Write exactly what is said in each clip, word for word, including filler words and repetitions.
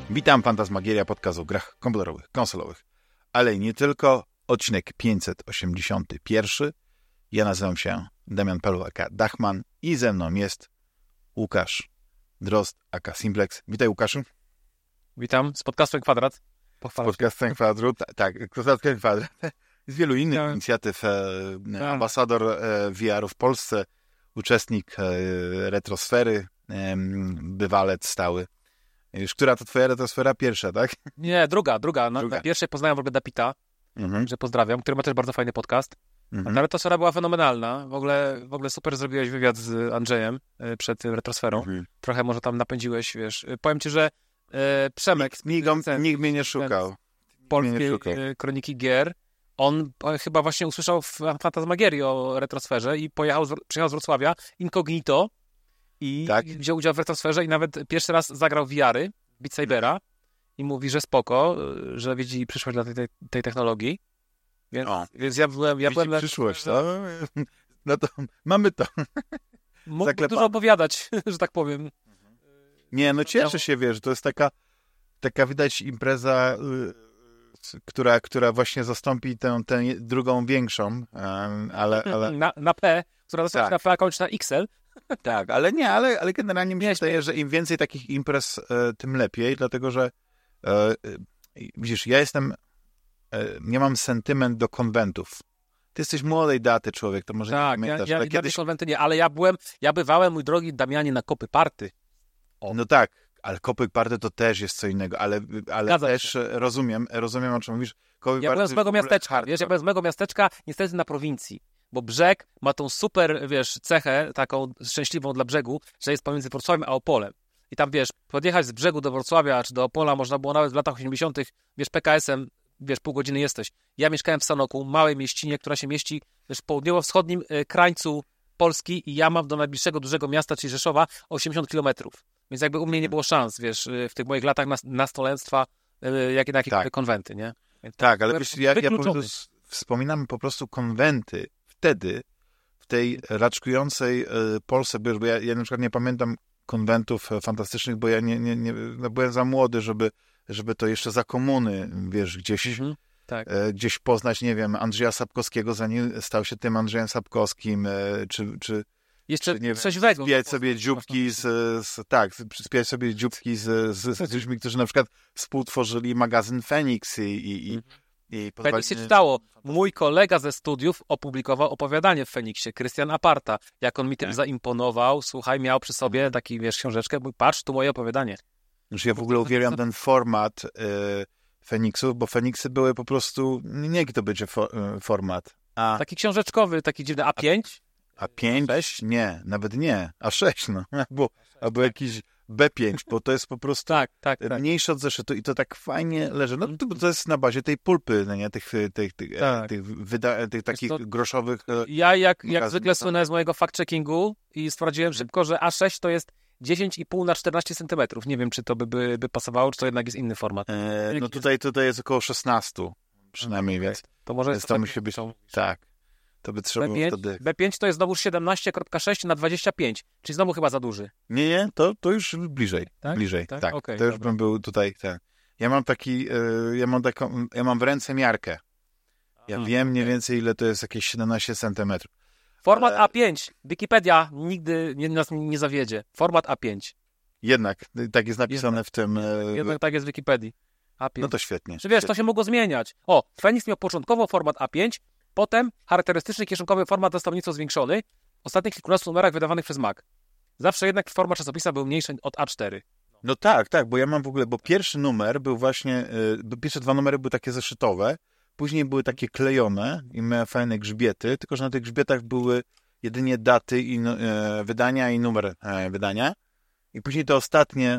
Witam, Fantasmagieria, podcast o grach komputerowych, konsolowych, ale i nie tylko. Odcinek pięćset osiemdziesiąty pierwszy. Ja nazywam się Damian Paluch aka Dachman i ze mną jest Łukasz Drozd aka Simplex. Witaj, Łukaszu. Witam, z podcastem Kwadrat. Z podcastem Kwadrat, tak, z podcastem Kwadrat. Z wielu innych tak. inicjatyw. E, ambasador e, V R-u w Polsce, uczestnik e, retrosfery, e, bywalec stały. Już która to twoja retrosfera? Pierwsza, tak? Nie, druga, druga. Na, druga. na pierwszej poznałem w ogóle Dapita, Mhm. że pozdrawiam, który ma też bardzo fajny podcast. Mhm. Ta retrosfera była fenomenalna. W ogóle, w ogóle super zrobiłeś wywiad z Andrzejem y, przed tym retrosferą. Mhm. Trochę może tam napędziłeś, wiesz. Y, powiem ci, że y, Przemek, Nikt, nikt, ten, nikt mnie nie szukał. polskiej szukał. y, kroniki gier, on, on chyba właśnie usłyszał w Fantasmagierii o retrosferze i pojechał z, przyjechał z Wrocławia incognito i Tak? wziął udział w retrosferze i nawet pierwszy raz zagrał V R-y, Beat Sabera i mówi, że spoko, że widzi przyszłość dla tej, tej, tej technologii. Więc, O. więc ja byłem... Ja Widzi byłem na- przyszłość, no? No to mamy to. Mógł zaklepa- dużo opowiadać, że tak powiem. Nie, no cieszę się, wiesz, to jest taka, taka widać impreza, y, która, która właśnie zastąpi tę, tę drugą większą, em, ale, ale Na, na P, która zaczyna Tak. na P, a kończy na X L. tak, ale nie, ale, ale generalnie mi się Nie, wydaje, że im więcej takich imprez, e, tym lepiej, dlatego że e, e, widzisz, ja jestem, e, nie mam sentyment do konwentów. Ty jesteś młodej daty człowiek, to może nie Tak, ja, pamiętasz, ja, ale ja kiedyś... konwenty nie, ale ja byłem, ja bywałem, mój drogi Damianie, na kopy party. No tak, ale kopyk party to też jest co innego, ale, ale Zgadza też się. e, rozumiem, rozumiem o czym mówisz. Kopyk Ja party byłem z w mego ogóle miasteczka, hardcore. wiesz, ja byłem z mego miasteczka, niestety na prowincji, bo Brzeg ma tą super, wiesz, cechę, taką szczęśliwą dla Brzegu, że jest pomiędzy Wrocławiem a Opolem. I tam, wiesz, podjechać z Brzegu do Wrocławia czy do Opola można było nawet w latach osiemdziesiątych, wiesz, P K S-em, wiesz, pół godziny jesteś. Ja mieszkałem w Sanoku, małej mieścinie, która się mieści, wiesz, w południowo-wschodnim y, krańcu Polski i ja mam do najbliższego dużego miasta, czyli Rzeszowa, osiemdziesiąt kilometrów. Więc jakby u mnie nie było szans, wiesz, y, w tych moich latach nas- nastolenstwa, y, jak, na jakiekolwiek Tak. konwenty, nie? Więc Tak, ale byłem wiesz, ja, ja po wykluczony. prostu s- wspominam po prostu konwenty wtedy, w tej raczkującej e, Polsce, bo ja, ja na przykład nie pamiętam konwentów e, fantastycznych, bo ja nie, nie, nie no byłem za młody, żeby, żeby to jeszcze za komuny, wiesz, gdzieś, Mhm, tak. e, gdzieś poznać, nie wiem, Andrzeja Sapkowskiego, zanim stał się tym Andrzejem Sapkowskim, e, czy, czy Jeszcze nie wiem, trzeźwego. spijać sobie dzióbki z, z tak, spijać sobie dzióbki z, z, z ludźmi, którzy na przykład współtworzyli magazyn Feniks i, i, i, i Feniks się pozwali- czytało. Mój kolega ze studiów opublikował opowiadanie w Feniksie, Krystian Aparta. Jak on mi tym Tak. zaimponował, słuchaj, miał przy sobie taki, wiesz, książeczkę, mój, patrz, tu moje opowiadanie. Już ja w ogóle uwielbiam ten format y, Feniksów, bo Feniksy były po prostu, nie jaki to będzie fo, y, format, a, Taki książeczkowy, taki dziwny, A pięć? a pięć? sześć? Nie, nawet nie, A sześć, no, albo, albo jakiś B pięć, bo to jest po prostu Tak, tak, tak. mniejsze od zeszytu i to tak fajnie leży. No to, to jest na bazie tej pulpy, no nie, tych, tych, tych, Tak. tych, wyda- tych takich to- groszowych... e, Ja jak, jak magazyn, zwykle no. słynę z mojego fact-checkingu i sprawdziłem szybko, że A sześć to jest dziesięć i pół na czternaście centymetrów. Nie wiem, czy to by, by, by pasowało, czy to jednak jest inny format. E, Jaki no tutaj, tutaj jest około szesnaście przynajmniej, więc, To może więc jest to tak, musi być, są- tak, to by trzeba B było pięć, wtedy... B pięć to jest znowu siedemnaście przecinek sześć na dwadzieścia pięć, czyli znowu chyba za duży. Nie, nie, to, to już bliżej, Tak? bliżej, Tak? tak, Okej, to już dobra. bym był tutaj, ten. Ja mam taki, e, ja mam taką, ja mam w ręce miarkę, ja Hmm, wiem mniej okej. więcej ile to jest, jakieś siedemnaście centymetrów. Format Ale- A pięć. Wikipedia nigdy nie, nas nie zawiedzie. Format A pięć. Jednak, tak jest napisane w tym, e, Jednak tak jest w Wikipedii. A pięć. no to świetnie. Czy wiesz, to się mogło zmieniać. O, Feniks miał początkowo format A pięć, potem charakterystyczny kieszonkowy format został nieco zwiększony w ostatnich kilkunastu numerach wydawanych przez Mac. Zawsze jednak format czasopisa był mniejszy od A cztery. No tak, tak, bo ja mam w ogóle, bo pierwszy numer był właśnie, y, pierwsze dwa numery były takie zeszytowe, później były takie klejone i miały fajne grzbiety, tylko że na tych grzbietach były jedynie daty i nu- e, wydania i numer e, wydania. I później te ostatnie,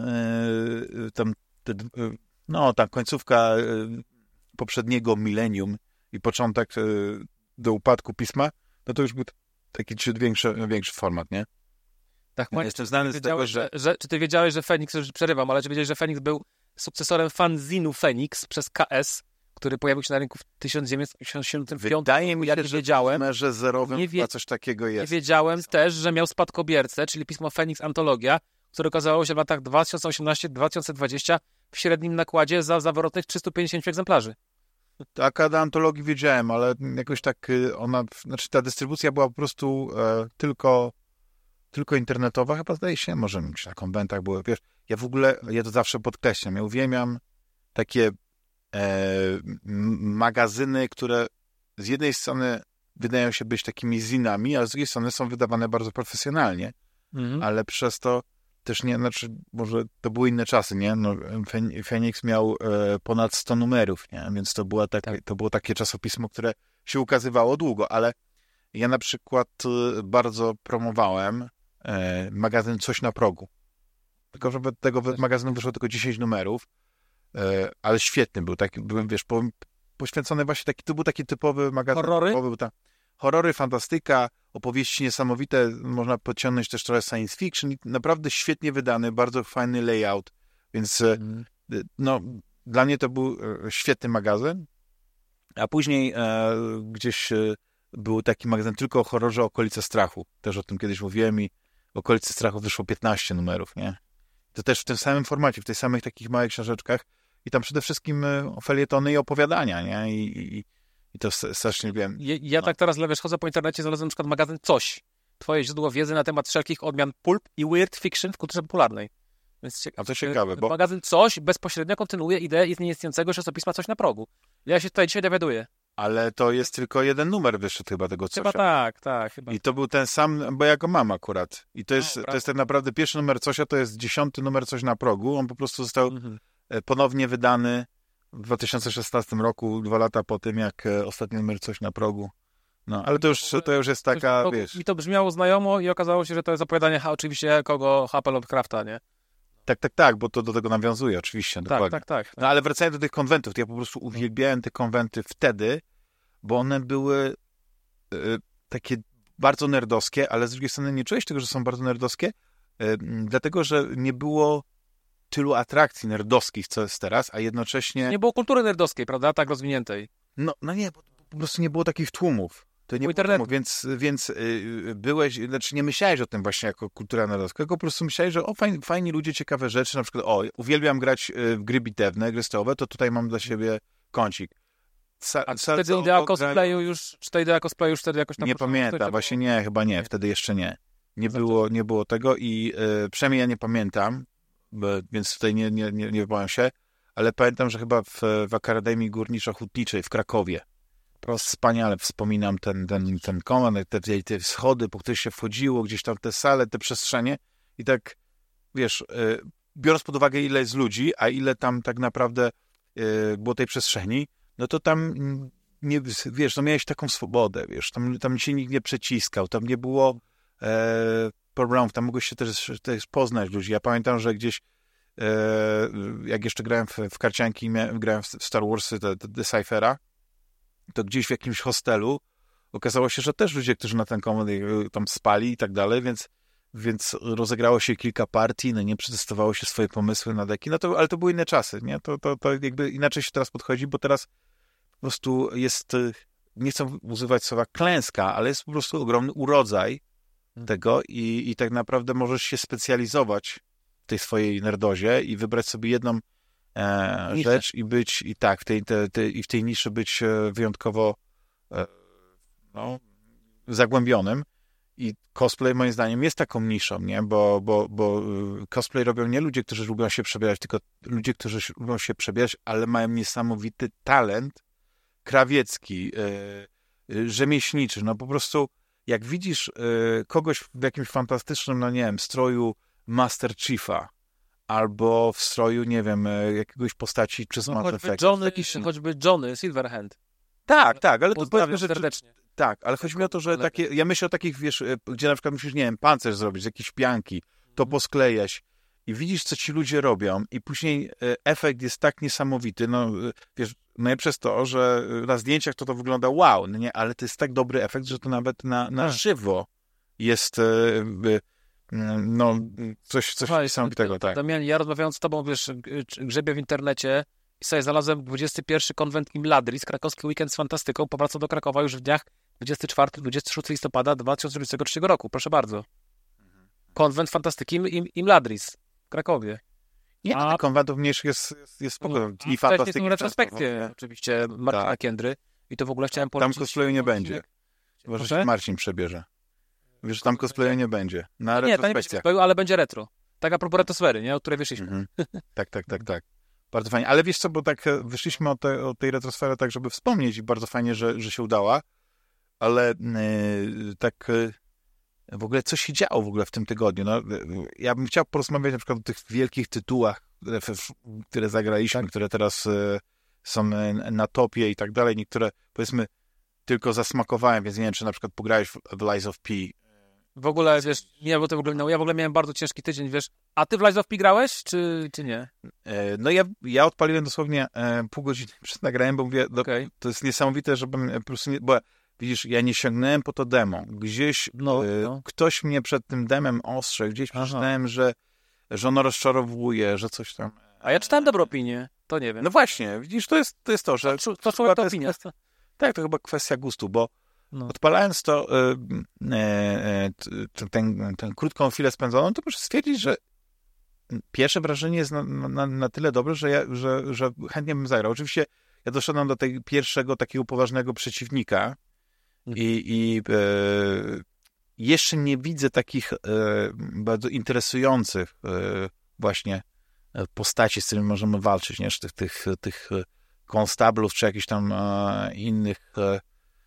e, tam, te, d- e, no ta końcówka e, poprzedniego milenium i początek e, do upadku pisma, no to już był taki ciut większy, większy format, nie? Tak, Ja jestem znany z tego, wiedziałeś, że... że... Czy ty wiedziałeś, że Feniks, już przerywam, ale czy wiedziałeś, że Feniks był sukcesorem fanzinu Feniks przez K S, który pojawił się na rynku w tysiąc dziewięćset osiemdziesiątym piątym. Wydaje mi się, Ja nie że wiedziałem. w numerze zerowym Nie wie- chyba coś takiego Nie jest. wiedziałem też, że miał spadkobiercę, czyli pismo Feniks Antologia, które okazało się w latach dwa tysiące osiemnastym do dwa tysiące dwudziestym w średnim nakładzie za zawrotnych trzysta pięćdziesiąt egzemplarzy. Tak, a do antologii wiedziałem, ale jakoś tak y, ona, znaczy ta dystrybucja była po prostu e, tylko, tylko internetowa, chyba zdaje się, może na konwentach było, wiesz, ja w ogóle, ja to zawsze podkreślam, ja uwielbiam takie e, magazyny, które z jednej strony wydają się być takimi zinami, a z drugiej strony są wydawane bardzo profesjonalnie, mhm. ale przez to też nie, znaczy, może to były inne czasy, nie? No, Phoenix miał e, ponad sto numerów, nie? Więc to, była takie, tak. to było takie czasopismo, które się ukazywało długo, ale ja na przykład e, bardzo promowałem e, magazyn Coś na progu. Tylko, że tego magazynu wyszło tylko dziesięć numerów, e, ale świetny był, taki, byłem, wiesz, po, poświęcony właśnie taki, to był taki typowy magazyn. Horrory? Typowy, ta, horrory, fantastyka, opowieści niesamowite, można podciągnąć też trochę science fiction, naprawdę świetnie wydany, bardzo fajny layout, więc mm. no, dla mnie to był świetny magazyn, a później e, gdzieś e, był taki magazyn tylko o horrorze Okolice Strachu, też o tym kiedyś mówiłem i Okolice Strachu wyszło piętnaście numerów, nie? To też w tym samym formacie, w tych samych takich małych książeczkach i tam przede wszystkim felietony i opowiadania, nie? I, i I to strasznie wiem. Ja, ja no. tak teraz, wiesz, chodzę po internecie, znalazłem na przykład magazyn Coś. Twoje źródło wiedzy na temat wszelkich odmian pulp i weird fiction w kulturze popularnej. Więc A to ciekawe, bo... Magazyn Coś bezpośrednio kontynuuje ideę istniejącego czasopisma Coś na progu. Ja się tutaj dzisiaj dowiaduję. Ale to jest tylko jeden numer wyszedł chyba tego Cosia. Chyba tak, tak. Chyba. I to był ten sam, bo ja go mam akurat. I to jest, no, to jest tak naprawdę pierwszy numer Cosia, to jest dziesiąty numer Coś na progu. On po prostu został mhm. ponownie wydany w dwa tysiące szesnastym roku, dwa lata po tym, jak ostatni numer Coś na progu. No, ale to już, to już jest taka, to, wiesz... Mi to brzmiało znajomo i okazało się, że to jest opowiadanie ha, oczywiście kogo H P Lovecrafta, nie? Tak, tak, tak, bo to do tego nawiązuje oczywiście. Tak, dokładnie. tak, tak, tak. No ale wracając do tych konwentów, to ja po prostu uwielbiałem te konwenty wtedy, bo one były y, takie bardzo nerdowskie, ale z drugiej strony nie czułeś tego, że są bardzo nerdowskie, y, dlatego, że nie było tylu atrakcji nerdowskich, co jest teraz, a jednocześnie... Nie było kultury nerdowskiej, prawda? Tak rozwiniętej. No, no nie, bo po prostu nie było takich tłumów. To nie było tłumów, więc, więc yy, byłeś, znaczy nie myślałeś o tym właśnie jako kultura nerdowska, tylko po prostu myślałeś, że o, fajni, fajni ludzie, ciekawe rzeczy, na przykład o, uwielbiam grać w gry bitewne, gry stołowe, to tutaj mam dla siebie kącik. Sa, A czy wtedy idea cosplayu już, czy ta idea cosplayu już wtedy jakoś tam... Nie pamiętam, właśnie było? nie, chyba nie, wtedy jeszcze nie. Nie było, nie było tego i yy, przynajmniej ja nie pamiętam, bo, więc tutaj nie, nie, nie, nie wypowiem się, ale pamiętam, że chyba w, w Akademii Górniczo-Hutniczej w Krakowie wspaniale wspominam ten, ten, ten komand, te, te, te schody, po których się wchodziło, gdzieś tam te sale, te przestrzenie i tak, wiesz, yy, biorąc pod uwagę, ile jest ludzi, a ile tam tak naprawdę yy, było tej przestrzeni, no to tam, nie, wiesz, no miałeś taką swobodę, wiesz, tam, tam się nikt nie przeciskał, tam nie było e, problemów, tam mogłeś się też, też poznać ludzi. Ja pamiętam, że gdzieś e, jak jeszcze grałem w, w karcianki i miałem, grałem w Star Warsy, te, te, te Cyphera, to gdzieś w jakimś hostelu okazało się, że też ludzie, którzy na ten komand tam spali i tak dalej, więc, więc rozegrało się kilka partii, no nie przetestowało się swoje pomysły na deki, no to, ale to były inne czasy, nie? To, to, to jakby inaczej się teraz podchodzi, bo teraz po prostu jest, nie chcę używać słowa klęska, ale jest po prostu ogromny urodzaj tego i, i tak naprawdę możesz się specjalizować w tej swojej nerdozie i wybrać sobie jedną e, rzecz i być i tak, w tej, te, te, i w tej niszy być wyjątkowo e, no, zagłębionym. I cosplay moim zdaniem jest taką niszą, nie? Bo, bo, bo cosplay robią nie ludzie, którzy lubią się przebierać, tylko ludzie, którzy lubią się przebierać, ale mają niesamowity talent krawiecki, yy, rzemieślniczy. No po prostu jak widzisz yy, kogoś w jakimś fantastycznym, no nie wiem, stroju Master Chiefa albo w stroju, nie wiem, yy, jakiegoś postaci czy no, Mass choćby Effect. Johnny, jakiś, choćby Johnny Silverhand. Tak, tak, ale to powiedzmy, że serdecznie. Tak, ale chodzi mi o to, że takie, ja myślę o takich, wiesz, gdzie na przykład musisz, nie wiem, pancerz zrobić z jakiejś pianki, to posklejać i widzisz, co ci ludzie robią i później efekt jest tak niesamowity, no, wiesz, najlepsze jest to, że na zdjęciach to to wygląda wow, no nie, ale to jest tak dobry efekt, że to nawet na, na żywo jest, no, coś, coś niesamowitego, tak. Damian, ja rozmawiając z tobą, wiesz, grzebię w internecie i sobie znalazłem dwudziesty pierwszy konwent Imladris, krakowski weekend z fantastyką, powraca do Krakowa już w dniach dwudziestego czwartego do dwudziestego szóstego listopada dwa tysiące dwudziestego trzeciego roku. Proszę bardzo. Konwent fantastyki Im, Imladris w Krakowie. Nie, A konwentów mniejszych jest, jest, jest spoko. no, I wcześniej fantastyki. są retrospekcje oczywiście Martina Tak. Kendry i to w ogóle chciałem Tam polecić. cosplayu nie będzie. odcinek. Chyba, że Proszę? się Marcin przebierze. Wiesz, że tam cosplayu nie będzie. Na Nie, to nie będzie retrospekcjach. cosplayu, ale będzie retro. Tak a propos retosfery, nie? O której wyszliśmy. Mhm. Tak, tak, tak, tak. Bardzo fajnie. Ale wiesz co, bo tak e, wyszliśmy od, te, od tej retrosfery tak, żeby wspomnieć i bardzo fajnie, że, że się udała, ale e, tak e, w ogóle co się działo w ogóle w tym tygodniu? No, e, ja bym chciał porozmawiać na przykład o tych wielkich tytułach, które, które zagraliśmy, Tak. które teraz e, są e, na topie i tak dalej. Niektóre, powiedzmy, tylko zasmakowałem, więc nie wiem, czy na przykład pograłeś w, w Lies of P. W ogóle, wiesz, nie, bo to w ogóle, no, ja w ogóle miałem bardzo ciężki tydzień, wiesz. A ty w Lies of P grałeś, czy, czy nie? E, No ja, ja odpaliłem dosłownie e, pół godziny przed nagraniem, bo mówię, do, Okej. to jest niesamowite, żebym po prostu nie, bo widzisz, ja nie sięgnąłem po to demo. Gdzieś No, e, no. ktoś mnie przed tym demem ostrzegł, gdzieś Aha. przeczytałem, że, że ono rozczarowuje, że coś tam. A ja czytałem dobrą opinię, to nie wiem. No właśnie, widzisz, to jest to, jest to że to, to chyba człowiek to jest opinia. kwestia- tak, to chyba kwestia gustu, bo No. odpalając to e, e, t- ten, tę krótką chwilę spędzoną, to muszę stwierdzić, że pierwsze wrażenie jest na, na, na tyle dobre, że, ja, że, że chętnie bym zagrał. Oczywiście ja doszedłem do tego pierwszego takiego poważnego przeciwnika i, i e, jeszcze nie widzę takich e, bardzo interesujących e, właśnie postaci, z którymi możemy walczyć, nie? Czy tych, tych, tych konstablów, czy jakichś tam e, innych e,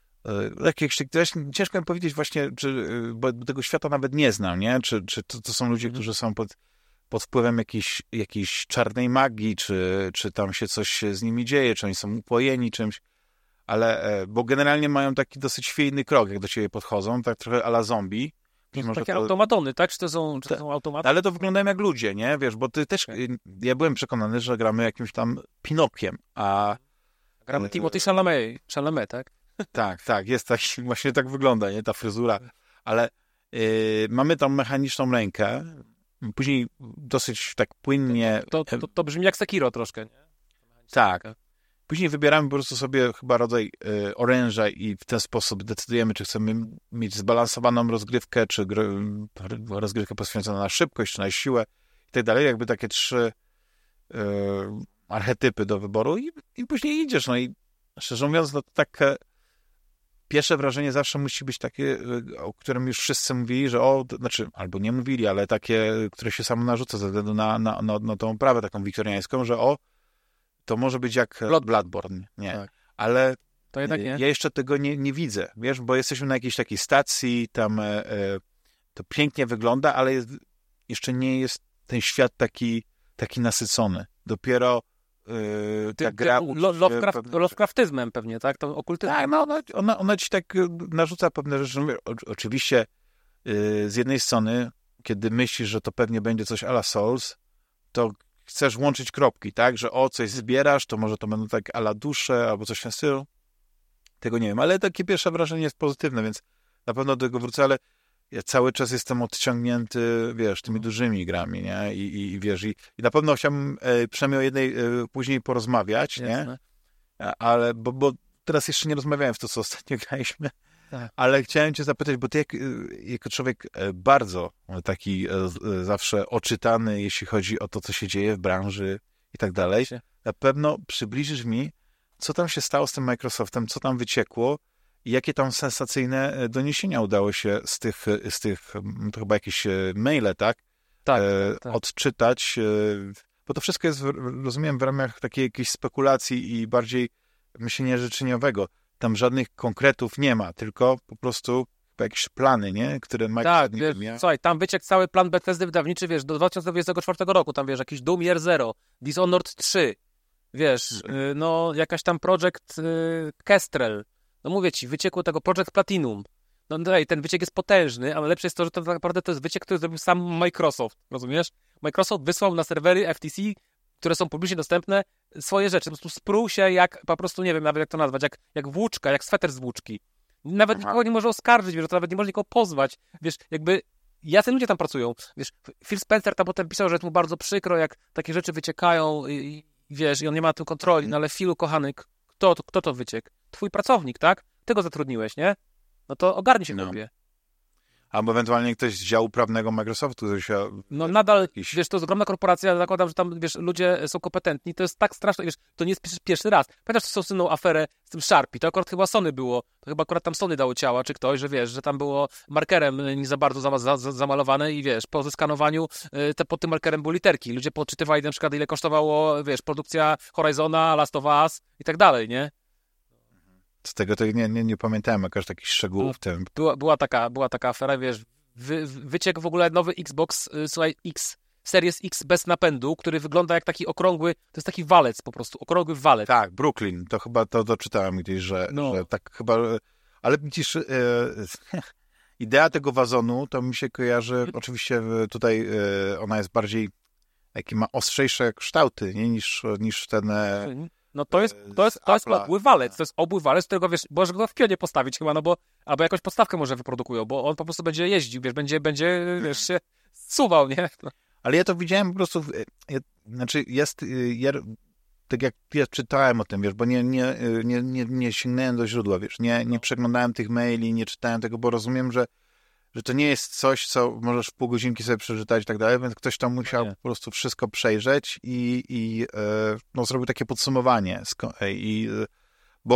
Jakieś, ciężko mi powiedzieć właśnie, czy, bo tego świata nawet nie znam, nie? Czy, czy to, to są ludzie, Mhm. którzy są pod, pod wpływem jakiejś, jakiejś czarnej magii, czy, czy tam się coś z nimi dzieje, czy oni są upojeni czymś, ale, bo generalnie mają taki dosyć chwiejny krok, jak do ciebie podchodzą, tak trochę a la zombie. To Może takie to- automatony, tak? Czy to są, czy to Tak. są automaty? Ale to wyglądają jak ludzie, nie? Wiesz, bo ty też, Okej. ja byłem przekonany, że gramy jakimś tam Pinokiem, a Gramy Timothée Chalamet, Chalamet, tak? tak, tak, jest tak, właśnie tak wygląda, nie, ta fryzura, ale y, mamy tą mechaniczną rękę, później dosyć tak płynnie, To, to, to brzmi jak Sekiro troszkę, nie? tak, później wybieramy po prostu sobie chyba rodzaj y, oręża i w ten sposób decydujemy, czy chcemy mieć zbalansowaną rozgrywkę, czy gr, rozgrywkę poświęconą na szybkość, czy na siłę i tak dalej, jakby takie trzy y, archetypy do wyboru i, i później idziesz, no i szczerze mówiąc, no to tak pierwsze wrażenie zawsze musi być takie, o którym już wszyscy mówili, że o, to, znaczy, albo nie mówili, ale takie, które się samo narzuca ze względu na, na, na, na tą oprawę taką wiktoriańską, że o, to może być jak Blood- Bloodborne, nie. Tak. Ale To jednak nie. ja jeszcze tego nie, nie widzę, wiesz, bo jesteśmy na jakiejś takiej stacji, tam e, e, to pięknie wygląda, ale jest, jeszcze nie jest ten świat taki, taki nasycony. Dopiero e, ta Ty, ty, gra... lo, uczy Lovecraft, pewne- Lovecraftyzmem pewnie, tak? To okultyzm. tak, no ona, ona, ona ci tak y, narzuca pewne rzeczy. Mówię, o, oczywiście y, z jednej strony, kiedy myślisz, że to pewnie będzie coś a la Souls, to chcesz łączyć kropki, tak? Że o, coś zbierasz, to może to będą tak a la dusze, albo coś w tym stylu. Tego nie wiem, ale takie pierwsze wrażenie jest pozytywne, więc na pewno do tego wrócę, ale ja cały czas jestem odciągnięty, wiesz, tymi dużymi grami, nie? I, i, i wiesz, i, i na pewno chciałbym e, przynajmniej o jednej e, później porozmawiać, nie? Jasne. A- ale, bo, bo teraz jeszcze nie rozmawiałem w to, co ostatnio graliśmy, Tak. ale chciałem cię zapytać, bo ty jak, jako człowiek e, bardzo taki e, z- e, zawsze oczytany, jeśli chodzi o to, co się dzieje w branży i tak dalej, Się. na pewno przybliżysz mi, co tam się stało z tym Microsoftem, co tam wyciekło i jakie tam sensacyjne e, doniesienia udało się z tych, e, z tych m, to chyba jakieś e, maile, tak? Tak, e, tak, tak. odczytać, e, bo to wszystko jest, w- rozumiem, w ramach takiej jakiejś spekulacji i bardziej myślenia życzeniowego. Tam żadnych konkretów nie ma, tylko po prostu chyba jakieś plany, nie? Które Tak, Microsoft wiesz, miał. słuchaj, tam wyciekł cały plan Bethesdy wydawniczy, wiesz, do dwa tysiące dwudziestego czwartego roku, tam wiesz, jakiś Doom Year Zero, Dishonored trzy, wiesz, Mhm. y, no jakaś tam Project y, Kestrel, no mówię ci, wyciekło tego Project Platinum, no dalej, ten wyciek jest potężny, ale lepsze jest to, że to tak naprawdę to jest wyciek, który zrobił sam Microsoft, rozumiesz? Microsoft wysłał na serwery F T C, które są publicznie dostępne, swoje rzeczy, po prostu sprół się jak, po prostu nie wiem nawet jak to nazwać, jak, jak włóczka, jak sweter z włóczki. Nawet Aha. nikogo nie może oskarżyć, wiesz, to nawet nie może nikogo pozwać, wiesz, jakby jacy ludzie tam pracują, wiesz, Phil Spencer tam potem pisał, że jest mu bardzo przykro, jak takie rzeczy wyciekają i, i wiesz, i on nie ma tu kontroli, no ale Philu, kochany, kto, kto to wyciekł? Twój pracownik, tak? Ty go zatrudniłeś, nie? No to ogarnij się, No. chłopie. Albo ewentualnie ktoś z działu prawnego Microsoftu, który się... No nadal, jakiś... wiesz, to jest ogromna korporacja, zakładam, że tam, wiesz, ludzie są kompetentni, to jest tak straszne, wiesz, to nie jest pierwszy, pierwszy raz. Pamiętasz tą słynną aferę z tym Sharpie, to akurat chyba Sony było, to chyba akurat tam Sony dało ciała, czy ktoś, że wiesz, że tam było markerem nie za bardzo za, za, za, zamalowane i wiesz, po zeskanowaniu y, te, pod tym markerem były literki. Ludzie podczytywali na przykład, ile kosztowało, wiesz, produkcja Horizona, Last of Us i tak dalej, nie? Z tego to nie, nie, nie pamiętałem jakoś takich szczegółów w tym. Była, była, taka, była taka afera, wiesz, wy, wyciekł w ogóle nowy Xbox, y, słuchaj, X, Series X bez napędu, który wygląda jak taki okrągły, to jest taki walec po prostu, okrągły walec. Tak, Brooklyn, to chyba to doczytałem gdzieś, że, No. że tak chyba, ale widzisz, e, idea tego wazonu, to mi się kojarzy, Mhm. oczywiście tutaj e, ona jest bardziej, jakie ma ostrzejsze kształty, nie, niż, niż ten... E, No to jest, to jest, to jest Apple'a. obły walec, to jest obły walec, którego, wiesz, może go w pionie postawić chyba, no bo, albo jakąś podstawkę może wyprodukują, bo on po prostu będzie jeździł, wiesz, będzie, będzie, wiesz, się zsuwał, nie? Ale ja to widziałem po prostu, w, ja, znaczy jest, ja, tak jak ja czytałem o tym, wiesz, bo nie, nie, nie, nie, nie sięgnąłem do źródła, wiesz, nie, nie przeglądałem tych maili, nie czytałem tego, bo rozumiem, że, że to nie jest coś, co możesz w pół godzinki sobie przeczytać i tak dalej, więc ktoś tam musiał Nie. po prostu wszystko przejrzeć i, i e, no, zrobił takie podsumowanie. Sko- I, e, bo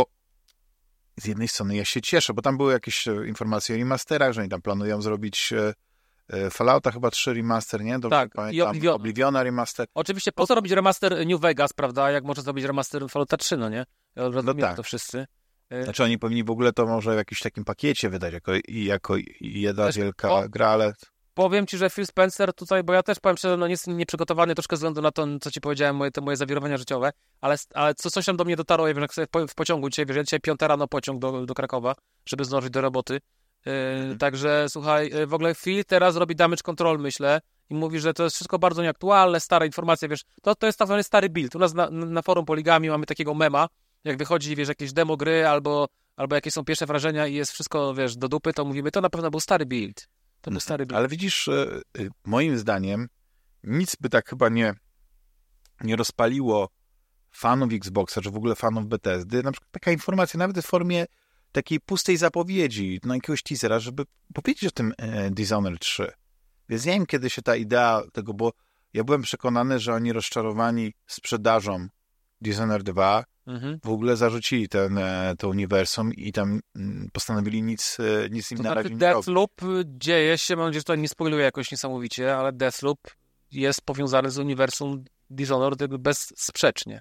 z jednej strony ja się cieszę, bo tam były jakieś e, informacje o remasterach, że oni tam planują zrobić e, e, Fallouta chyba trzy remaster, nie? Dobrze Tak, i pamiętam, Obliviona. Obliviona remaster. Oczywiście, po co robić remaster New Vegas, prawda, jak można zrobić remaster Fallouta trzy, no nie? Ja rozumiem tak. to wszyscy. Y, Znaczy oni powinni w ogóle to może w jakimś takim pakiecie wydać, jako, i jako jedna Wiesz, wielka o- gra, ale... Powiem ci, że Phil Spencer tutaj, bo ja też powiem szczerze, no nie jestem nieprzygotowany troszkę ze względu na to, co ci powiedziałem, moje, te moje zawirowania życiowe, ale, ale co, coś tam do mnie dotarło, ja wiem, jak sobie w, w pociągu dzisiaj, wiesz, ja dzisiaj piąta rano pociąg do, do Krakowa, żeby zdążyć do roboty. Yy, Mhm. Także słuchaj, yy, w ogóle Phil teraz robi damage control, myślę, i mówi, że to jest wszystko bardzo nieaktualne, stare informacje, wiesz, to, to jest tak zwany stary build. U nas na, na forum Poligami mamy takiego mema, jak wychodzi, wiesz, jakieś demo gry albo, albo jakie są pierwsze wrażenia i jest wszystko, wiesz, do dupy, to mówimy, to na pewno był stary build. To był stary build. Ale widzisz, e, e, moim zdaniem nic by tak chyba nie, nie rozpaliło fanów Xboxa, czy w ogóle fanów Bethesdy. Na przykład taka informacja, nawet w formie takiej pustej zapowiedzi, no jakiegoś teasera, żeby powiedzieć o tym e, Dishonored trzy. Więc nie wiem, kiedy się ta idea tego, bo ja byłem przekonany, że oni rozczarowani sprzedażą Dishonored dwa Mhm. w ogóle zarzucili ten, e, to uniwersum i tam mm, postanowili nic, e, nic im To na znaczy razie nie robić. Deathloop y, dzieje się, mam nadzieję, że to nie spoiluję jakoś niesamowicie, ale Deathloop jest powiązany z uniwersum Dishonored jakby bezsprzecznie.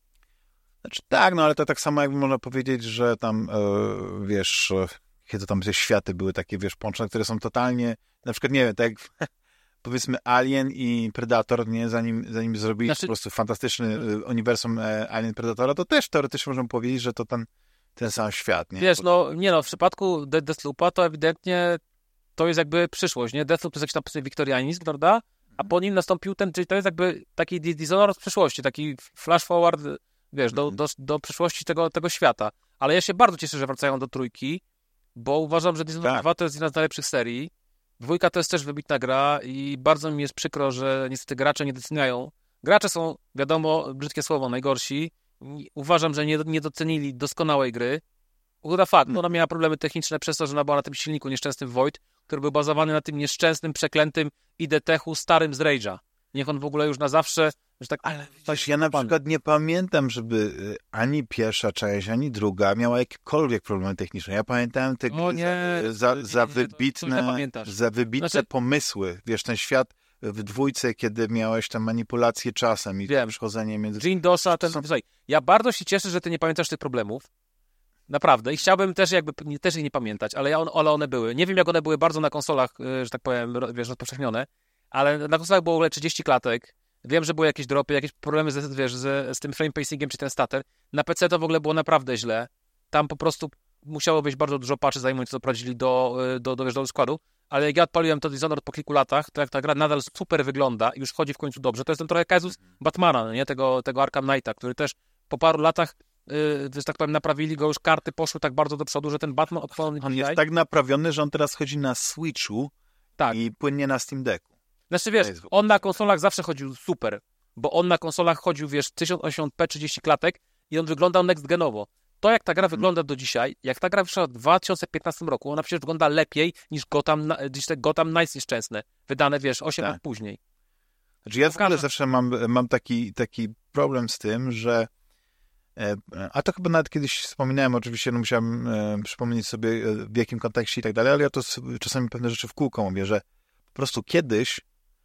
Znaczy tak, no ale to tak samo jakby można powiedzieć, że tam, e, wiesz, e, kiedy tam te światy były takie, wiesz, połączone, które są totalnie, na przykład, nie wiem, tak jak powiedzmy Alien i Predator, nie, zanim, zanim zrobili Znaczy- po prostu fantastyczny e, uniwersum e, Alien Predatora, to też teoretycznie możemy powiedzieć, że to ten, ten sam świat, nie? Wiesz, no nie no, w przypadku De- Deathloopa to ewidentnie to jest jakby przyszłość, nie? Deathloop to jest jakiś tam powiedzmy wiktorianizm, prawda? A po nim nastąpił ten, czyli to jest jakby taki Dis- Dishonored z przyszłości, taki flash forward, wiesz, do, do, do przyszłości tego, tego świata. Ale ja się bardzo cieszę, że wracają do trójki, bo uważam, że Dishonored Tak. dwa to jest jedna z najlepszych serii. Dwójka to jest też wybitna gra i bardzo mi jest przykro, że niestety gracze nie doceniają. Gracze są, wiadomo, brzydkie słowo, najgorsi. I uważam, że nie, nie docenili doskonałej gry. Ugoda fakt, ona miała problemy techniczne przez to, że ona była na tym silniku nieszczęsnym Void, który był bazowany na tym nieszczęsnym, przeklętym I D Techu starym z Rage'a. Niech on w ogóle już na zawsze, że tak... Ale wiesz, ja na przykład nie pamiętam, żeby e, ani pierwsza część, ani druga miała jakiekolwiek problemy techniczne. Ja pamiętałem te O nie, za, nie, za nie, to- to źle wybitne, pamiętasz. za wybitne Znaczy- pomysły. Wiesz, ten świat w dwójce, kiedy miałeś tam manipulację czasem i Wiem. przechodzenie między... Jean Dosha, ten... Są- Słuchaj, ja bardzo się cieszę, że ty nie pamiętasz tych problemów. Naprawdę. I chciałbym też jakby, nie- też ich nie pamiętać, ale, ja on, ale one były. Nie wiem, jak one były bardzo na konsolach, y, że tak powiem, ro- wiesz, rozpowszechnione, ale na konsolach było w ogóle trzydzieści klatek. Wiem, że były jakieś dropy, jakieś problemy z, wiesz, z, z tym frame pacingiem czy ten stater. Na P C to w ogóle było naprawdę źle. Tam po prostu musiało być bardzo dużo patchy, zanim oni to doprowadzili do, y, do, do, wiesz, do składu. Ale jak ja odpaliłem to Dishonored po kilku latach, to jak ta gra nadal super wygląda i już chodzi w końcu dobrze, to jest ten trochę kazus Batmana, no nie? Tego, tego Arkham Knighta, który też po paru latach, yy, że tak powiem, naprawili go, już karty poszły tak bardzo do przodu, że ten Batman odpalony On dzisiaj... jest tak naprawiony, że on teraz chodzi na Switchu Tak. i płynnie na Steam Decku. Znaczy wiesz, To jest w ogóle- on na konsolach zawsze chodził super, bo on na konsolach chodził, wiesz, tysiąc osiemdziesiąt p trzydzieści klatek i on wyglądał next genowo. to, jak ta gra wygląda do dzisiaj, jak ta gra wyszła w dwa tysiące piętnastym roku, ona przecież wygląda lepiej niż Gotham, niż te Gotham Knights nieszczęsne, wydane, wiesz, osiem tak. lat później. Znaczy ja w ogóle zawsze mam, mam taki, taki problem z tym, że a to chyba nawet kiedyś wspominałem, oczywiście no musiałem e, przypomnieć sobie w jakim kontekście i tak dalej, ale ja to czasami pewne rzeczy w kółko mówię, że po prostu kiedyś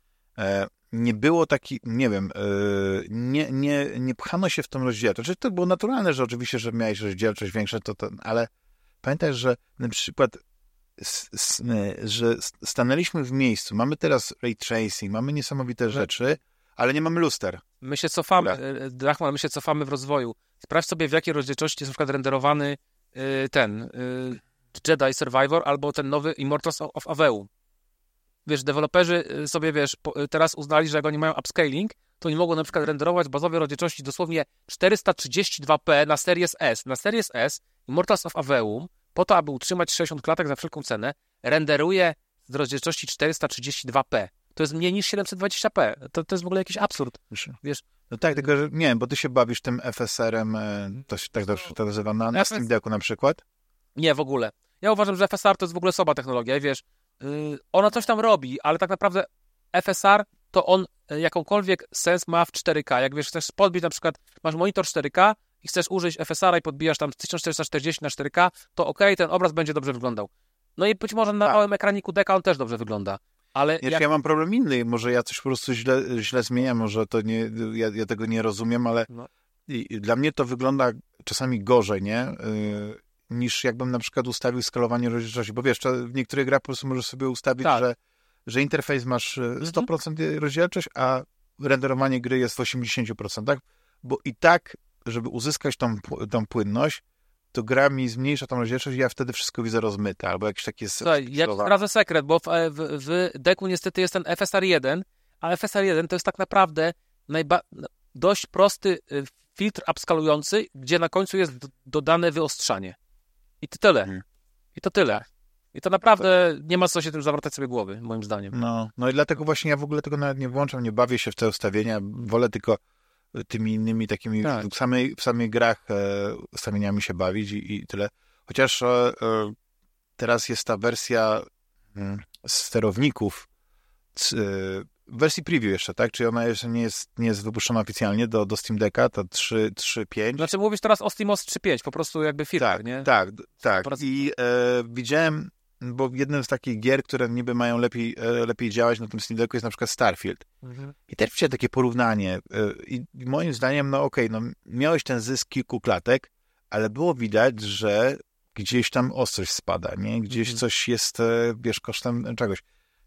e, nie było taki, nie wiem, e, nie, nie, nie pchano się w tą rozdzielczość. Znaczy, to było naturalne, że oczywiście, że miałeś rozdzielczość większa, to, to, ale pamiętaj, że na przykład s, s, że stanęliśmy w miejscu, mamy teraz ray tracing, mamy niesamowite rzeczy, ale nie mamy luster. My się cofamy, Drachman, my się cofamy w rozwoju. Sprawdź sobie, w jakiej rozdzielczości jest na przykład renderowany y, ten y, Jedi Survivor albo ten nowy Immortals of Aveum. Wiesz, deweloperzy sobie, wiesz, po, teraz uznali, że jak oni mają upscaling, to nie mogą na przykład renderować bazowej rozdzielczości dosłownie czterysta trzydzieści dwa p na Series S. Na Series S Immortals of Aveum, po to, aby utrzymać sześćdziesiąt klatek za wszelką cenę, renderuje z rozdzielczości czterysta trzydzieści dwa p. To jest mniej niż siedemset dwadzieścia p. To, to jest w ogóle jakiś absurd. Wiesz, no tak, tylko że nie, bo ty się bawisz tym F S R-em, to się tak dobrze to nazywa, na, na Steam Decku na przykład? Nie, w ogóle. Ja uważam, że F S R to jest w ogóle słaba technologia i wiesz, yy, ona coś tam robi, ale tak naprawdę F S R to on yy, jakąkolwiek sens ma w cztery K. Jak wiesz, chcesz podbić na przykład, masz monitor cztery K i chcesz użyć F S R-a i podbijasz tam tysiąc czterysta czterdzieści na cztery K, to okej, okay, ten obraz będzie dobrze wyglądał. No i być może na tak. małym ekraniku Decka on też dobrze wygląda. Ale jak... jak... Ja mam problem inny, może ja coś po prostu źle, źle zmieniam, może to nie, ja, ja tego nie rozumiem, ale no. i, i dla mnie to wygląda czasami gorzej, nie? Yy, niż jakbym na przykład ustawił skalowanie rozdzielczości, bo wiesz, w niektórych grach po prostu możesz sobie ustawić, tak. że, że interfejs masz sto procent mhm. rozdzielczość, a renderowanie gry jest w osiemdziesiąt procent, tak? Bo i tak, żeby uzyskać tą, tą płynność, to gra mi zmniejsza tą rozdzielczość i ja wtedy wszystko widzę rozmyte, albo jakieś takie... Słuchaj, jak sprawdzę sekret, bo w, w, w Decku niestety jest ten F S R jeden, a F S R jeden to jest tak naprawdę najba... dość prosty filtr upskalujący, gdzie na końcu jest dodane wyostrzanie. I to tyle. Hmm. I to tyle. I to naprawdę nie ma co się tym zawracać sobie głowy, moim zdaniem. No, no i dlatego właśnie ja w ogóle tego nawet nie włączam, nie bawię się w te ustawienia, wolę tylko tymi innymi takimi, tak. w, samej, w samej grach e, ustawieniami się bawić i, i tyle. Chociaż e, e, teraz jest ta wersja m, sterowników c, e, w wersji preview jeszcze, tak? Czyli ona jeszcze nie jest, nie jest wypuszczona oficjalnie do, do Steam Decka, to trzy pięć. Znaczy mówisz teraz o SteamOS trzy pięć, po prostu jakby firmę, tak, nie? Tak, tak. I e, widziałem, bo jednym z takich gier, które niby mają lepiej, e, lepiej działać na tym Steam Decku jest na przykład Starfield. Mhm. I też widziałem takie porównanie. E, I moim zdaniem, no okej, okay, no miałeś ten zysk kilku klatek, ale było widać, że gdzieś tam ostrość spada, nie? Gdzieś mhm. coś jest, e, wiesz, kosztem czegoś.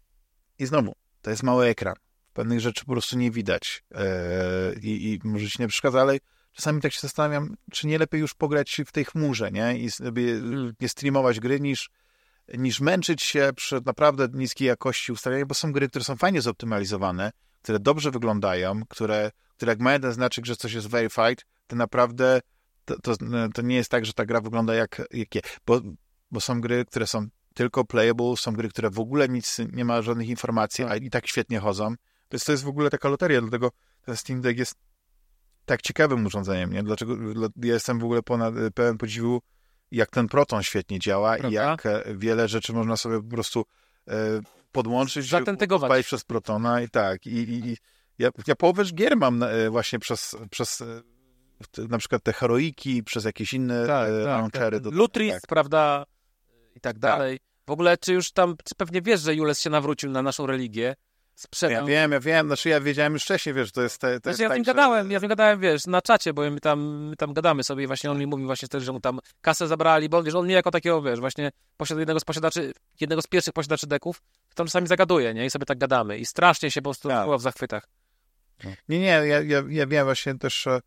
I znowu, to jest mały ekran. Pewnych rzeczy po prostu nie widać. E, i, I może ci nie przeszkadza, ale czasami tak się zastanawiam, czy nie lepiej już pograć w tej chmurze, nie? I sobie hmm. nie streamować gry, niż, niż męczyć się przy naprawdę niskiej jakości ustawienia, bo są gry, które są fajnie zoptymalizowane, które dobrze wyglądają, które, które jak ma jeden znaczek, że coś jest verified, to naprawdę to, to, to nie jest tak, że ta gra wygląda jak, jak je. Bo, bo są gry, które są tylko playable, są gry, które w ogóle nic, nie ma żadnych informacji, a i tak świetnie chodzą. Więc to jest w ogóle taka loteria, dlatego ten Steam Deck jest tak ciekawym urządzeniem, nie? Dlaczego ja jestem w ogóle ponad, pełen podziwu, jak ten Proton świetnie działa. Prawda? I jak wiele rzeczy można sobie po prostu e, podłączyć, zatentygować przez Protona i tak. I, i, i ja, ja połowę gier mam e, właśnie przez, przez e, na przykład te heroiki, przez jakieś inne tak, e, tak, launchery. Tak. Lutris, tak. prawda? I tak dalej. Tak. W ogóle, czy już tam, czy pewnie wiesz, że Jules się nawrócił na naszą religię? Sprzedał. Ja wiem, ja wiem, znaczy ja wiedziałem już wcześniej, wiesz, to jest... To znaczy, jest ja z tak, nim że... gadałem, ja z nim gadałem, wiesz, na czacie, bo my tam, my tam gadamy sobie i właśnie on mi mówi właśnie też, że mu tam kasę zabrali, bo wiesz, on mnie jako takiego, wiesz, właśnie posiada jednego z posiadaczy, jednego z pierwszych posiadaczy deków, tam czasami zagaduje, nie? I sobie tak gadamy i strasznie się po prostu była w zachwytach. Nie, nie, ja, ja, ja wiem właśnie też, e,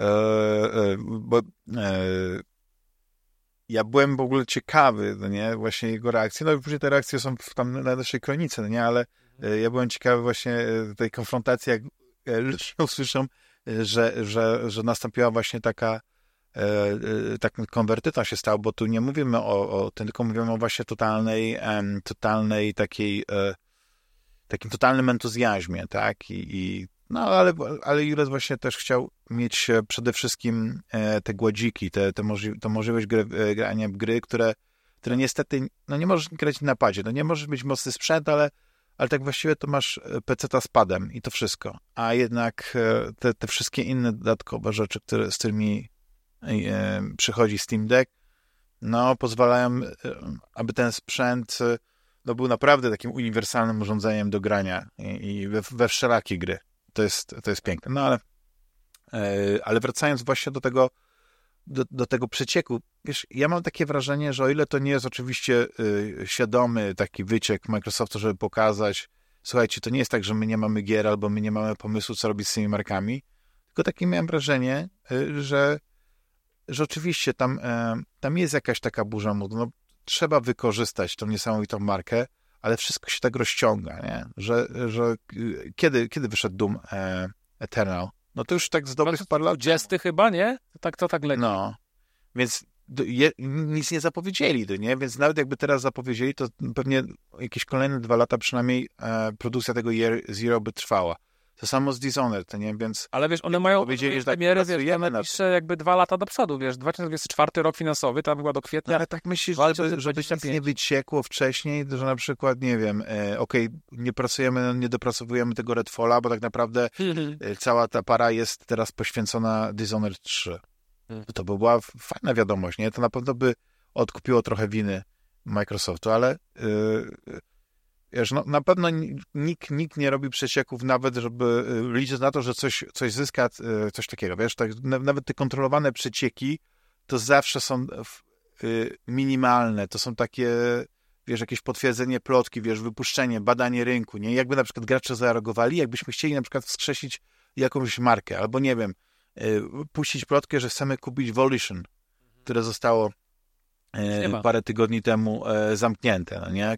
e, bo e, ja byłem w ogóle ciekawy, no nie, właśnie jego reakcji, no i później te reakcje są w, tam na naszej kronice, no nie, ale e, ja byłem ciekawy właśnie tej konfrontacji, jak e, ludzie usłyszą, e, że, że, że nastąpiła właśnie taka e, e, tak konwertyta się stał, bo tu nie mówimy o, o tym, tylko mówimy o właśnie totalnej, em, totalnej takiej, e, takim totalnym entuzjazmie, tak, i, i No, ale, ale Jules właśnie też chciał mieć e, przede wszystkim e, te gładziki, te, te, możli- te możliwość gry, e, grania w gry, które, które niestety, no nie możesz grać na padzie, no nie możesz mieć mocny sprzęt, ale, ale tak właściwie to masz peceta z padem i to wszystko. A jednak e, te, te wszystkie inne dodatkowe rzeczy, które, z którymi e, przychodzi Steam Deck, no pozwalają, e, aby ten sprzęt e, no, był naprawdę takim uniwersalnym urządzeniem do grania i, i we, we wszelakie gry. To jest, to jest piękne. No ale, e, ale wracając właśnie do tego, do, do tego przecieku, wiesz, ja mam takie wrażenie, że o ile to nie jest oczywiście y, świadomy taki wyciek Microsoftu, żeby pokazać, słuchajcie, to nie jest tak, że my nie mamy gier albo my nie mamy pomysłu, co robić z tymi markami, tylko takie miałem wrażenie, y, że, że oczywiście tam, y, tam jest jakaś taka burza mózgu. No, trzeba wykorzystać tą niesamowitą markę, ale wszystko się tak rozciąga, nie? Że, że y, kiedy, kiedy wyszedł Doom e, Eternal? No to już tak z dobrych parę lat. dwudziesty chyba, nie? To tak, to tak leci. No, więc je, nic nie zapowiedzieli, nie? Więc nawet jakby teraz zapowiedzieli, to pewnie jakieś kolejne dwa lata przynajmniej e, produkcja tego Year Zero by trwała. To samo z Dishonored, to nie? Więc ale wiesz, one mają powiedzieli, że tak premiery, wiesz, pracujemy one nad pisze jakby dwa lata do przodu, wiesz, dwa tysiące dwudziesty czwarty rok finansowy, tam chyba do kwietnia. ale tak myślisz, dwa że, tysiące żeby dwudziesty nic nie wyciekło wcześniej, że na przykład, nie wiem, e, okej, nie pracujemy, nie dopracowujemy tego Redfalla, bo tak naprawdę e, cała ta para jest teraz poświęcona Dishonored trzy. Hmm. To by była fajna wiadomość, nie? To na pewno by odkupiło trochę winy Microsoftu, ale yy, wiesz, no, na pewno nikt, nikt nie robi przecieków nawet, żeby yy, liczyć na to, że coś, coś zyska, yy, coś takiego, wiesz, tak, na, nawet te kontrolowane przecieki to zawsze są yy, minimalne, to są takie, wiesz, jakieś potwierdzenie plotki, wiesz, wypuszczenie, badanie rynku, nie? Jakby na przykład gracze zareagowali, jakbyśmy chcieli na przykład wskrzesić jakąś markę, albo nie wiem, puścić plotkę, że chcemy kupić Volition, które zostało e, parę tygodni temu e, zamknięte, no nie?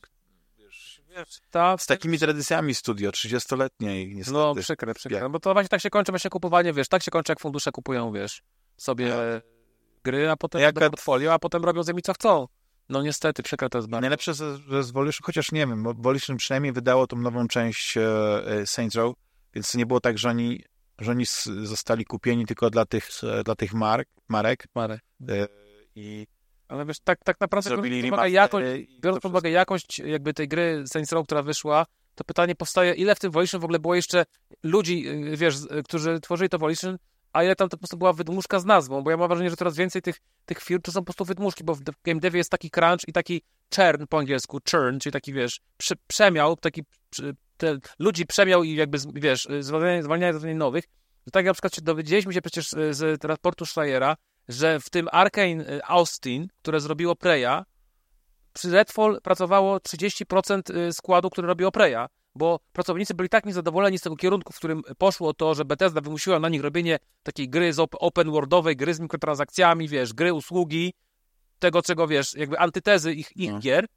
Ta, Z takimi tradycjami studio, trzydziestoletniej niestety. No przykre, przykre, no bo to właśnie tak się kończy właśnie kupowanie, wiesz, tak się kończy jak fundusze kupują, wiesz, sobie no. gry, a potem Jaka... do portfolio, a potem robią z nimi co chcą. No niestety, przykre to jest bardzo. Najlepsze, że z Volition, chociaż nie wiem, Volition przynajmniej wydało tą nową część e, Saints Row, więc to nie było tak, że oni że oni zostali kupieni tylko dla tych, dla tych mark, marek. Marek. E, I ale wiesz, tak, tak naprawdę zrobili biorąc pod uwagę jakość, biorąc pod uwagę jakość jakby tej gry Saints Row, która wyszła, to pytanie powstaje, ile w tym Volition w ogóle było jeszcze ludzi, wiesz, którzy tworzyli to Volition, a ile tam to po prostu była wydmuszka z nazwą, bo ja mam wrażenie, że coraz więcej tych, tych firm to są po prostu wydmuszki, bo w game devie jest taki crunch i taki churn po angielsku, churn, czyli taki, wiesz, przy, przemiał, taki przy, te ludzi przemiał i jakby, wiesz, zwalnianie, zwalnianie nowych. To tak jak na przykład się dowiedzieliśmy się przecież z raportu Schreiera, że w tym Arkane Austin, które zrobiło Preya, przy Redfall pracowało trzydzieści procent składu, który robiło Preya, bo pracownicy byli tak niezadowoleni z tego kierunku, w którym poszło to, że Bethesda wymusiła na nich robienie takiej gry z open worldowej, gry z mikrotransakcjami, wiesz, gry, usługi, tego, czego, wiesz, jakby antytezy ich, ich no. gier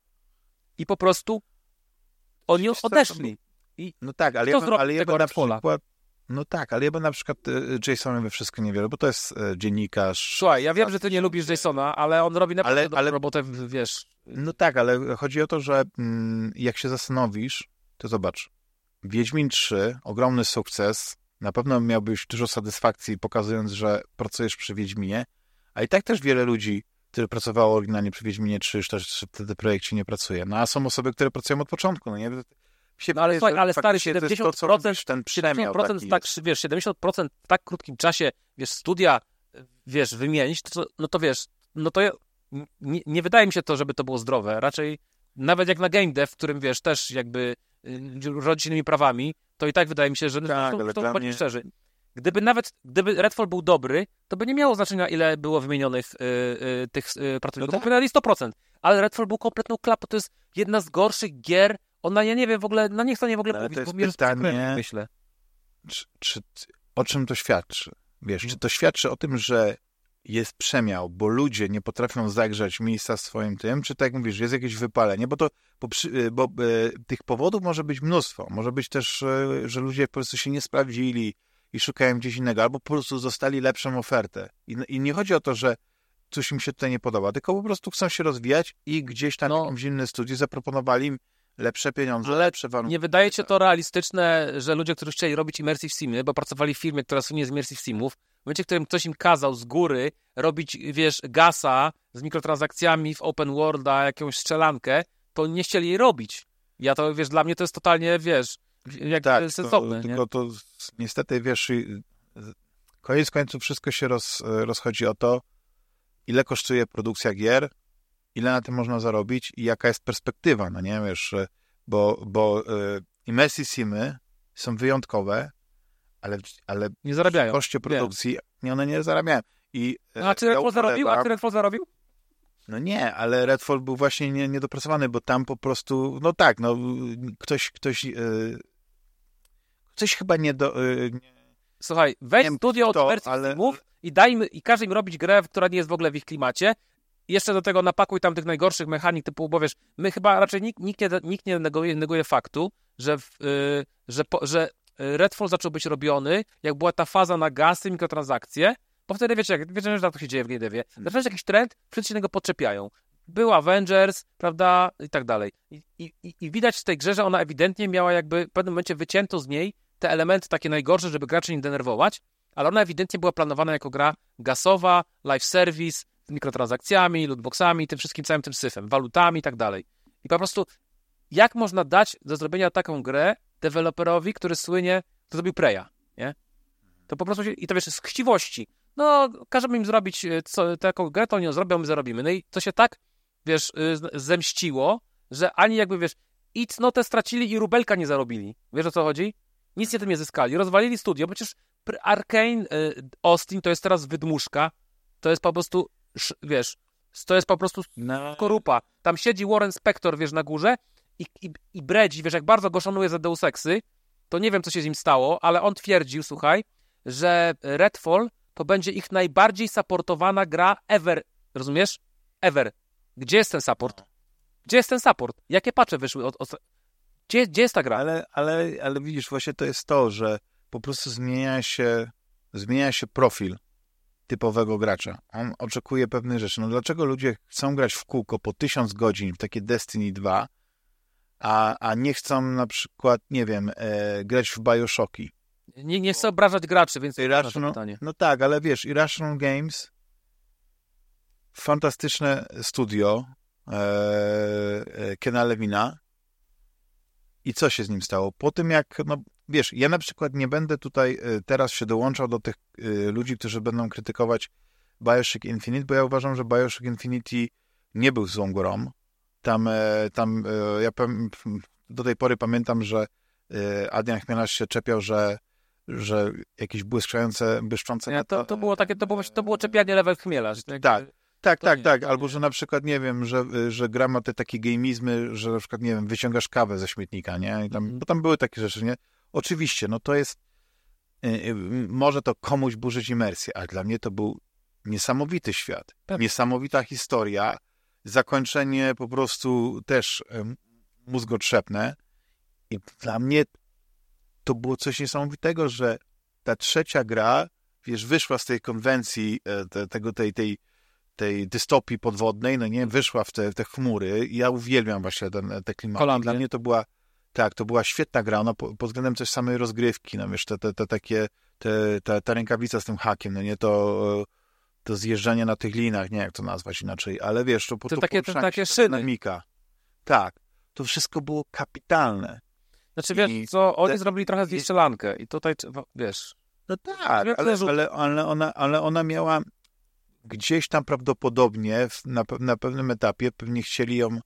i po prostu oni Wiesz, odeszli. I no tak, ale ja, ale ja na przykład no tak, ale ja bym na przykład Jasonem we wszystko nie wierzę, bo to jest dziennikarz. Słuchaj, ja wiem, że ty nie lubisz Jasona, ale on robi naprawdę ale, ale, robotę, wiesz. No tak, ale chodzi o to, że mm, jak się zastanowisz, to zobacz, Wiedźmin trzy, ogromny sukces, na pewno miałbyś dużo satysfakcji pokazując, że pracujesz przy Wiedźminie, a i tak też wiele ludzi, które pracowało oryginalnie przy Wiedźminie trzy, już też w tym projekcie nie pracuje. No a są osoby, które pracują od początku, no nie? Się, no ale, słuchaj, ale stary, siedemdziesiąt procent, to, ten przemiał tak, wiesz, siedemdziesiąt procent w tak krótkim czasie, wiesz, studia, wiesz, wymienić, to, no to wiesz, no to ja, nie, nie wydaje mi się to, żeby to było zdrowe. Raczej nawet jak na game dev, w którym, wiesz, też jakby rodzi się innymi prawami, to i tak wydaje mi się, że tak, to, ale to, to mnie... szczerzy. Gdyby nawet, gdyby Redfall był dobry, to by nie miało znaczenia, ile było wymienionych y, y, tych y, pracowników. No tak. Wymienili sto procent. Ale Redfall był kompletną klapą. To jest jedna z gorszych gier. Ona, ja nie wiem w ogóle, no nie chcę nie w ogóle ale mówić, to jest bo pytanie, myślę. Czy, czy, o czym to świadczy? Wiesz, hmm. czy to świadczy o tym, że jest przemiał, bo ludzie nie potrafią zagrzać miejsca swoim tym, czy tak jak mówisz, jest jakieś wypalenie, bo to, bo, przy, bo e, tych powodów może być mnóstwo. Może być też, e, że ludzie po prostu się nie sprawdzili i szukają gdzieś innego, albo po prostu dostali lepszą ofertę. I, i nie chodzi o to, że coś im się tutaj nie podoba, tylko po prostu chcą się rozwijać i gdzieś tam no. w jakimś innym studiu zaproponowali im lepsze pieniądze, Ale lepsze warunki. Nie wydaje się to realistyczne, że ludzie, którzy chcieli robić immersive simy, bo pracowali w firmie, która słynie z immersive simów, w momencie, w którym ktoś im kazał z góry robić, wiesz, gasa z mikrotransakcjami w open worlda, jakąś strzelankę, to nie chcieli jej robić. Ja to, wiesz, dla mnie to jest totalnie, wiesz, jak tak, sensowne. To, nie? tylko to niestety, wiesz, koniec końców wszystko się roz, rozchodzi o to, ile kosztuje produkcja gier, ile na tym można zarobić i jaka jest perspektywa, no nie, wiesz, bo, bo y, immersive simy są wyjątkowe, ale, ale nie zarabiają. w koszcie produkcji nie, one nie zarabiają. I, no, a czy Redfall zarobił? A czy Redfall zarobił? No nie, ale Redfall był właśnie nie, niedopracowany, bo tam po prostu, no tak, no ktoś, ktoś, yy, ktoś chyba nie do... Yy, nie, Słuchaj, weź nie studio od to, Immersive ale... Simów i daj im, i każ im robić grę, która nie jest w ogóle w ich klimacie. I jeszcze do tego napakuj tam tych najgorszych mechanik, typu, bo wiesz, my chyba raczej nikt, nikt nie, nikt nie neguje, neguje faktu, że, w, yy, że, po, że Redfall zaczął być robiony, jak była ta faza na gasy, mikrotransakcje, bo wtedy wiecie, jak, wiecie, że to się dzieje w Game'ie. Zaczyna się jakiś trend, wszyscy się tego podczepiają. Był Avengers, prawda, i tak dalej. I, i, I widać w tej grze, że ona ewidentnie miała jakby w pewnym momencie wycięto z niej te elementy takie najgorsze, żeby graczy nie denerwować, ale ona ewidentnie była planowana jako gra gasowa, live service, z mikrotransakcjami, lootboxami, tym wszystkim całym tym syfem, walutami i tak dalej. I po prostu jak można dać do zrobienia taką grę deweloperowi, który słynie, to zrobił Preya, nie? To po prostu się, i to wiesz, z chciwości. No, każemy im zrobić co, taką grę, to oni ją zrobią, my zarobimy. No i to się tak, wiesz, zemściło, że ani jakby, wiesz, i cnotę stracili i rubelka nie zarobili. Wiesz, o co chodzi? Nic nie tym nie zyskali. Rozwalili studio, bo przecież Arkane Austin to jest teraz wydmuszka, to jest po prostu, wiesz, to jest po prostu skorupa. Tam siedzi Warren Spector, wiesz, na górze i, i, i bredzi, wiesz, jak bardzo go szanuje za Deus Exy, to nie wiem, co się z nim stało, ale on twierdził, słuchaj, że Redfall to będzie ich najbardziej supportowana gra ever. Rozumiesz? Ever. Gdzie jest ten support? Gdzie jest ten support? Jakie patche wyszły? Od, od... Gdzie, gdzie jest ta gra? Ale, ale, ale widzisz, właśnie to jest to, że po prostu zmienia się, zmienia się profil typowego gracza. On oczekuje pewnych rzeczy. No dlaczego ludzie chcą grać w kółko po tysiąc godzin w takie Destiny dwa, a, a nie chcą na przykład, nie wiem, e, grać w Bioshocki? Nie, nie chcę obrażać graczy, więc Irrational, pytanie. No tak, ale wiesz, Irrational Games, fantastyczne studio e, e, Kena Levina. I co się z nim stało? Po tym jak, no wiesz, ja na przykład nie będę tutaj e, teraz się dołączał do tych e, ludzi, którzy będą krytykować Bioshock Infinite, bo ja uważam, że Bioshock Infinity nie był złą grą. Tam, e, tam e, ja pam, do tej pory pamiętam, że e, Adrian Chmielarz się czepiał, że że jakieś błyszczące, błyszczące... Ja, to, to było takie, to było, to było czepianie level Chmielarz. Tak, tak, tak, tak, nie, tak. Albo, że na przykład, nie wiem, że, że gra ma te takie gamizmy, że na przykład, nie wiem, wyciągasz kawę ze śmietnika, nie? I tam, mm. Bo tam były takie rzeczy, nie? Oczywiście, no to jest... Yy, może to komuś burzyć imersję, ale dla mnie to był niesamowity świat. Pewnie. Niesamowita historia. Zakończenie po prostu też yy, mózgotrzepne. I dla mnie to było coś niesamowitego, że ta trzecia gra, wiesz, wyszła z tej konwencji te, tego, tej, tej, tej dystopii podwodnej, no nie, wyszła w te, te chmury i ja uwielbiam właśnie ten, te klimaty. Holandia. Dla mnie to była, tak, to była świetna gra, no, pod względem też samej rozgrywki, no wiesz, te, te, te takie, te, ta, ta rękawica z tym hakiem, no nie, to, to zjeżdżanie na tych linach, nie jak to nazwać inaczej, ale wiesz, to, to, to takie, to takie szyny. Dynamika. Tak, to wszystko było kapitalne. Znaczy, wiesz, I co, oni te... zrobili trochę z strzelankę i tutaj, wiesz... No tak, ale, ale, ale, ona, ale ona miała gdzieś tam prawdopodobnie na, na pewnym etapie pewnie chcieli ją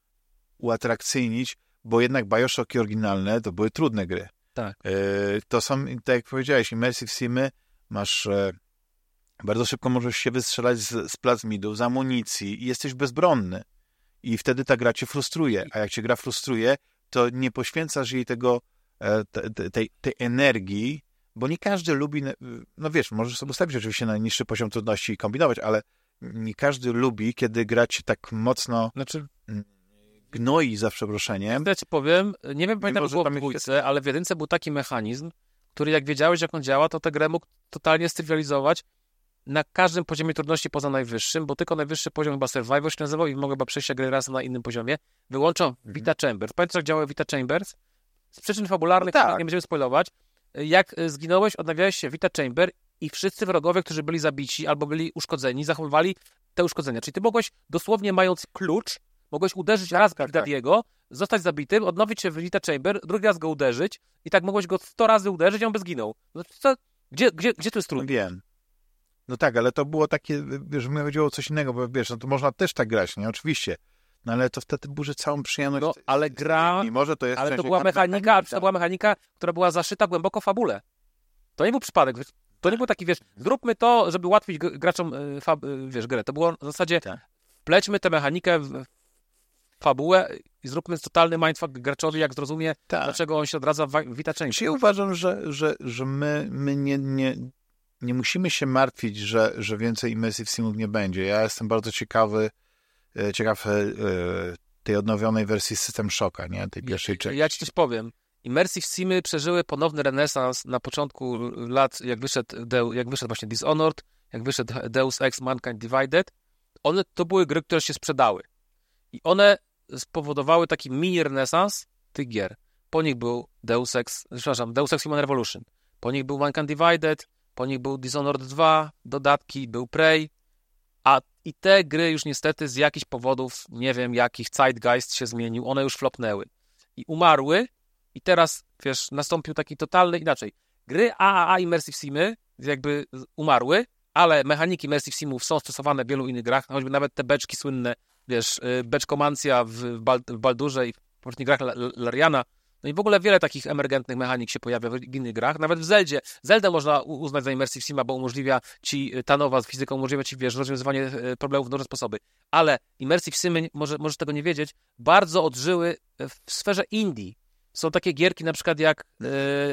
uatrakcyjnić, bo jednak Bioshocki oryginalne to były trudne gry. Tak. E, to są, tak jak powiedziałeś, immersive simy, masz... E, bardzo szybko możesz się wystrzelać z, z plazmidów, z amunicji i jesteś bezbronny. I wtedy ta gra cię frustruje, a jak cię gra frustruje, to nie poświęcasz jej tego, te, tej, tej energii, bo nie każdy lubi, no wiesz, możesz sobie ustawić oczywiście na niższy poziom trudności i kombinować, ale nie każdy lubi, kiedy gra cię tak mocno znaczy, gnoi, za przeproszeniem. Ja ci powiem, nie wiem, pamiętam, było w dwójce, jest... ale w jedynce był taki mechanizm, który jak wiedziałeś, jak on działa, to tę grę mógł totalnie strywializować na każdym poziomie trudności poza najwyższym, bo tylko najwyższy poziom chyba Survival się nazywał i mogę chyba przejść gry raz na innym poziomie, wyłączą Vita Chambers. Pamiętasz, jak działa Vita Chambers? Z przyczyn fabularnych, no tak. nie będziemy spoilować, jak zginąłeś, odnawiałeś się Vita Chamber i wszyscy wrogowie, którzy byli zabici albo byli uszkodzeni, zachowywali te uszkodzenia. Czyli ty mogłeś, dosłownie mając klucz, mogłeś uderzyć raz w Big Daddy'ego, zostać zabitym, odnowić się w Vita Chamber, drugi raz go uderzyć i tak mogłeś go sto razy uderzyć i on by zginął. No to, gdzie, gdzie, gdzie tu jest trudno? Wiem. No tak, ale to było takie, wiesz, mi chodziło o coś innego, bo wiesz, no to można też tak grać, nie? Oczywiście. No ale to wtedy burzy całą przyjemność. No, ale gra... Mimo, że to jest ale to była mechanika, mechanika, to była mechanika, która była zaszyta głęboko w fabule. To nie był przypadek. To nie był taki, wiesz, zróbmy to, żeby ułatwić graczom, fab, wiesz, grę. To było w zasadzie, tak. Wplećmy tę mechanikę w fabułę i zróbmy totalny mindfuck graczowi, jak zrozumie, tak. dlaczego on się odradza w Vita Chamber. Ja uważam, że, że, że my, my nie, nie, nie musimy się martwić, że, że więcej Immersive Simów nie będzie. Ja jestem bardzo ciekawy, ciekaw tej odnowionej wersji System Shocka, nie? Tej pierwszej części. Ja ci coś powiem. Immersive Simy przeżyły ponowny renesans na początku lat, jak wyszedł, Deu, jak wyszedł właśnie Dishonored, jak wyszedł Deus Ex Mankind Divided. One to były gry, które się sprzedały. I one spowodowały taki mini renesans tych gier. Po nich był Deus Ex, przepraszam, Deus Ex Human Revolution. Po nich był Mankind Divided, po nich był Dishonored dwa, dodatki, był Prey. A i te gry już niestety z jakichś powodów, nie wiem jakich, zeitgeist się zmienił, one już flopnęły. I umarły i teraz, wiesz, nastąpił taki totalny inaczej. Gry A A A Immersive Simy jakby umarły, ale mechaniki Immersive Simów są stosowane w wielu innych grach, choćby nawet te beczki słynne, wiesz, beczkomancja w Baldurze i w poprzednich grach Lariana. No i w ogóle wiele takich emergentnych mechanik się pojawia w innych grach. Nawet w Zeldzie. Zeldę można uznać za Immersive Sima, bo umożliwia ci, ta nowa fizyka umożliwia ci, wiesz, rozwiązywanie problemów w różne sposoby. Ale Immersive Simy, może, możesz tego nie wiedzieć, bardzo odżyły w sferze indie. Są takie gierki na przykład jak y,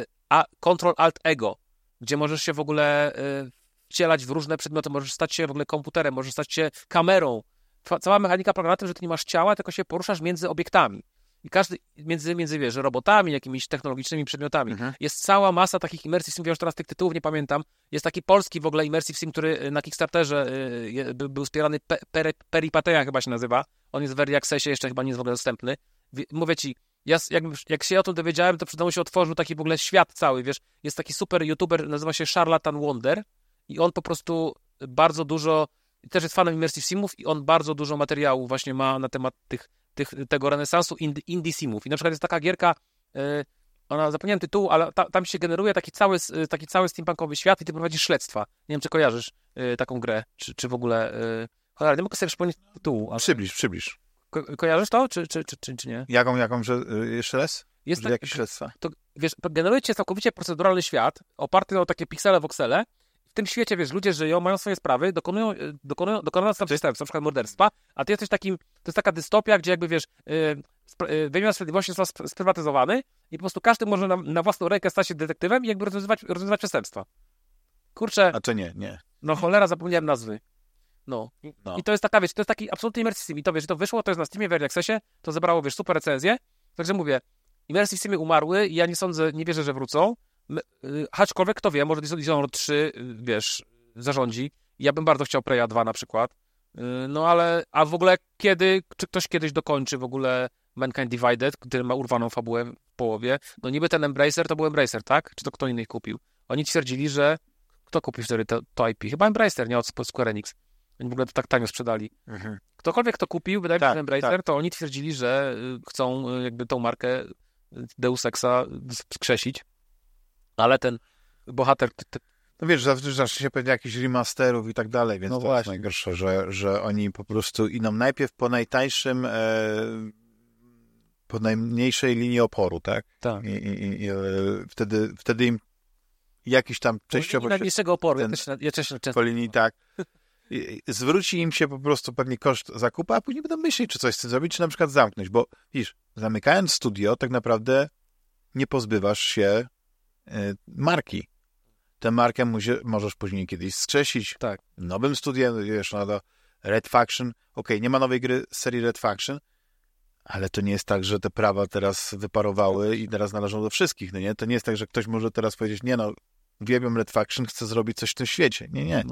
Control Alt Ego, gdzie możesz się w ogóle y, wcielać w różne przedmioty, możesz stać się w ogóle komputerem, możesz stać się kamerą. Cała mechanika polega na tym, że ty nie masz ciała, tylko się poruszasz między obiektami. I każdy, między, między wiesz, robotami, jakimiś technologicznymi przedmiotami. Mhm. Jest cała masa takich Immersive Sim, ja już teraz tych tytułów nie pamiętam. Jest taki polski w ogóle Immersive Sim, który na Kickstarterze y, był, był wspierany, Pe, Pe, Peripateia chyba się nazywa. On jest w Early Accessie, jeszcze chyba nie jest w ogóle dostępny. Mówię ci, ja, jak, jak się o tym dowiedziałem, to przede mną się otworzył taki w ogóle świat cały, wiesz. Jest taki super youtuber, nazywa się Charlatan Wonder i on po prostu bardzo dużo, też jest fanem Immersive Simów i on bardzo dużo materiału właśnie ma na temat tych Tych, tego renesansu indie, indie simów. I na przykład jest taka gierka, yy, ona, zapomniałem tytułu, ale ta, tam się generuje taki cały, taki cały steampunkowy świat i ty prowadzisz śledztwa. Nie wiem, czy kojarzysz yy, taką grę, czy, czy w ogóle... Yy, cholera, nie mogę sobie przypomnieć tytułu. Ale... Przybliż, przybliż. Ko- kojarzysz to, czy, czy, czy, czy, czy nie? Jaką, jaką, że yy, jeszcze raz? Jest tak, jakieś śledztwa? To, wiesz, generuje cię całkowicie proceduralny świat, oparty o takie piksele, voxele. W tym świecie, wiesz, ludzie żyją, mają swoje sprawy, dokonują, dokonują, dokonują tam przestępstw, na przykład morderstwa, a ty jesteś takim, to jest taka dystopia, gdzie jakby, wiesz, yy, yy, wymiar sprawiedliwości został sprywatyzowany i po prostu każdy może na, na własną rękę stać się detektywem i jakby rozwiązywać, rozwiązywać przestępstwa. Kurczę. A to nie, nie. No cholera, zapomniałem nazwy. No. no. I to jest taka, wiesz, to jest taki absolutny Immersive Sim. I to, wiesz, to wyszło, to jest na Steamie, w Early Accessie, to zebrało, wiesz, super recenzje. Także mówię, Immersive Simy umarły i ja nie sądzę, nie wierzę, że wrócą. Aczkolwiek, kto wie, może Dishonored trzy, wiesz, zarządzi. Ja bym bardzo chciał Preya dwa na przykład. No ale, a w ogóle kiedy, czy ktoś kiedyś dokończy w ogóle Mankind Divided, który ma urwaną fabułę w połowie? No niby ten Embracer to był Embracer, tak? Czy to kto inny ich kupił? Oni twierdzili, że kto kupił wtedy to, to I P? Chyba Embracer, nie od Square Enix. Oni w ogóle to tak tanio sprzedali. Mhm. Ktokolwiek to kupił, wydaje mi się, tak, że Embracer, tak. To oni twierdzili, że chcą jakby tą markę Deus Exa skrzesić. Ale ten bohater... Ty, ty... No wiesz, zaczyna się pewnie jakichś remasterów i tak dalej, więc no to właśnie. Jest najgorsze, że, że oni po prostu idą najpierw po najtańszym, e, po najmniejszej linii oporu, tak? Tak. I, i, i e, wtedy, wtedy im jakiś tam częściowo... najmniejszego oporu, ten, ja też, ja też często... Po linii, tak. I, zwróci im się po prostu pewnie koszt zakupu, a później będą myśleć, czy coś z tym zrobić, czy na przykład zamknąć, bo widzisz, zamykając studio, tak naprawdę nie pozbywasz się marki. Tę markę muzie, możesz później kiedyś skrzesić. Tak. Nowym studiem, wiesz, no to Red Faction. Okej, okay, nie ma nowej gry z serii Red Faction, ale to nie jest tak, że te prawa teraz wyparowały i teraz należą do wszystkich, no nie? To nie jest tak, że ktoś może teraz powiedzieć, nie no, uwielbiam Red Faction, chcę zrobić coś w tym świecie. Nie, nie. No.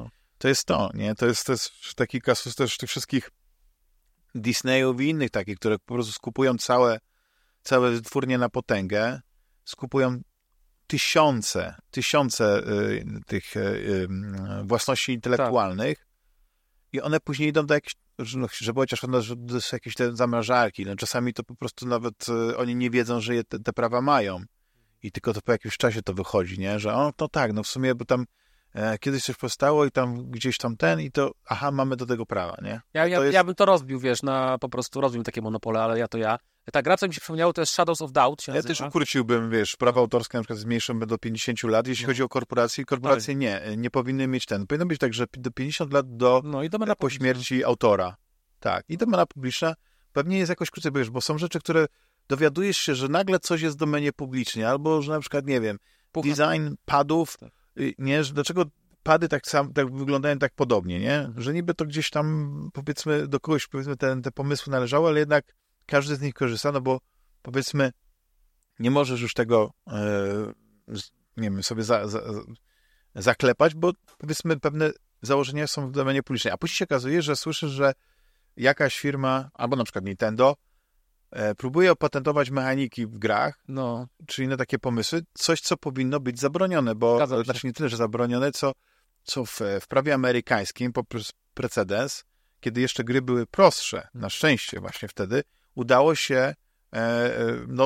to jest to, nie? To jest, to jest taki kasus też tych wszystkich Disneyów i innych takich, które po prostu skupują całe, całe wytwórnie na potęgę, skupują tysiące, tysiące y, tych y, y, własności intelektualnych tak. I one później idą do jakichś, żeby chociaż one, że do jakieś te zamrażarki. No, czasami to po prostu nawet y, oni nie wiedzą, że je te, te prawa mają. I tylko to po jakimś czasie to wychodzi, nie? Że o, to tak, no w sumie, bo tam e, kiedyś coś powstało i tam gdzieś tam ten i to, aha, mamy do tego prawa, nie? Ja, ja, jest... ja bym to rozbił, wiesz, na po prostu rozbił takie monopole, ale ja to ja. Ta gra, co mi się przypomniało, to jest Shadows of Doubt się Ja nazywa. też ukróciłbym, wiesz, prawa autorskie na przykład zmniejszą do pięćdziesięciu lat, jeśli no. chodzi o korporacje. Korporacje nie, nie powinny mieć ten. Powinno być tak, że do pięćdziesięciu lat do, no i do po śmierci autora. Tak, i domena publiczna pewnie jest jakoś krócej, wiesz, bo są rzeczy, które dowiadujesz się, że nagle coś jest w domenie publicznej, albo, że na przykład, nie wiem, Pucha. design padów, tak. nie, że dlaczego pady tak sam, tak wyglądają tak podobnie, nie? Że niby to gdzieś tam, powiedzmy, do kogoś, powiedzmy, te, te pomysły należały, ale jednak każdy z nich korzysta, no bo powiedzmy, nie możesz już tego, e, nie wiem, sobie za, za, zaklepać, bo powiedzmy, pewne założenia są w domenie publicznej. A później się okazuje, że słyszysz, że jakaś firma, albo na przykład Nintendo, e, próbuje opatentować mechaniki w grach, no. czy inne takie pomysły, coś, co powinno być zabronione, bo znaczy nie tyle, że zabronione, co, co w, w prawie amerykańskim poprzez precedens, kiedy jeszcze gry były prostsze, na szczęście właśnie wtedy, udało się e, no,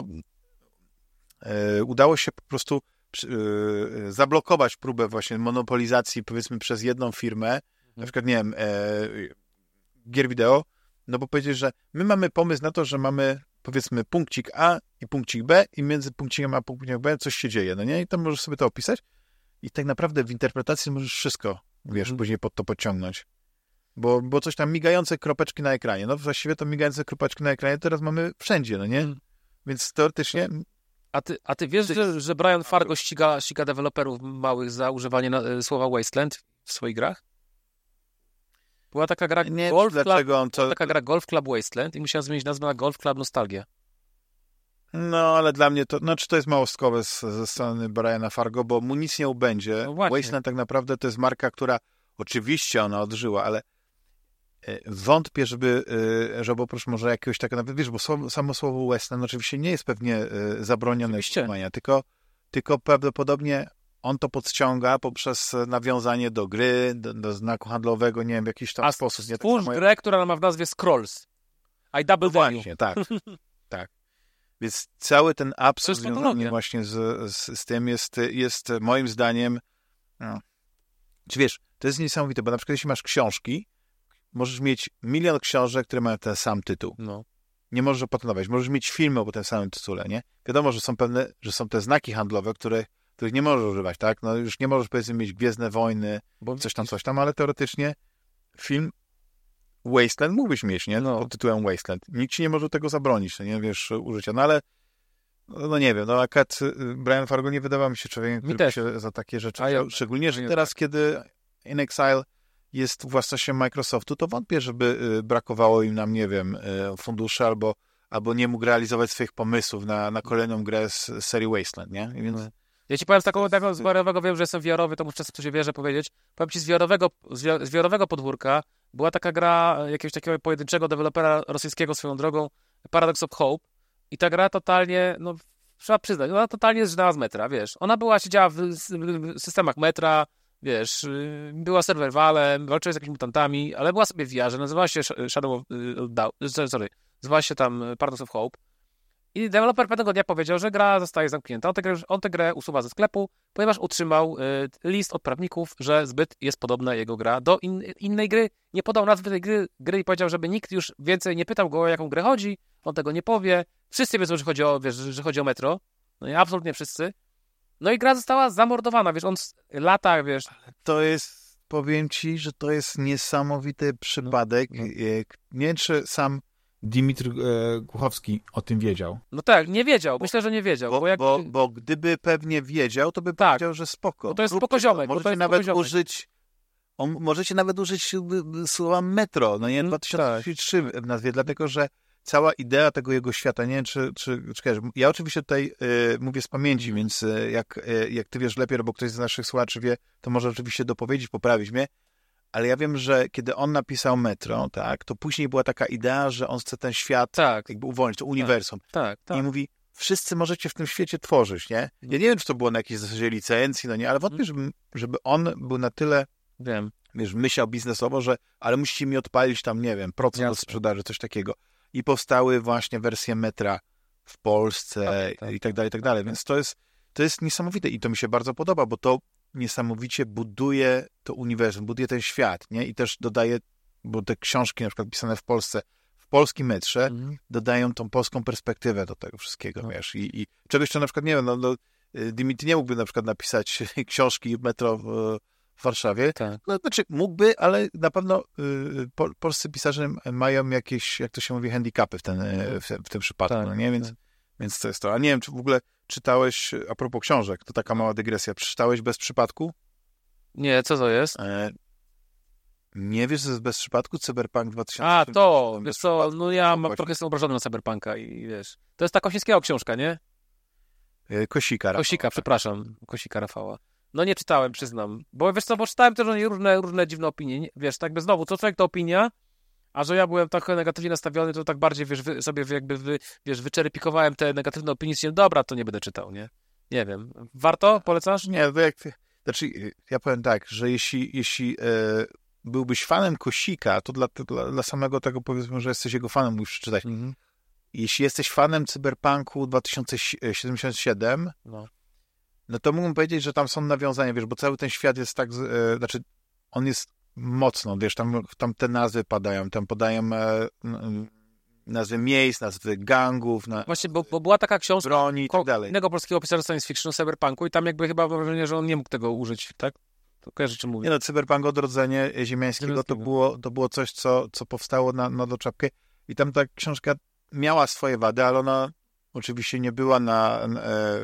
e, udało się po prostu e, zablokować próbę właśnie monopolizacji, powiedzmy, przez jedną firmę, mhm. na przykład, nie wiem, e, gier wideo, no bo powiedzieć, że my mamy pomysł na to, że mamy, powiedzmy, punkcik A i punkcik B i między punkcikiem A a punkcikiem B coś się dzieje, no nie? I tam możesz sobie to opisać i tak naprawdę w interpretacji możesz wszystko, wiesz, mhm. później pod to podciągnąć. Bo, bo coś tam, migające kropeczki na ekranie. No właściwie to migające kropeczki na ekranie teraz mamy wszędzie, no nie? Hmm. Więc teoretycznie... A ty, a ty wiesz, ty... Że, że Brian Fargo ściga, ściga deweloperów małych za używanie na, y, słowa wasteland w swoich grach? Była taka gra nie, Golf dlaczego Club, on to... była taka gra Golf Club Wasteland i musiałem zmienić nazwę na Golf Club Nostalgia. No, ale dla mnie to... Znaczy to jest małostkowe z, ze strony Briana Fargo, bo mu nic nie ubędzie. No Wasteland tak naprawdę to jest marka, która... Oczywiście ona odżyła, ale wątpię, żeby, żeby oprócz może jakiegoś takiego, nawet wiesz, bo słowo, samo słowo western oczywiście nie jest pewnie zabronione używania, tylko, tylko prawdopodobnie on to podciąga poprzez nawiązanie do gry, do, do znaku handlowego, nie wiem, w jakiś tam A sposób. Nie stwórz tak samo... grę, która ma w nazwie Scrolls. I double no właśnie, tak. tak. Więc cały ten absurd związany właśnie z, z, z tym jest, jest moim zdaniem no, czy wiesz, to jest niesamowite, bo na przykład jeśli masz książki, możesz mieć milion książek, które mają ten sam tytuł. No. Nie możesz opatentować. Możesz mieć filmy o tym samym tytule, nie? Wiadomo, że są pewne, że są te znaki handlowe, które, których nie możesz używać, tak? No już nie możesz, powiedzmy, mieć Gwiezdne Wojny, bo coś tam, coś tam, ale teoretycznie film Wasteland mógłbyś mieć, nie? No. Pod tytułem Wasteland. Nikt ci nie może tego zabronić, nie? Wiesz, użycia. No ale no, no nie wiem, no akurat Brian Fargo nie wydawał mi się człowiekiem, który by się za takie rzeczy ja, szczególnie, że teraz, kiedy In Exile jest własnością Microsoftu, to wątpię, żeby brakowało im nam, nie wiem, funduszy albo, albo nie mógł realizować swoich pomysłów na, na kolejną grę z serii Wasteland, nie? I więc... Ja ci powiem z takiego, takiego z wiarowego, wiem, że jestem wiarowy, to muszę często się wierzę powiedzieć. Powiem ci z wiarowego, z wiarowego podwórka była taka gra jakiegoś takiego pojedynczego dewelopera rosyjskiego swoją drogą, Paradox of Hope. I ta gra totalnie, no trzeba przyznać, ona totalnie zżynęła z metra, wiesz. Ona była, siedziała w, w systemach metra, wiesz, była serwerwalem, walczyła z jakimiś mutantami, ale była sobie w V R-ze, nazywała się Shadow of Doubt, sorry, nazywała się tam Paradox of Hope. I deweloper pewnego dnia powiedział, że gra zostaje zamknięta. On tę grę, on tę grę usuwa ze sklepu, ponieważ utrzymał y, list od prawników, że zbyt jest podobna jego gra do in, innej gry. Nie podał nazwy tej gry, gry i powiedział, żeby nikt już więcej nie pytał go, o jaką grę chodzi. On tego nie powie. Wszyscy wiedzą, że chodzi o, wiesz, że chodzi o Metro. No i absolutnie wszyscy. No i gra została zamordowana, wiesz, on lata, wiesz. To jest, powiem ci, że to jest niesamowity przypadek. No, no. Nie wiem, czy sam Dimitr e, Głuchowski o tym wiedział. No tak, nie wiedział. Myślę, że nie wiedział. Bo, bo, jak... bo, bo gdyby pewnie wiedział, to by tak powiedział, że spoko. Bo to jest spokoziomek. Możecie to jest nawet spokoziomek. użyć on, możecie nawet użyć słowa metro, no nie, dwa tysiące trzy w nazwie, dlatego, że cała idea tego jego świata, nie wiem, czy, czy, czy ja oczywiście tutaj y, mówię z pamięci, więc y, jak, y, jak ty wiesz lepiej, albo ktoś z naszych słuchaczy wie, to może oczywiście dopowiedzieć, poprawić mnie, ale ja wiem, że kiedy on napisał Metro, tak, to później była taka idea, że on chce ten świat Tak. jakby uwolnić, to uniwersum. Tak, tak. I mówi, wszyscy możecie w tym świecie tworzyć, nie? Ja nie wiem, czy to było na jakiejś zasadzie licencji, no nie, ale wątpię, żeby, żeby on był na tyle, Wiem. wiesz, myślał biznesowo, że ale musicie mi odpalić tam, nie wiem, procent Jasne. do sprzedaży, coś takiego. I powstały właśnie wersje Metra w Polsce Tak, tak. i tak dalej, i tak dalej. Więc to jest, to jest niesamowite i to mi się bardzo podoba, bo to niesamowicie buduje to uniwersum, buduje ten świat, nie? I też dodaje, bo te książki na przykład pisane w Polsce, w polskim metrze, Mhm. dodają tą polską perspektywę do tego wszystkiego, No. wiesz. I, i czegoś, co na przykład, nie wiem, no, no Dimitri nie mógłby na przykład napisać książki Metro w, w Warszawie. Tak. No, znaczy mógłby, ale na pewno y, po, polscy pisarze mają jakieś, jak to się mówi, handicapy w, ten, w, w tym przypadku, Tak, no nie? Więc, tak. więc to jest to. A nie wiem, czy w ogóle czytałeś, a propos książek, to taka mała dygresja, przeczytałeś Bez przypadku? Nie, co to jest? E, nie wiesz, że jest Bez przypadku? Cyberpunk dwa tysiące A, to, Bez wiesz co, przypadku? no ja mam, Właśnie. trochę jestem obrażony na Cyberpunka i wiesz, to jest ta Kosińskiego książka, nie? E, Kosika. Rafał. Kosika, przepraszam, Kosika Rafała. No nie czytałem, przyznam, bo wiesz co, bo czytałem też o niej różne, różne dziwne opinie, nie? Wiesz, tak by znowu, co człowiek to opinia, a że ja byłem trochę negatywnie nastawiony, to tak bardziej, wiesz, wy, sobie jakby, wy, wiesz, wyczerpikowałem te negatywne opinie, i dobra, to nie będę czytał, nie? Nie wiem. Warto? Polecasz? Nie, to jak... Znaczy, ja powiem tak, że jeśli, jeśli e, byłbyś fanem Kosika, to dla, dla, dla samego tego powiedzmy, że jesteś jego fanem, musisz czytać. Mhm. Jeśli jesteś fanem Cyberpunku dwa tysiące siedemdziesiąt siedem, No. no to mógłbym powiedzieć, że tam są nawiązania, wiesz, bo cały ten świat jest tak, e, znaczy on jest mocno, wiesz, tam, tam te nazwy padają, tam podają e, n- nazwy miejsc, nazwy gangów, na, Właśnie, bo, bo była taka książka broni i tak dalej. innego polskiego pisarza science fiction, Cyberpunku i tam jakby chyba mam wrażenie, że on nie mógł tego użyć, tak? To kojarzy, czym mówię. Nie no, Cyberpunk Odrodzenie Ziemiańskiego to Ziemiańskiego. było, to było coś, co, co powstało na, na doczapkę i tam ta książka miała swoje wady, ale ona oczywiście nie była na... na e,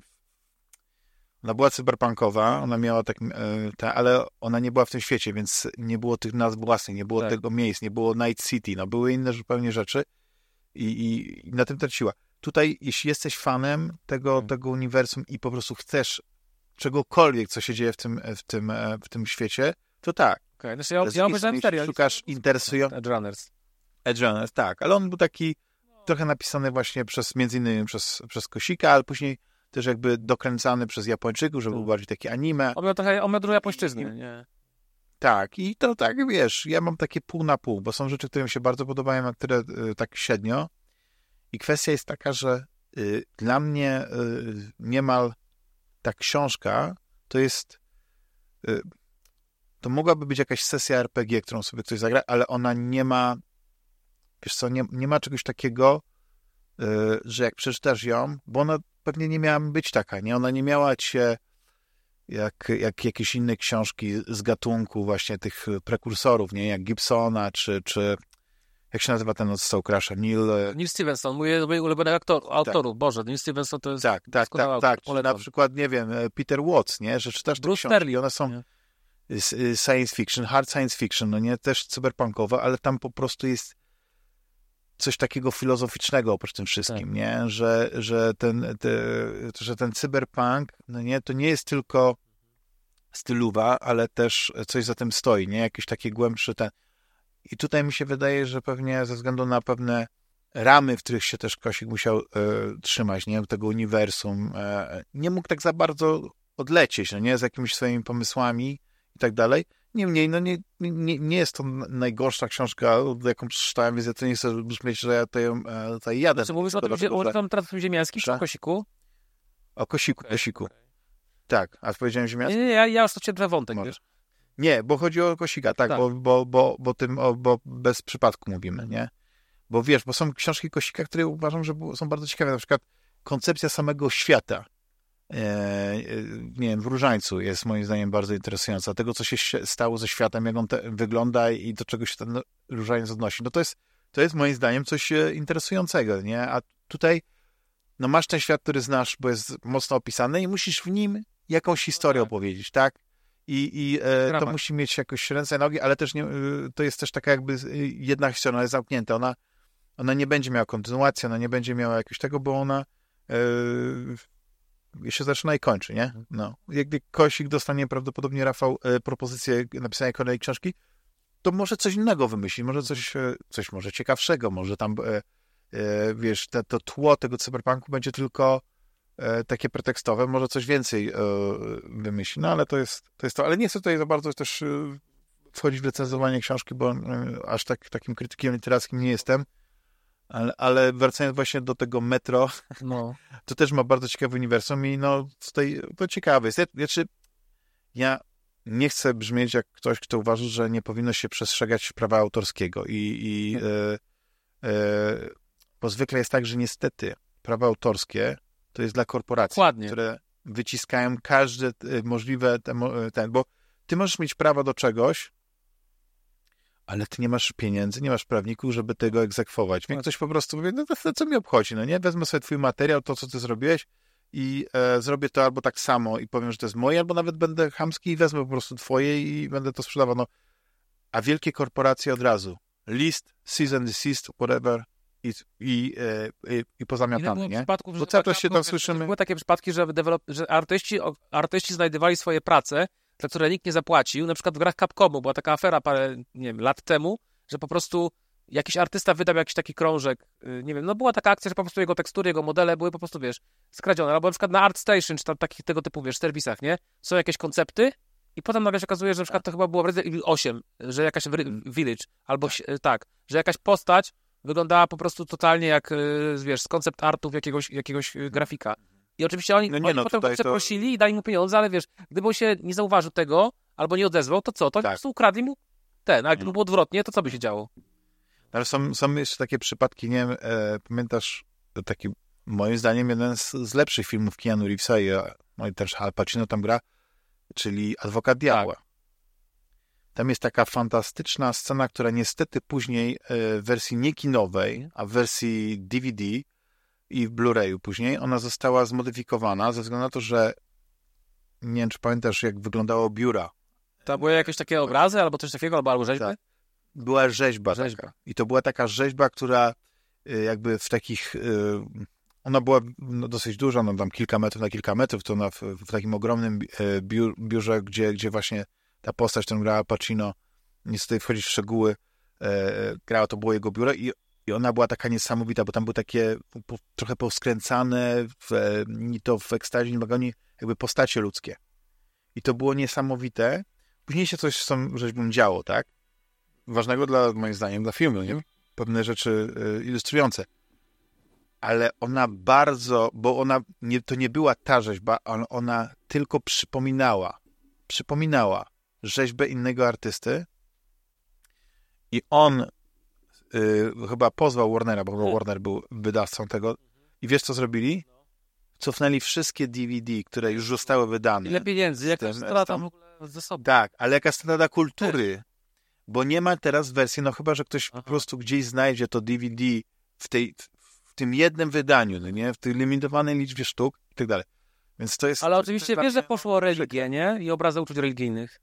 ona była cyberpunkowa, ona miała tak, e, ta, ale ona nie była w tym świecie, więc nie było tych nazw własnych, nie było Tak. tego miejsc, nie było Night City, no były inne zupełnie rzeczy i, i, i na tym traciła. Tutaj, jeśli jesteś fanem tego, Hmm. tego uniwersum i po prostu chcesz czegokolwiek, co się dzieje w tym, w tym, e, w tym świecie, to tak. Okay. Znaczy ja, Ale z ja drugiej obejrzałem strony, serial. szukasz interesujących Edge Runners. Edge Runners, tak, ale on był taki trochę napisany właśnie przez, między innymi przez, przez Kosika, ale później też jakby dokręcany przez Japończyków, żeby Tak. był bardziej taki anime. On miał trochę, on miał dużo japońszczyzny, nie? Tak, i to tak, wiesz, ja mam takie pół na pół, bo są rzeczy, które mi się bardzo podobają, a które y, tak średnio. I kwestia jest taka, że y, dla mnie y, niemal ta książka to jest y, to mogłaby być jakaś sesja er pe gie, którą sobie ktoś zagra, ale ona nie ma wiesz co, nie, nie ma czegoś takiego, y, że jak przeczytasz ją, bo ona pewnie nie miała być taka, nie? Ona nie miała cię jak, jak jakieś inne książki z gatunku właśnie tych prekursorów, nie? Jak Gibsona, czy, czy jak się nazywa ten od Soul Crusha? Neil... Neil Stevenson, mój, mój ulubiony aktor, autorów, Boże, Neil Stevenson to jest Tak, tak, doskonały tak, autor, tak. Czy polecam. na przykład, nie wiem, Peter Watts, nie? Że czytasz te Bruce książki, Sterling, one są nie? y, science fiction, hard science fiction, no nie? Też cyberpunkowe, ale tam po prostu jest coś takiego filozoficznego oprócz tym wszystkim, Tak. nie? Że, że, ten, te, że ten cyberpunk, no nie? To nie jest tylko stylowa, ale też coś za tym stoi, nie? Jakiś taki głębszy ten... I tutaj mi się wydaje, że pewnie ze względu na pewne ramy, w których się też Kosik musiał e, trzymać, nie? Tego uniwersum, e, nie mógł tak za bardzo odlecieć, no nie? Z jakimiś swoimi pomysłami i tak dalej. Niemniej, no nie, nie, nie jest to najgorsza książka, jaką przeczytałem, więc ja to nie chcę brzmieć, że ja tutaj, e, tutaj jadę. Czy mówisz o tym, Dlatego, o że- tym teraz o tym ziemiańskim, czy o Że? Kosiku? O Kosiku, Okej, Kosiku. okej. Tak, a powiedziałem Nie, ziemiański? nie, nie, ja, ja już to cię trochę wątek, Może. wiesz? Nie, bo chodzi o Kosika, tak, Tak. Bo, bo, bo, bo tym, o, bo bez przypadku mówimy, nie? Bo wiesz, bo są książki Kosika, które uważam, że było- są bardzo ciekawe, na przykład koncepcja samego świata, e, e, nie wiem, w Różańcu jest moim zdaniem bardzo interesująca, tego, co się ś- stało ze światem, jak on te, wygląda i do czego się ten Różaniec odnosi. No to jest, to jest moim zdaniem coś e, interesującego, nie? A tutaj no masz ten świat, który znasz, bo jest mocno opisany i musisz w nim jakąś historię tak. opowiedzieć, tak? I, i e, to Ramach. musi mieć jakoś ręce, nogi, ale też nie, y, to jest też taka jakby y, jedna historia, ona jest zamknięta, ona, ona nie będzie miała kontynuacji, ona nie będzie miała jakiegoś tego, bo ona e, się zaczyna i kończy, nie? No. Jak Kosik dostanie prawdopodobnie, Rafał, e, propozycję napisania kolejnej książki, to może coś innego wymyślić, może coś, e, coś może ciekawszego, może tam, e, e, wiesz, te, to tło tego cyberpunku będzie tylko e, takie pretekstowe, może coś więcej e, wymyśli, no ale to jest, to jest to, ale nie chcę tutaj za bardzo też e, wchodzić w recenzowanie książki, bo e, aż tak, takim krytykiem literackim nie jestem. Ale, ale wracając właśnie do tego Metro, No. to też ma bardzo ciekawe uniwersum i no tutaj to ciekawe jest. Ja, znaczy, ja nie chcę brzmieć jak ktoś, kto uważa, że nie powinno się przestrzegać prawa autorskiego i, i e, e, bo zwykle jest tak, że niestety prawo autorskie to jest dla korporacji, Dokładnie. które wyciskają każde możliwe ten, ten, bo ty możesz mieć prawo do czegoś, ale ty nie masz pieniędzy, nie masz prawników, żeby tego egzekwować. Więc ktoś po prostu mówi, no to co mi obchodzi, no nie? Wezmę sobie twój materiał, to co ty zrobiłeś i e, zrobię to albo tak samo i powiem, że to jest moje, albo nawet będę chamski i wezmę po prostu twoje i będę to sprzedawał. No. A wielkie korporacje od razu. List, cease and desist, whatever i, i, e, i, i pozamiatane, nie? Przypadków, Bo cały czas się tam słyszymy. Były takie przypadki, że, develop, że artyści, artyści znajdowali swoje prace, za które nikt nie zapłacił. Na przykład w grach Capcomu była taka afera parę, nie wiem, lat temu, że po prostu jakiś artysta wydał jakiś taki krążek, nie wiem, no była taka akcja, że po prostu jego tekstury, jego modele były po prostu, wiesz, skradzione. Albo na przykład na ArtStation, czy tam takich tego typu, wiesz, serwisach, nie? Są jakieś koncepty i potem nagle się okazuje, że na przykład to chyba było w Resident Evil osiem, że jakaś Village, albo tak. tak, że jakaś postać wyglądała po prostu totalnie jak, wiesz, z koncept artów jakiegoś, jakiegoś grafika. I oczywiście oni, no nie, oni no, potem przeprosili to... i dali mu pieniądze, ale wiesz, gdyby on się nie zauważył tego, albo nie odezwał, to co? To tak. po prostu ukradli mu ten, a gdyby było odwrotnie, to co by się działo? Ale są, są jeszcze takie przypadki, nie wiem, e, pamiętasz taki, moim zdaniem, jeden z, z lepszych filmów Keanu Reevesa i, no i też Al Pacino tam gra, czyli Adwokat Diabła. Tak. Tam jest taka fantastyczna scena, która niestety później e, w wersji niekinowej, a w wersji D V D i w Blu-rayu później, ona została zmodyfikowana ze względu na to, że nie wiem, czy pamiętasz, jak wyglądało biura. To były jakieś takie obrazy, albo coś takiego, albo, albo rzeźby? Tak. Była rzeźba, rzeźba taka. I to była taka rzeźba, która jakby w takich... Ona była no, dosyć duża, no tam kilka metrów na kilka metrów, to ona w, w takim ogromnym biur, biurze, gdzie, gdzie właśnie ta postać, którą grała Pacino, nie chcę tutaj wchodzić w szczegóły, e, grała, to było jego biuro i, i ona była taka niesamowita, bo tam były takie po, trochę poskręcane, w, ni to w ekstazie, ni w agoni, jakby postacie ludzkie. I to było niesamowite. Później się coś z tą rzeźbą działo, tak? Ważnego dla, moim zdaniem, dla filmu, nie? Pewne rzeczy y, ilustrujące. Ale ona bardzo, bo ona, nie, to nie była ta rzeźba, ale ona tylko przypominała, przypominała rzeźbę innego artysty i on y, chyba pozwał Warnera, bo hmm. Warner był wydawcą tego i wiesz, co zrobili? Cofnęli wszystkie D V D, które już zostały wydane. Ile pieniędzy, jaka strata tam w ogóle ze sobą. Tak, ale jaka strata kultury. Bo nie ma teraz wersji, no chyba, że ktoś Aha. po prostu gdzieś znajdzie to D V D w, tej, w tym jednym wydaniu, no nie? W tej limitowanej liczbie sztuk i tak dalej. Więc to jest... Ale oczywiście wiesz, że poszło o religię, nie? I obrazy uczuć religijnych.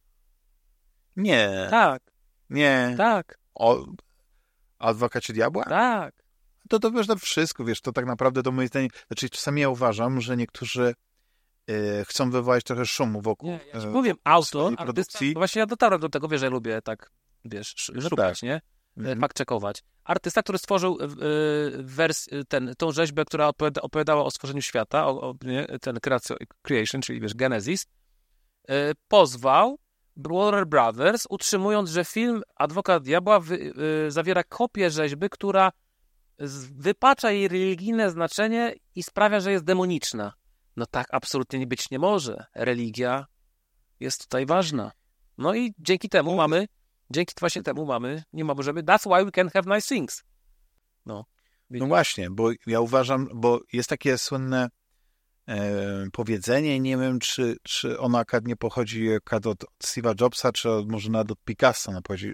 Nie. Tak. Nie. Tak. O Adwokacie Diabła? Tak. To to wiesz, to wszystko, wiesz, to tak naprawdę to moje zdanie... Znaczy czasami ja uważam, że niektórzy y, chcą wywołać trochę szumu wokół... Nie, ja ci powiem, autor, artysta, produkcji. właśnie ja dotarłem do tego, wiesz, że ja lubię tak, wiesz, szukać, no tak. nie? Mm-hmm. Fakt checkować. Artysta, który stworzył y, wers, ten, tą rzeźbę, która opowiada, opowiadała o stworzeniu świata, o, o nie, ten creation, czyli wiesz, Genesis, y, pozwał Warner Brothers, utrzymując, że film Adwokat Diabła wy, y, zawiera kopię rzeźby, która wypacza jej religijne znaczenie i sprawia, że jest demoniczna. No tak absolutnie nie być nie może. Religia jest tutaj ważna. No i dzięki temu mamy, dzięki właśnie temu mamy, nie ma możemy, that's why we can have nice things. No, no właśnie, bo ja uważam, bo jest takie słynne e, powiedzenie, nie wiem, czy, czy ono akurat nie pochodzi akurat od Steve'a Jobsa, czy od, może nawet od Picassa na pochodzi.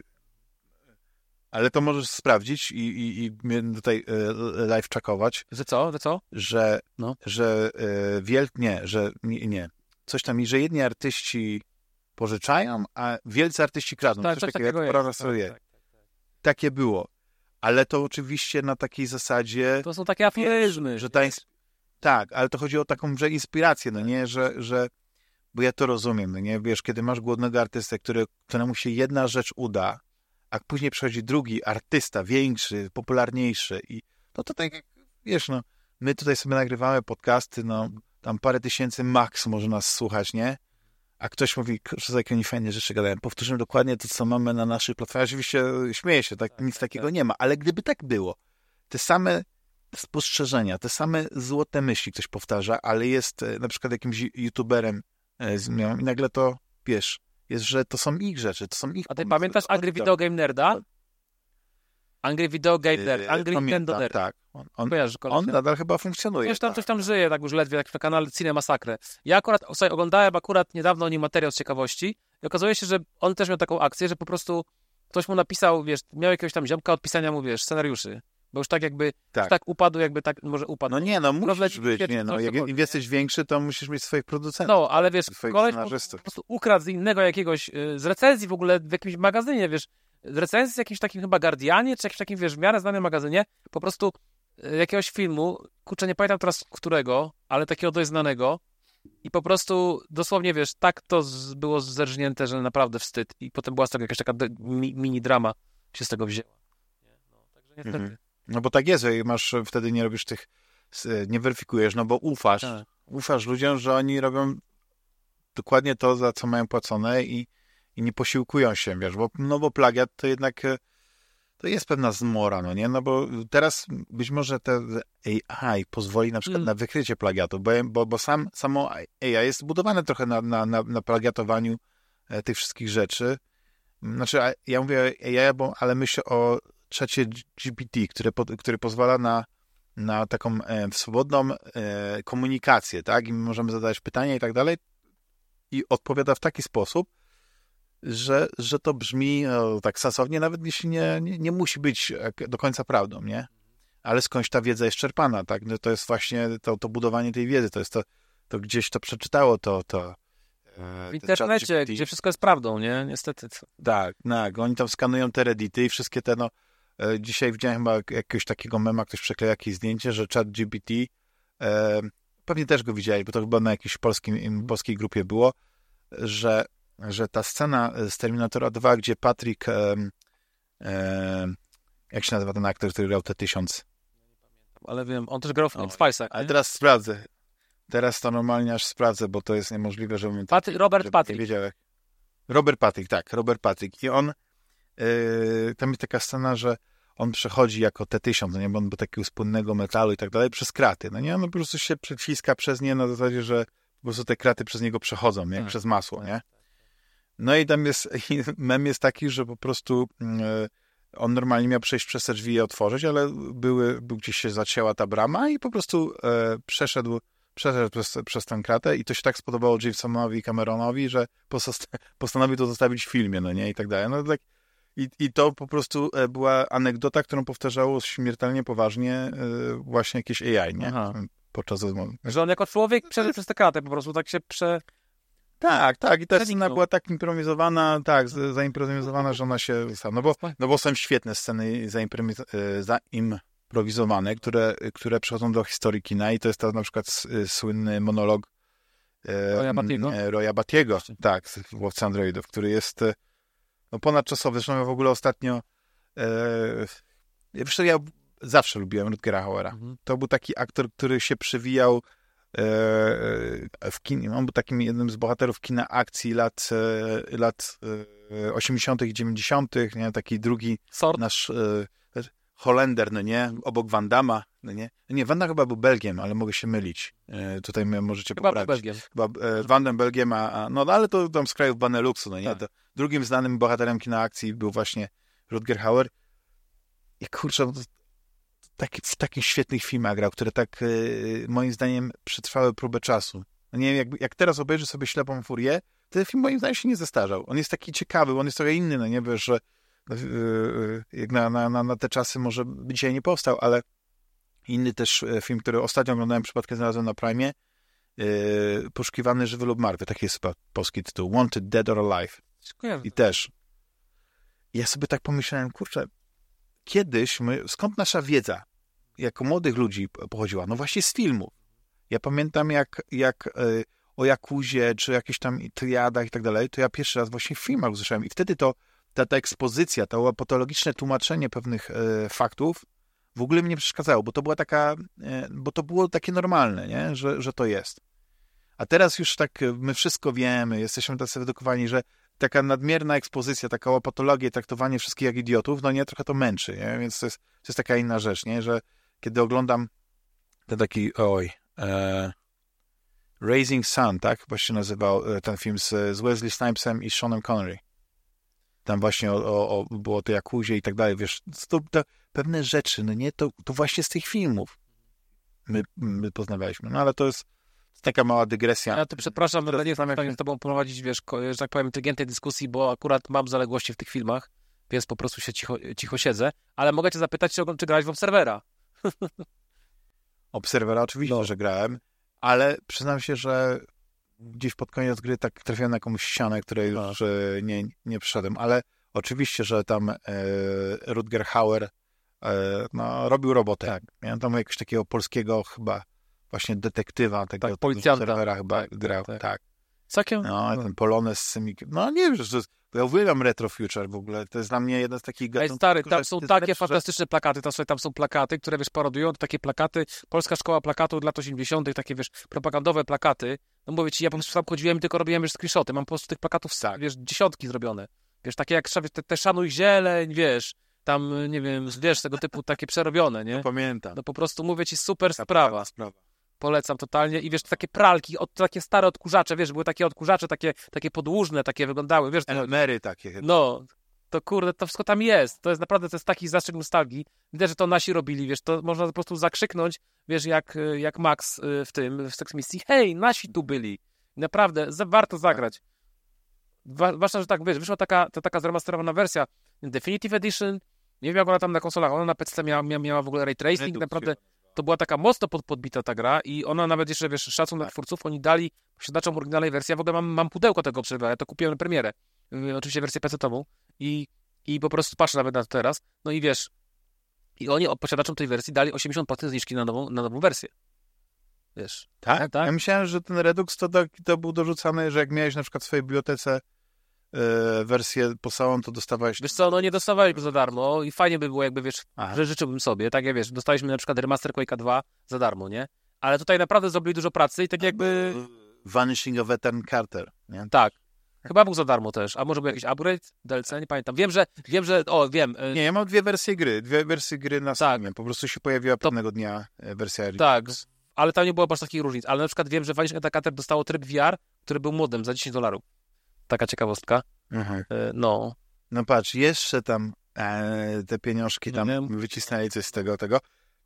Ale to możesz sprawdzić i, i, i mnie tutaj e, live czekować. Że co? Że co? Że, no. że e, wiel... nie, że nie, nie. Coś tam, i że jedni artyści pożyczają, a wielcy artyści kradną. Tak, coś, coś takiego, takiego jak jest. Tak, tak, tak, tak. Takie było. Ale to oczywiście na takiej zasadzie... To są takie aforyzmy. Że ta ins... Tak, ale to chodzi o taką, że inspirację, no nie, że, że bo ja to rozumiem, no nie, wiesz, kiedy masz głodnego artystę, który, któremu się jedna rzecz uda, a później przychodzi drugi artysta, większy, popularniejszy i no to tak jak, wiesz, no, my tutaj sobie nagrywamy podcasty, no, tam parę tysięcy max może nas słuchać, nie? A ktoś mówi, że za jakie oni fajne rzeczy gadają. Powtórzymy dokładnie to, co mamy na naszych platformach. Oczywiście śmieję się, tak, nic takiego nie ma, ale gdyby tak było, te same spostrzeżenia, te same złote myśli ktoś powtarza, ale jest e, na przykład jakimś youtuberem e, zmianą i nagle to, wiesz, jest, że to są ich rzeczy, to są ich A ty pomysły, pamiętasz to- Angry to- Video Game Nerda? Angry Video Game Nerd, e, Angry Nintendo pamiętam, Nerd. tak. On, on, Kojarzysz kolesia? on nadal chyba funkcjonuje. Coś tam, tak. coś tam żyje, tak już ledwie, jak na kanale Cine Massacre. Ja akurat, słuchaj, oglądałem akurat niedawno o nim materiał z ciekawości i okazuje się, że on też miał taką akcję, że po prostu ktoś mu napisał, wiesz, miał jakiegoś tam ziomka od pisania mu, wiesz, scenariuszy. Bo już tak jakby, Tak. już tak upadł, jakby tak, może upadł. No nie, no musisz Rozlecił być, świetnie, nie, no, coś jak cokolwiek, im jesteś większy, to musisz mieć swoich producentów. No, ale wiesz, swoich koleś po, scenarzystów. po prostu ukradł z innego jakiegoś, y, z recenzji w ogóle w jakimś magazynie, wiesz, z recenzji w jakimś takim chyba Guardianie, czy jakimś takim, wiesz, w miarę znanym magazynie, po prostu y, jakiegoś filmu, kurczę, nie pamiętam teraz którego, ale takiego dość znanego i po prostu dosłownie, wiesz, tak to z, było zerżnięte, że naprawdę wstyd i potem była z tego jakaś taka de, mi, mini drama się z tego wzięła. Nie? No, także niestety. Mhm. No bo tak jest, że masz, wtedy nie robisz tych, nie weryfikujesz, no bo ufasz, Tak. ufasz ludziom, że oni robią dokładnie to, za co mają płacone i, i nie posiłkują się, wiesz, bo, no bo plagiat to jednak e, to jest pewna zmora, no nie, no bo teraz być może te A I pozwoli na przykład Mm. na wykrycie plagiatu, bo, bo, bo sam, samo A I jest zbudowane trochę na, na, na, na plagiatowaniu e, tych wszystkich rzeczy. Znaczy, a- ja mówię A I, bo, ale myślę o czacie G P T, które, po, który pozwala na, na taką e, swobodną e, komunikację, tak? I my możemy zadać pytania i tak dalej. I odpowiada w taki sposób, że, że to brzmi no, tak sensownie, nawet jeśli nie, nie, nie musi być jak do końca prawdą, nie? Ale skądś ta wiedza jest czerpana, tak? No, to jest właśnie to, to budowanie tej wiedzy, to jest to, to gdzieś to przeczytało, to, to e, W ten internecie, chat G P T. gdzie wszystko jest prawdą, nie? Niestety. To... Tak, tak. Oni tam skanują te reddity i wszystkie te, no... E, dzisiaj widziałem chyba jakiegoś takiego mema, ktoś przekleja jakieś zdjęcie, że chat G P T, e, pewnie też go widzieli, bo to chyba na jakiejś polskim, im, polskiej grupie było, że, że ta scena z Terminatora dwa, gdzie Patrick, e, e, jak się nazywa ten aktor, który grał T tysiąc? Ale wiem, on też grał w O, X-Filesach, Ale nie? teraz sprawdzę. Teraz to normalnie aż sprawdzę, bo to jest niemożliwe, żebym... Patry- Robert żeby Patrick. Nie wiedział jak. Robert Patrick, tak, Robert Patrick. I on, yy, tam jest taka scena, że on przechodzi jako T tysiąc, no nie, bo on był takiego spłynnego metalu i tak dalej, przez kraty, no nie, on po prostu się przyciska przez nie na zasadzie, że po prostu te kraty przez niego przechodzą, nie, jak Tak. przez masło, nie. No i tam jest, i mem jest taki, że po prostu yy, on normalnie miał przejść przez te drzwi i je otworzyć, ale były, był gdzieś się zacięła ta brama i po prostu e, przeszedł, przeszedł przez, przez tę kratę i to się tak spodobało Jamesonowi i Cameronowi, że pozosta- postanowił to zostawić w filmie, no nie, i tak dalej. No tak, i, i to po prostu e, była anegdota, którą powtarzało śmiertelnie poważnie e, właśnie jakieś A I, nie? Aha. Podczas rozmowy. Że on jako człowiek przeszedł przez tę kratę, po prostu tak się prze... Tak, tak. I ta Przeniknął. scena była tak improwizowana, tak, z- zaimprowizowana, że ona się... No bo, no bo są świetne sceny zaimprowiz- e, zaimprowizowane, które, które przechodzą do historii kina i to jest to na przykład s- słynny monolog e, Roya Battiego? e, Roya Battiego, tak, z Łowcy Androidów, który jest e, no, ponadczasowy. Zresztą ja w ogóle ostatnio e, zresztą ja zawsze lubiłem Rutgera Hauera. Mhm. To był taki aktor, który się przewijał e, w kinie. On był takim jednym z bohaterów kina akcji lat, e, lat e, osiemdziesiątych i dziewięćdziesiątych, nie? Taki drugi Sort. nasz e, Holender, no nie? Obok Van Damma, no nie? Nie, Van Damme chyba był Belgiem, ale mogę się mylić. E, tutaj mnie możecie Chyba był poprawić. Belgiem. Chyba e, Van Damme Belgiem, a, a no ale to tam z krajów Beneluxu, no nie? Tak. To drugim znanym bohaterem kina akcji był właśnie Rutger Hauer. I kurczę, no to taki, w takich świetnych filmach grał, które tak y, moim zdaniem przetrwały próbę czasu. No nie wiem, jak, jak teraz obejrzę sobie Ślepą Furię, ten film moim zdaniem się nie zestarzał. On jest taki ciekawy, on jest trochę inny, no nie wiesz, że y, y, jak na, na, na, na te czasy może dzisiaj nie powstał, ale inny też y, film, który ostatnio oglądałem, przypadkiem znalazłem na Prime, y, Poszukiwany żywy lub martwy, taki jest chyba polski tytuł, Wanted, Dead or Alive. Kojarzę. I też. Ja sobie tak pomyślałem, kurczę, kiedyś, my, skąd nasza wiedza jako młodych ludzi pochodziła? No właśnie z filmów. Ja pamiętam jak, jak y, o Jakuzie, czy jakichś tam triadach i tak dalej, to ja pierwszy raz właśnie w filmach usłyszałem i wtedy to ta, ta ekspozycja, to patologiczne tłumaczenie pewnych y, faktów w ogóle mi nie przeszkadzało, bo to była taka, y, bo to było takie normalne, nie? Że, że to jest. A teraz już tak my wszystko wiemy, jesteśmy tacy wyedukowani, że taka nadmierna ekspozycja, taka łapatologia, traktowanie wszystkich jak idiotów, no nie, trochę to męczy, nie? Więc to jest, to jest taka inna rzecz, nie? Że kiedy oglądam ten taki, oj, e, Raising Sun, tak? Chyba się nazywał e, ten film z, z Wesley Snipesem i Seanem Connery. Tam właśnie o, o, o, było to Jakuzie i tak dalej, wiesz, to, to pewne rzeczy, no nie, to, to właśnie z tych filmów my, my poznawaliśmy, no ale to jest taka mała dygresja. Ja tu przepraszam, no nie jestem w stanie z tobą prowadzić, wiesz, że tak powiem, inteligentnej dyskusji, bo akurat mam zaległości w tych filmach, więc po prostu się cicho, cicho siedzę, ale mogę cię zapytać, czy, czy grałeś w Obserwera? Obserwera oczywiście, no. że grałem, ale przyznam się, że gdzieś pod koniec gry tak trafiłem na jakąś ścianę, której no. już nie, nie przyszedłem, ale oczywiście, że tam e, Rutger Hauer e, no, robił robotę. Tak. Miałem tam jakiegoś takiego polskiego chyba właśnie detektywa, takiego tak, policjanta. Obserwera chyba tak, grał. Tak. tak. Całkiem? No, no, ten Polonez z Semikiem. No nie wiem, że ja uwielbiam Retro Future w ogóle. To jest dla mnie jeden z takich gatunków. Ej, stary, tam są takie lepsze, fantastyczne że... plakaty. Tam, tam są plakaty, które, wiesz, parodują takie plakaty. Polska Szkoła Plakatu lat osiemdziesiątych, takie, wiesz, propagandowe plakaty. No mówię ci, ja po prostu tam chodziłem i tylko robiłem, wiesz, screenshoty. Mam po prostu tych plakatów, tak. wiesz, dziesiątki zrobione. Wiesz, takie jak te, te Szanuj Zieleń, wiesz, tam, nie wiem, wiesz, tego typu takie przerobione, nie? No pamiętam. No po prostu mówię ci, super sprawa. sprawa. Polecam totalnie. I wiesz, takie pralki, od, takie stare odkurzacze, wiesz, były takie odkurzacze, takie, takie podłużne, takie wyglądały, wiesz. Elmery takie chyba. No, to kurde, to wszystko tam jest. To jest naprawdę, to jest taki zastrzyk nostalgii. Widać, że to nasi robili, wiesz, to można po prostu zakrzyknąć, wiesz, jak, jak Max w tym, w Sex Misji, hej, nasi tu byli. I naprawdę, za, warto zagrać. Zwłaszcza, że tak, wiesz, wyszła taka, to taka zremasterowana wersja Definitive Edition, nie wiem, jak ona tam na konsolach, ona na P C miała, miała w ogóle ray tracing, Redukcja. Naprawdę to była taka mocno pod, podbita ta gra i ona nawet jeszcze, wiesz, szacun dla twórców, oni dali posiadaczom oryginalnej wersji, ja w ogóle mam, mam pudełko tego Obserwera, ja to kupiłem na premierę, yy, oczywiście wersję pecetową i, i po prostu patrzę nawet na to teraz, no i wiesz, i oni posiadaczom tej wersji dali osiemdziesiąt procent zniżki na nową, na nową wersję. Wiesz. Tak? tak? Ja myślałem, że ten Redux to, to był dorzucany, że jak miałeś na przykład w swojej bibliotece Yy, wersję posałą, to dostawałeś... Wiesz co, no nie dostawałeś go za darmo i fajnie by było, jakby, wiesz, Aha. że życzyłbym sobie, tak jak wiesz, dostaliśmy na przykład remaster Quake'a dwa za darmo, nie? Ale tutaj naprawdę zrobili dużo pracy i tak jakby... Vanishing of Ethan Carter, nie? Tak. Chyba był za darmo też, a może był jakiś upgrade, D L C, nie pamiętam. Wiem, że, wiem, że, o, wiem. Nie, ja mam dwie wersje gry, dwie wersje gry na tak. Steamie, po prostu się pojawiła to... pewnego dnia wersja Redux. Tak, ale tam nie było aż takich różnic, ale na przykład wiem, że Vanishing of Ethan Carter dostało tryb V R, który był modem za dziesięć dolarów. Taka ciekawostka. Mhm. No. No patrz, jeszcze tam e, te pieniążki tam no, wycisnęli coś z tego, tego.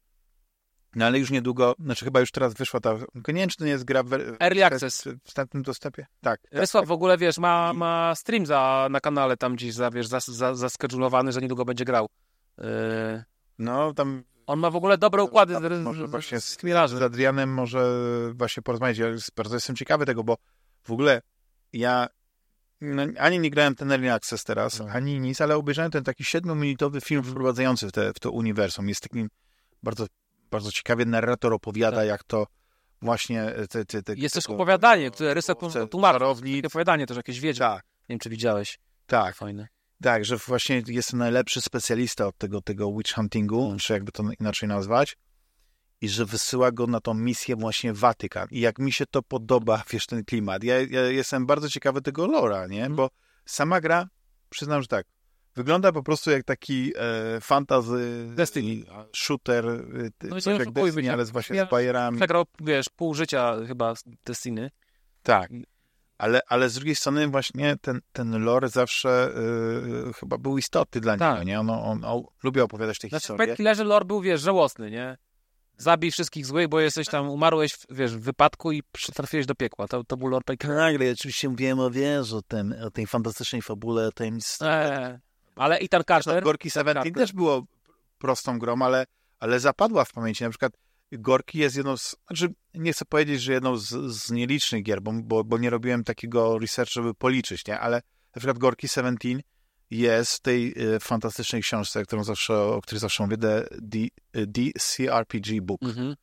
No ale już niedługo, znaczy chyba już teraz wyszła ta, nie wiem, czy to nie jest gra w Early Access. W wstępnym dostępie? Tak. Rysław tak, w ogóle, wiesz, ma, ma stream za, na kanale tam gdzieś, za, wiesz, zaskedulowany, za, za że niedługo będzie grał. Yy... No, tam... On ma w ogóle dobre układy z, z, może z, właśnie z, z Adrianem może właśnie porozmawiać. Ja bardzo jestem ciekawy tego, bo w ogóle ja no, ani nie grałem ten Early Access teraz, no. ani nic, ale obejrzałem ten taki siedmiominutowy film wprowadzający w, te, w to uniwersum. Jest takim bardzo, bardzo ciekawie narrator opowiada, tak. jak to właśnie... Te, te, te, jest te, też opowiadanie, które Rysek tłumaczy. Opowiadanie też jakieś wiedzie. Tak. Nie wiem, czy widziałeś. Tak. Fajne. Tak, że właśnie jest najlepszy specjalista od tego, tego witch huntingu, hmm. czy jakby to inaczej nazwać, i że wysyła go na tą misję właśnie Watykan. I jak mi się to podoba, wiesz, ten klimat. Ja, ja jestem bardzo ciekawy tego lora, nie? Hmm. Bo sama gra, przyznam, że tak, wygląda po prostu jak taki e, fantasy Destiny. shooter, no coś jak Destiny, nie? Ale z właśnie ja z bajerami. Przegrał, wiesz, pół życia chyba z Destiny. Tak. Ale, ale z drugiej strony właśnie ten, ten lore zawsze yy, chyba był istotny dla tak. niego, nie? On, on, on lubił opowiadać te znaczy, historie. W Pet Killerze lore był, wiesz, żałosny, nie? Zabij wszystkich złych, bo jesteś tam, umarłeś, wiesz, w wypadku i trafiłeś do piekła. To, to był lore Pet Killera. Tak, ale ja oczywiście mówiłem o, wiesz, o, tym, o tej fantastycznej fabule, o tej... Eee, ale Ethan Carter... Gorky siedemnaście też było prostą grą, ale, ale zapadła w pamięci. Na przykład Gorki jest jedną z... Znaczy, nie chcę powiedzieć, że jedną z, z nielicznych gier, bo, bo, bo nie robiłem takiego researchu, żeby policzyć, nie? Ale na przykład Gorky siedemnaście jest w tej e, fantastycznej książce, którą zawsze, o której zawsze mówię, The, The, The C R P G Book. Mm-hmm.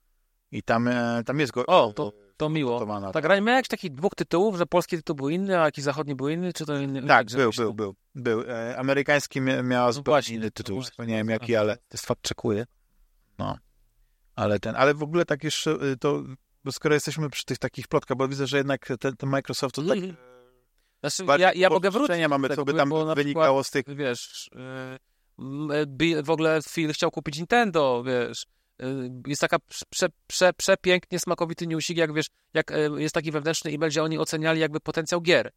I tam, e, tam jest go... O, to, to miło. gotowana. Ta gra nie miała jakichś takich dwóch tytułów, że polski tytuł był inny, a jakiś zachodni był inny, czy to inny? Tak, że był, jakiś był, tam- był, był. E, amerykański mia- miała zupełnie właśnie, inny no tytuł, właśnie. zapomniałem jaki, ale... To jest fakt, czekuję. No. Ale ten, ale w ogóle tak jeszcze y, to, bo skoro jesteśmy przy tych takich plotkach, bo widzę, że jednak ten, ten Microsoft to tak... Znaczy, bardziej ja, ja mogę wrócić uproszczenia mamy, do co tego, by tam bo na wynikało z tych... przykład, wiesz, yy, yy, w ogóle Phil chciał kupić Nintendo, wiesz, yy, jest taka prze, prze, przepięknie smakowity newsik, jak wiesz, jak yy, jest taki wewnętrzny e-mail, gdzie oni oceniali jakby potencjał gier.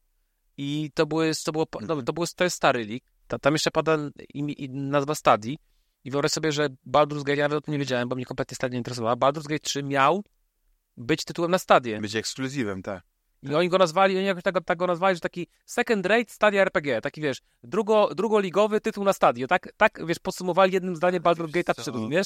I to były, to było, no, to było, to jest stary leak. Ta, tam jeszcze pada im, im, nazwa Stadii. I wyobraź sobie, że Baldur's Gate, ja nawet o tym nie wiedziałem, bo mnie kompletnie Stadia nie interesowała. Baldur's Gate trzy miał być tytułem na Stadię. Być ekskluzywem, tak. I oni go nazwali, oni jakoś tak, tak go nazwali, że taki second rate Stadia R P G, taki wiesz, drugo, drugoligowy tytuł na Stadię. Tak, tak, wiesz, podsumowali jednym zdaniem Baldur's Gate'a trzy, rozumiesz?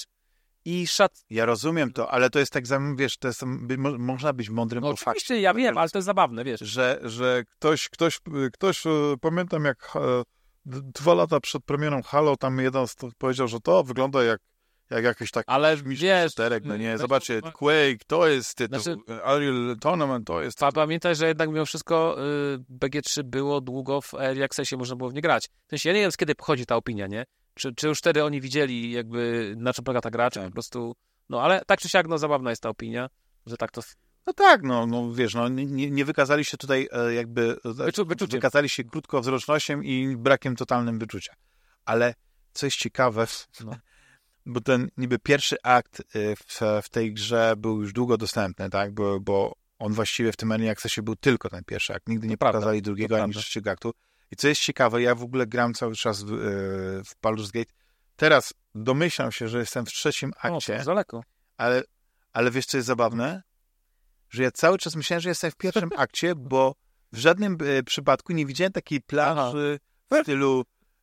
I szat... Ja rozumiem to, ale to jest tak, wiesz, to jest, by, mo, można być mądrym No po oczywiście, fakcie. ja wiem, ale to jest zabawne, wiesz. Że, że ktoś, ktoś, ktoś, e, pamiętam jak e, d- dwa lata przed premierą Halo, tam jeden z- powiedział, że to wygląda jak, jak jakiś taki Ale śmieszny wiesz, shooterek, no nie, znaczy- zobaczcie, Quake, to jest tytuł, Znaczy- Unreal Tournament, to jest... Pa- Pamiętaj, że jednak mimo wszystko y, B G trzy było długo w Early Accessie, można było w nie grać. W sensie, ja nie wiem, z kiedy pochodzi ta opinia, nie? Czy, czy już wtedy oni widzieli jakby na czym polega ta gra, czy po prostu... No, ale tak czy siak, no, zabawna jest ta opinia, że tak to... No tak, no, no wiesz, no, nie, nie wykazali się tutaj e, jakby... e, Wyczu, wyczuciem. Wykazali się krótkowzrocznością i brakiem totalnym wyczucia. Ale co jest ciekawe, No. bo ten niby pierwszy akt y, w, w tej grze był już długo dostępny, tak? Bo, bo on właściwie w tym Early Accessie był tylko ten pierwszy akt. Nigdy nie prawda, pokazali drugiego to ani prawda. trzeciego aktu. I co jest ciekawe, ja w ogóle gram cały czas w, y, w Baldur's Gate. Teraz domyślam się, że jestem w trzecim O, to akcie, jest daleko. ale, ale wiesz, co jest zabawne? Że ja cały czas myślałem, że jestem w pierwszym akcie, bo w żadnym y, przypadku nie widziałem takiej plaży w stylu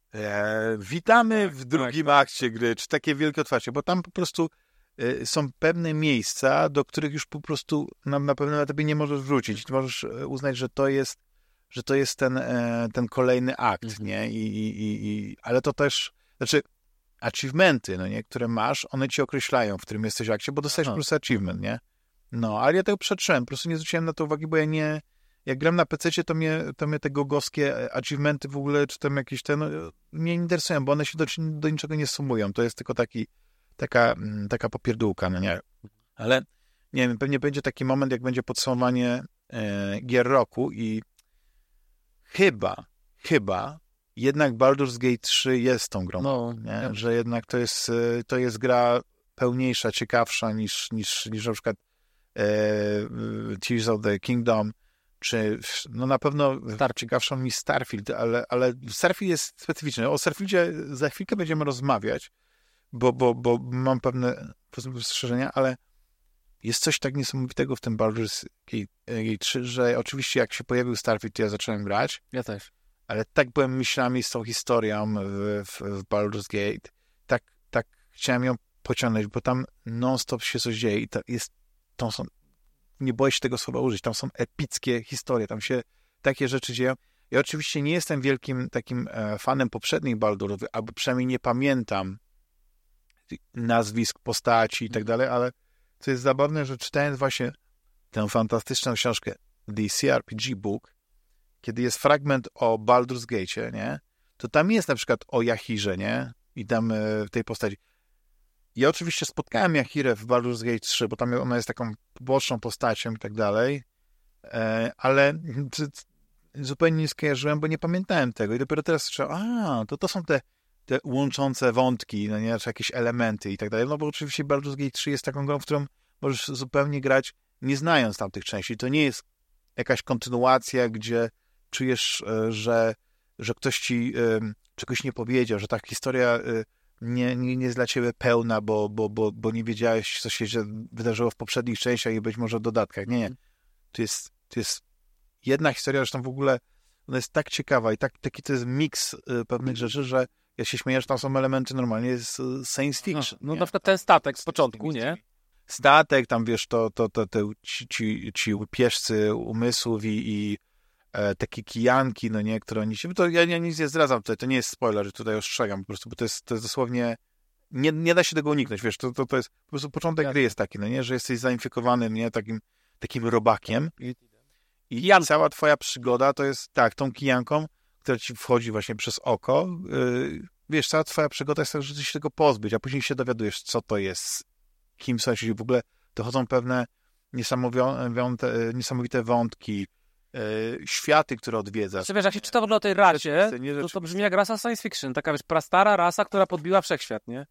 e, witamy w drugim akcie gry, czy takie wielkie otwarcie, bo tam po prostu y, są pewne miejsca, do których już po prostu na, na pewnym etapie nie możesz wrócić. Ty możesz e, uznać, że to jest, że to jest ten, e, ten kolejny akt, Mhm. nie? I, i, i, i, ale to też, znaczy achievementy, no nie, które masz, one ci określają, w którym jesteś akcie, bo dostajesz Aha. po prostu achievement, nie? No, ale ja tego przetrzymałem, po prostu nie zwróciłem na to uwagi, bo ja nie, jak gram na pececie, to mnie, to mnie te gogowskie achievementy w ogóle, czy tam jakieś te, no, mnie nie interesują, bo one się do, do niczego nie sumują, to jest tylko taki, taka, mm, taka popierdółka, no nie? Ale, nie wiem, pewnie będzie taki moment, jak będzie podsumowanie e, gier roku i chyba, chyba jednak Baldur's Gate trzy jest tą grą, No, nie? ja- Że jednak to jest, e, to jest gra pełniejsza, ciekawsza niż, niż, niż na przykład e, Tears of the Kingdom, czy no na pewno Star- ciekawszą niż Starfield, ale, ale Starfield jest specyficzny. O Starfieldzie za chwilkę będziemy rozmawiać, bo, bo, bo mam pewne spostrzeżenia, ale jest coś tak niesamowitego w tym Baldur's Gate trzy, że oczywiście jak się pojawił Starfield, to ja zacząłem grać, ja też. ale tak byłem myślami z tą historią w, w, w Baldur's Gate, tak, tak chciałem ją pociągnąć, bo tam non-stop się coś dzieje i to jest, tam są, nie boję się tego słowa użyć, tam są epickie historie, tam się takie rzeczy dzieją. Ja oczywiście nie jestem wielkim takim e, fanem poprzednich Baldurów, albo przynajmniej nie pamiętam nazwisk, postaci i tak dalej, ale co jest zabawne, że czytając właśnie tę fantastyczną książkę The C R P G Book, kiedy jest fragment o Baldur's Gate, nie? To tam jest na przykład o Jahirze, nie? I tam e, w tej postaci. Ja oczywiście spotkałem Jahirę w Baldur's Gate trzy, bo tam ona jest taką poboczną postacią i tak dalej, e, ale c, c, zupełnie nie skojarzyłem, bo nie pamiętałem tego i dopiero teraz słyszałem, a, to to są te, te łączące wątki, no nie? Czy jakieś elementy i tak dalej, no bo oczywiście Baldur's Gate trzy jest taką grą, w którą możesz zupełnie grać nie znając tamtych części. To nie jest jakaś kontynuacja, gdzie czujesz, że, że ktoś ci um, czegoś nie powiedział, że ta historia um, nie, nie, nie jest dla ciebie pełna, bo, bo, bo, bo nie wiedziałeś, co się wydarzyło w poprzednich częściach i być może w dodatkach. Nie, nie. To jest, to jest jedna historia, zresztą w ogóle ona jest tak ciekawa i tak, taki to jest miks y, pewnych rzeczy, że ja się śmieję, że tam są elementy normalnie z science fiction. No, no nie? na przykład ten statek z początku, nie? Statek, tam wiesz, to, to, to, to ci, ci, ci pieszcy umysłów i, i e, takie kijanki, no nie, które oni się... To ja, ja nic nie zdradzam tutaj, to nie jest spoiler, że tutaj ostrzegam po prostu, bo to jest, to jest dosłownie nie, nie da się tego uniknąć, wiesz, to, to, to jest, po prostu początek Tak. gry jest taki, no nie, że jesteś zainfekowanym, nie, takim, takim robakiem i, i Kijanką. cała twoja przygoda to jest, tak, tą kijanką, która ci wchodzi właśnie przez oko, yy, wiesz, cała twoja przygoda jest tak, że chcesz się tego pozbyć, a później się dowiadujesz, co to jest, kim są ci, w ogóle dochodzą pewne niesamowite, niesamowite wątki, yy, światy, które odwiedzasz. Czy wiesz, jak się czyta w ogóle o tej rasie, Nie, to to brzmi jak rasa science fiction. Taka, wiesz, prastara rasa, która podbiła wszechświat, nie?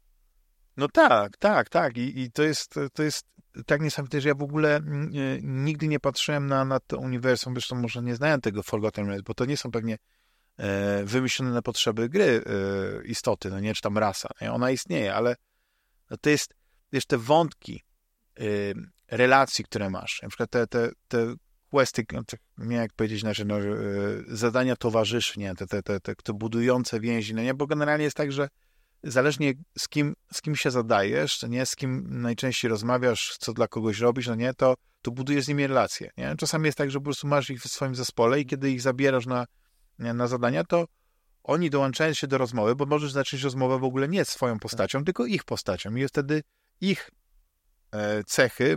No tak, tak, tak. I, i to jest, to jest tak niesamowite, że ja w ogóle mm, y, nigdy nie patrzyłem na, na to uniwersum, zresztą może nie znałem tego Forgotten Realms, bo to nie są pewnie e, wymyślone na potrzeby gry e, istoty, no nie, czy tam rasa. Nie? Ona istnieje, ale to jest, wiesz, te wątki e, relacji, które masz, na przykład te, te, te questy, no, te, nie jak powiedzieć inaczej, no, e, zadania towarzyszy, nie, te, te, te, te, te budujące więzi, no nie, bo generalnie jest tak, że zależnie z kim, z kim się zadajesz, nie, z kim najczęściej rozmawiasz, co dla kogoś robisz, no nie, to, to budujesz z nimi relacje, nie? Czasami jest tak, że po prostu masz ich w swoim zespole i kiedy ich zabierasz na, nie, na zadania, to oni dołączają się do rozmowy, bo możesz zacząć rozmowę w ogóle nie swoją postacią, tylko ich postacią i wtedy ich e, cechy,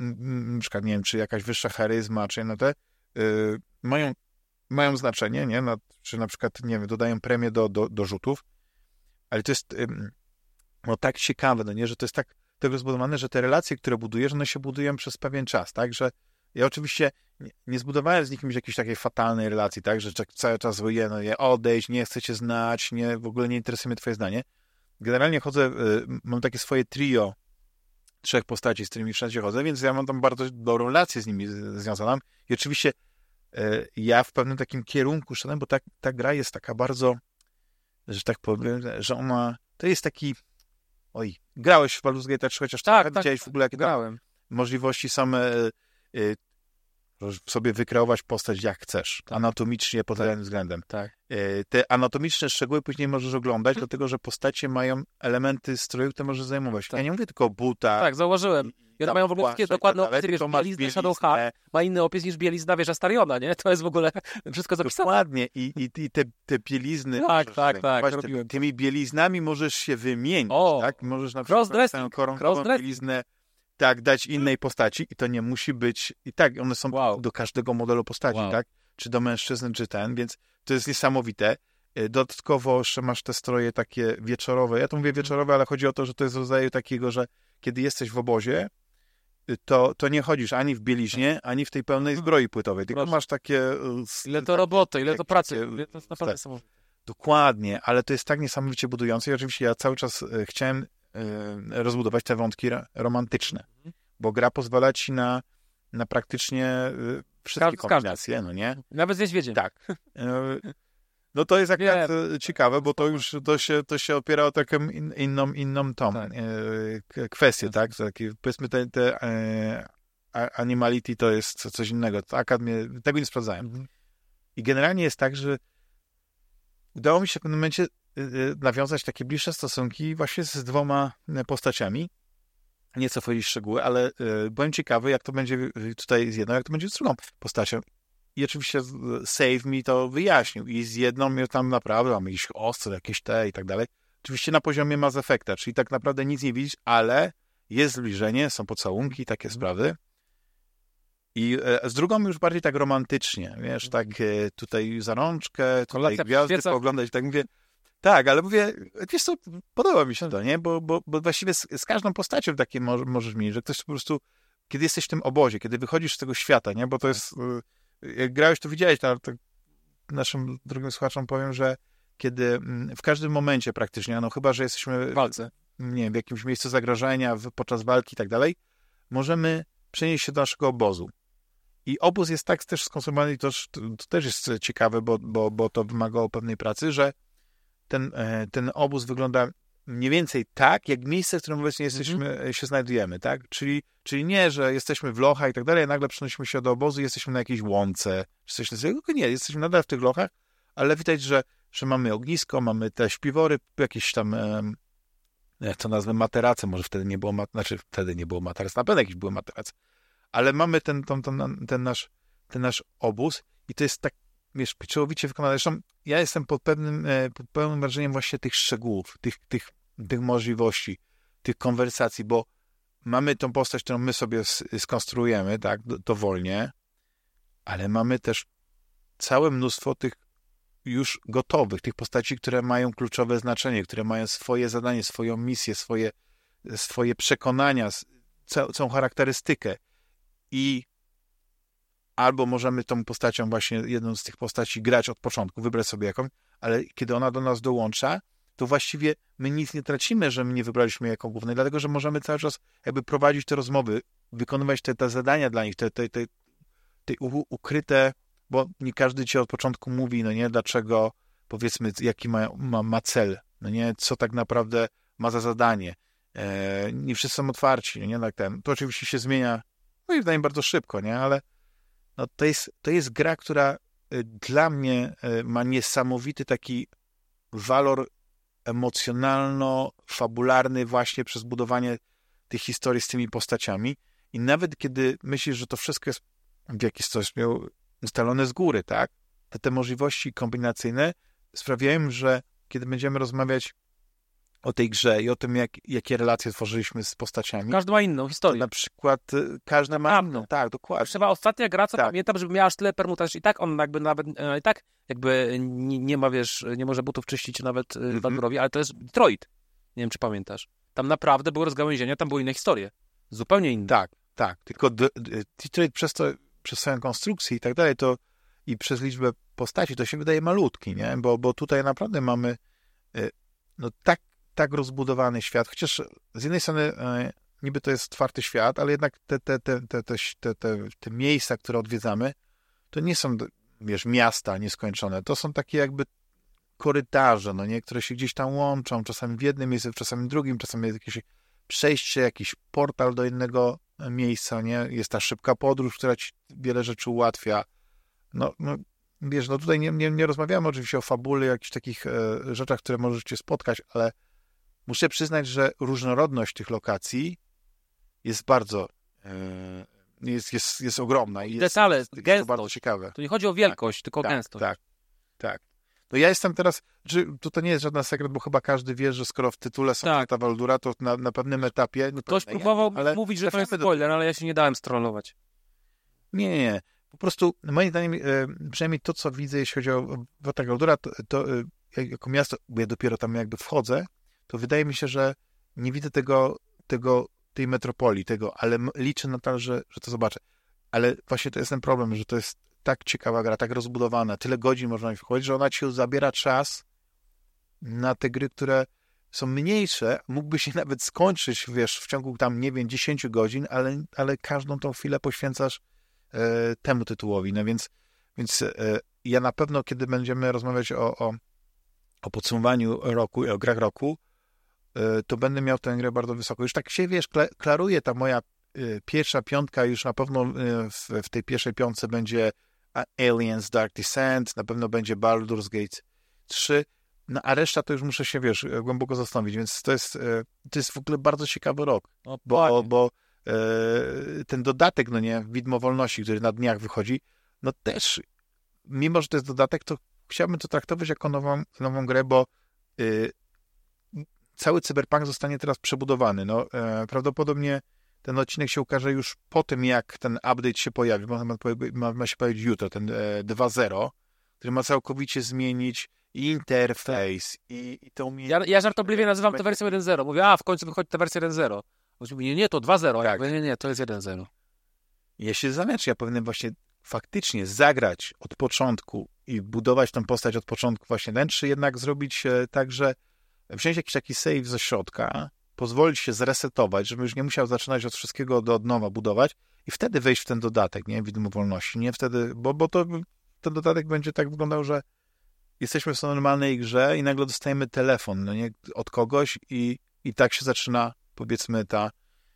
m, na przykład, nie wiem, czy jakaś wyższa charyzma, czy no te, y, mają, mają znaczenie, nie? No, czy na przykład, nie wiem, dodają premię do, do, do rzutów, ale to jest ym, no, tak ciekawe, no nie, że to jest tak, tak rozbudowane, że te relacje, które budujesz, one się budują przez pewien czas, tak, że ja oczywiście nie, nie zbudowałem z nikim jakiejś takiej fatalnej relacji, tak, że cały czas woję, no nie, odejść, nie chcę cię znać, nie, w ogóle nie interesuje mnie twoje zdanie. Generalnie chodzę, y, mam takie swoje trio trzech postaci, z którymi wszędzie chodzę, więc ja mam tam bardzo dobrą relację z nimi związaną i oczywiście y, ja w pewnym takim kierunku szedłem, bo ta, ta gra jest taka bardzo, że tak powiem, że ona, to jest taki, oj, grałeś w Baldur's Gate trzy, chociaż Tak, tak, tak, widziałeś w ogóle, jakie tam grałem. możliwości same y, y, sobie wykreować postać jak chcesz, Tak. anatomicznie pod Tak. danym względem. Tak. Y, te anatomiczne szczegóły później możesz oglądać, dlatego, że postacie mają elementy strojów, które możesz zajmować. Tak. Ja nie mówię tylko o butach. Tak, zauważyłem. I one mają w ogóle takie dokładne opisy, wiesz, bielizny Shadowheart ma inny opis niż bielizna, wiesz, Astariona, nie? To jest w ogóle wszystko zapisane. Dokładnie. I, i, i te, te bielizny... Tak, możesz tak, tak, zajmować. robiłem. Ty, tymi bieliznami możesz się wymienić, O, tak? Możesz na przykład crossdressing, swoją koronkową crossdressing. bieliznę tak, dać innej postaci i to nie musi być... I tak, one są Wow. do każdego modelu postaci, Wow. tak? Czy do mężczyzny, czy ten, więc to jest niesamowite. Dodatkowo jeszcze masz te stroje takie wieczorowe. Ja to mówię wieczorowe, ale chodzi o to, że to jest w rodzaju takiego, że kiedy jesteś w obozie, to, to nie chodzisz ani w bieliźnie, ani w tej pełnej zbroi płytowej, tylko Proszę. masz takie... Ile to roboty, ile to takie- pracy. Ile to jest naprawdę tak. niesamowite. Dokładnie, ale to jest tak niesamowicie budujące i oczywiście ja cały czas e, chciałem e, rozbudować te wątki ra- romantyczne, bo gra pozwala ci na, na praktycznie e, wszystkie Każdy- kombinacje, no nie? Nawet z niedźwiedziem. Tak. E, No to jest akurat e, ciekawe, bo to już to się, to się opiera o taką in, inną, inną tą Tak. e, k- kwestię, tak? To takie, powiedzmy te, te e, a- animality to jest co- coś innego. To akademie, tego nie sprawdzałem. Mhm. I generalnie jest tak, że udało mi się w pewnym momencie e, e, nawiązać takie bliższe stosunki właśnie z dwoma e, postaciami. Nie chcę wchodzić w szczegóły, ale e, byłem ciekawy, jak to będzie e, tutaj z jedną, jak to będzie z drugą postacią. I oczywiście z- Save mi to wyjaśnił. I z jedną mnie tam naprawdę mamy jakieś ostre, jakieś te i tak dalej. Oczywiście na poziomie Mass Effecta, czyli tak naprawdę nic nie widzisz, ale jest zbliżenie, są pocałunki, takie sprawy. I e, z drugą już bardziej tak romantycznie, wiesz, tak e, tutaj za rączkę, tutaj Kolacja przy gwiazdy świecach. pooglądać, tak mówię, tak, ale mówię, wiesz co, podoba mi się to, nie, bo, bo, bo właściwie z, z każdą postacią takie mo- możesz mieć, że ktoś po prostu, kiedy jesteś w tym obozie, kiedy wychodzisz z tego świata, nie, bo to jest, e, jak grałeś, to widziałeś, to, to naszym drugim słuchaczom powiem, że kiedy mm, w każdym momencie praktycznie, no chyba, że jesteśmy W walce. nie wiem, w jakimś miejscu zagrożenia, w, podczas walki i tak dalej, możemy przenieść się do naszego obozu. I obóz jest tak też skonstruowany, i to, to, to też jest ciekawe, bo, bo, bo to wymagało pewnej pracy, że ten, e, ten obóz wygląda mniej więcej tak, jak miejsce, w którym obecnie jesteśmy, mm-hmm. się znajdujemy, tak? Czyli, czyli nie, że jesteśmy w lochach i tak dalej, a nagle przenosimy się do obozu i jesteśmy na jakiejś łące, czy coś takiego. Tylko nie, jesteśmy nadal w tych lochach, ale widać, że, że mamy ognisko, mamy te śpiwory, jakieś tam, e, jak to nazwę, materace, może wtedy nie było, mat- znaczy wtedy nie było materac, na pewno jakieś były materace, ale mamy ten, ten, ten, ten, nasz, ten nasz obóz i to jest tak, wiesz, pieczołowicie wykonane. Zresztą ja jestem pod pewnym, pod pełnym wrażeniem właśnie tych szczegółów, tych, tych tych możliwości, tych konwersacji, bo mamy tą postać, którą my sobie skonstruujemy, tak, dowolnie, ale mamy też całe mnóstwo tych już gotowych, tych postaci, które mają kluczowe znaczenie, które mają swoje zadanie, swoją misję, swoje, swoje przekonania, ca- całą charakterystykę. I albo możemy tą postacią, właśnie jedną z tych postaci grać od początku, wybrać sobie jakąś, ale kiedy ona do nas dołącza, to właściwie my nic nie tracimy, że my nie wybraliśmy jako głównej, dlatego że możemy cały czas jakby prowadzić te rozmowy, wykonywać te, te zadania dla nich, te, te, te, te ukryte, bo nie każdy ci od początku mówi, no nie, dlaczego, powiedzmy, jaki ma, ma, ma cel, no nie, co tak naprawdę ma za zadanie. E, nie wszyscy są otwarci, no nie, tak ten. To oczywiście się zmienia, moim zdaniem, bardzo szybko, nie, ale no, to jest, to jest gra, która y, dla mnie y, ma niesamowity taki walor emocjonalno-fabularny właśnie przez budowanie tych historii z tymi postaciami. I nawet kiedy myślisz, że to wszystko jest w jakiś sposób ustalone z góry, tak? To te możliwości kombinacyjne sprawiają, że kiedy będziemy rozmawiać o tej grze i o tym, jak, jakie relacje tworzyliśmy z postaciami. Każdy ma inną historię. Na przykład y, każda ma inną. Tak, dokładnie. Trzeba ostatnia gra, co tak. pamiętam, żeby miała aż tyle permutacji. I tak on jakby nawet, e, i tak jakby nie, nie ma, wiesz, nie może butów czyścić nawet mm-hmm. Waldurowi, ale to jest Detroit. Nie wiem, czy pamiętasz. Tam naprawdę były rozgałęzienia, tam były inne historie. Zupełnie inne. Tak, tak. Tylko d- d- Detroit przez to, przez swoją konstrukcję i tak dalej, to i przez liczbę postaci, to się wydaje malutki, nie? Bo, bo tutaj naprawdę mamy y, no tak tak rozbudowany świat, chociaż z jednej strony e, niby to jest otwarty świat, ale jednak te, te, te, te, te, te, te, te miejsca, które odwiedzamy, to nie są, wiesz, miasta nieskończone, to są takie jakby korytarze, no nie, które się gdzieś tam łączą, czasami w jednym miejscu, czasami w drugim, czasami jest jakieś przejście, jakiś portal do innego miejsca, nie, jest ta szybka podróż, która ci wiele rzeczy ułatwia. No, no wiesz, no tutaj nie, nie, nie rozmawiamy oczywiście o fabule, jakichś takich e, rzeczach, które możecie spotkać, ale muszę przyznać, że różnorodność tych lokacji jest bardzo, e, jest, jest, jest ogromna i jest, Detale, jest, jest gęstość. to bardzo ciekawe. To nie chodzi o wielkość, tak, tylko tak, gęstość. Tak, tak. No ja jestem teraz, czy, to, to nie jest żaden sekret, bo chyba każdy wie, że skoro w tytule są tak. ta Waldura, to na, na pewnym etapie... No Ktoś pewne, próbował ale mówić, że to jest spoiler, do... ale ja się nie dałem strollować. Nie, nie, nie. Po prostu, moim zdaniem, e, przynajmniej to, co widzę, jeśli chodzi o Wata Waldura, to, to e, jako miasto, bo ja dopiero tam jakby wchodzę, to wydaje mi się, że nie widzę tego, tego tej metropolii, tego, ale liczę na to, że, że to zobaczę. Ale właśnie to jest ten problem, że to jest tak ciekawa gra, tak rozbudowana, tyle godzin można wchodzić, że ona ci zabiera czas na te gry, które są mniejsze, mógłby się nawet skończyć, wiesz, w ciągu tam, nie wiem, dziesięć godzin, ale, ale każdą tą chwilę poświęcasz e, temu tytułowi. No więc, więc e, ja na pewno, kiedy będziemy rozmawiać o, o, o podsumowaniu roku i o grach roku, e, to będę miał tę grę bardzo wysoko. Już tak się, wiesz, kla, klaruje ta moja e, pierwsza piątka, już na pewno e, w, w tej pierwszej piątce będzie Aliens Dark Descent, na pewno będzie Baldur's Gate trzy, no a reszta to już muszę się, wiesz, głęboko zastanowić, więc to jest, to jest w ogóle bardzo ciekawy rok, no, bo, bo e, ten dodatek, no nie, Widmo Wolności, który na dniach wychodzi, no też, mimo że to jest dodatek, to chciałbym to traktować jako nową, nową grę, bo e, cały Cyberpunk zostanie teraz przebudowany, no e, prawdopodobnie ten odcinek się ukaże już po tym, jak ten update się pojawi, bo ma, ma, ma się pojawić jutro, ten e, dwa zero, który ma całkowicie zmienić i interfejs, i, i tą... Ja, ja żartobliwie nazywam to wersją jeden zero. Mówię, a w końcu wychodzi ta wersja jeden zero. Mówi, nie, to dwa zero. Tak. Ja mówię, nie, nie, to jest jeden zero. Ja się zastanawiam, czy ja powinienem właśnie faktycznie zagrać od początku i budować tą postać od początku właśnie ten, czy jednak zrobić e, tak, że wziąć jakiś taki save ze środka, pozwolić się zresetować, żebym już nie musiał zaczynać od wszystkiego do od nowa budować i wtedy wejść w ten dodatek, nie, Widmo Wolności, nie wtedy, bo, bo to ten dodatek będzie tak wyglądał, że jesteśmy w normalnej grze i nagle dostajemy telefon, no nie, od kogoś i, i tak się zaczyna, powiedzmy, ta...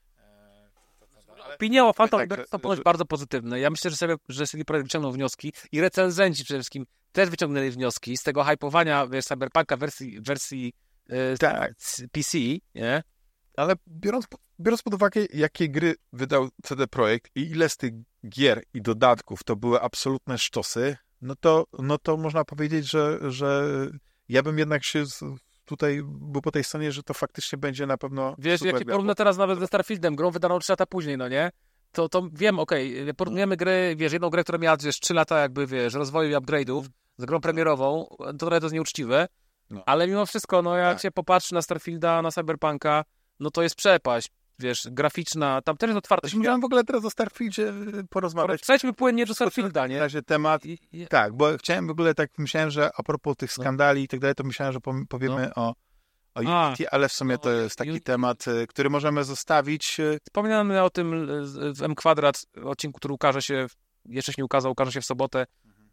Opinie o Phantom Liberty są ponoć bardzo pozytywne. Ja myślę, że sobie, że sobie projekt wyciągnął wnioski i recenzenci przede wszystkim też wyciągnęli wnioski z tego hypowania, wiesz, Cyberpunka w wersji, wersji yy, tak. P C, nie? Ale biorąc, biorąc pod uwagę, jakie gry wydał C D Projekt i ile z tych gier i dodatków to były absolutne sztosy, no to, no to można powiedzieć, że, że ja bym jednak się tutaj był po tej stronie, że to faktycznie będzie na pewno Wiesz, super jak się grał. porówna teraz nawet ze Starfieldem, grą wydaną trzy lata później, no nie? To, to wiem, okej, okay, porównujemy gry, wiesz, jedną grę, która miała, wiesz, trzy lata jakby, wiesz, rozwoju i upgrade'ów z grą premierową, to trochę to jest nieuczciwe, No. ale mimo wszystko, no jak Tak. się popatrzy na Starfielda, na Cyberpunka, no to jest przepaść, wiesz, graficzna, tam też jest otwarta. Chciałem w ogóle teraz o Starfieldzie porozmawiać. Przejdźmy płynnie do Starfielda, W nie? razie temat, I, i, tak, bo chciałem w ogóle tak, myślałem, że a propos tych No. skandali i tak dalej, to myślałem, że pom- powiemy o, o A. Unity, ale w sumie to No, jest taki Unity. temat, y, który możemy zostawić. y, Wspominamy o tym w M Kwadrat, odcinku, który ukaże się, jeszcze się nie ukazał, ukaże się w sobotę.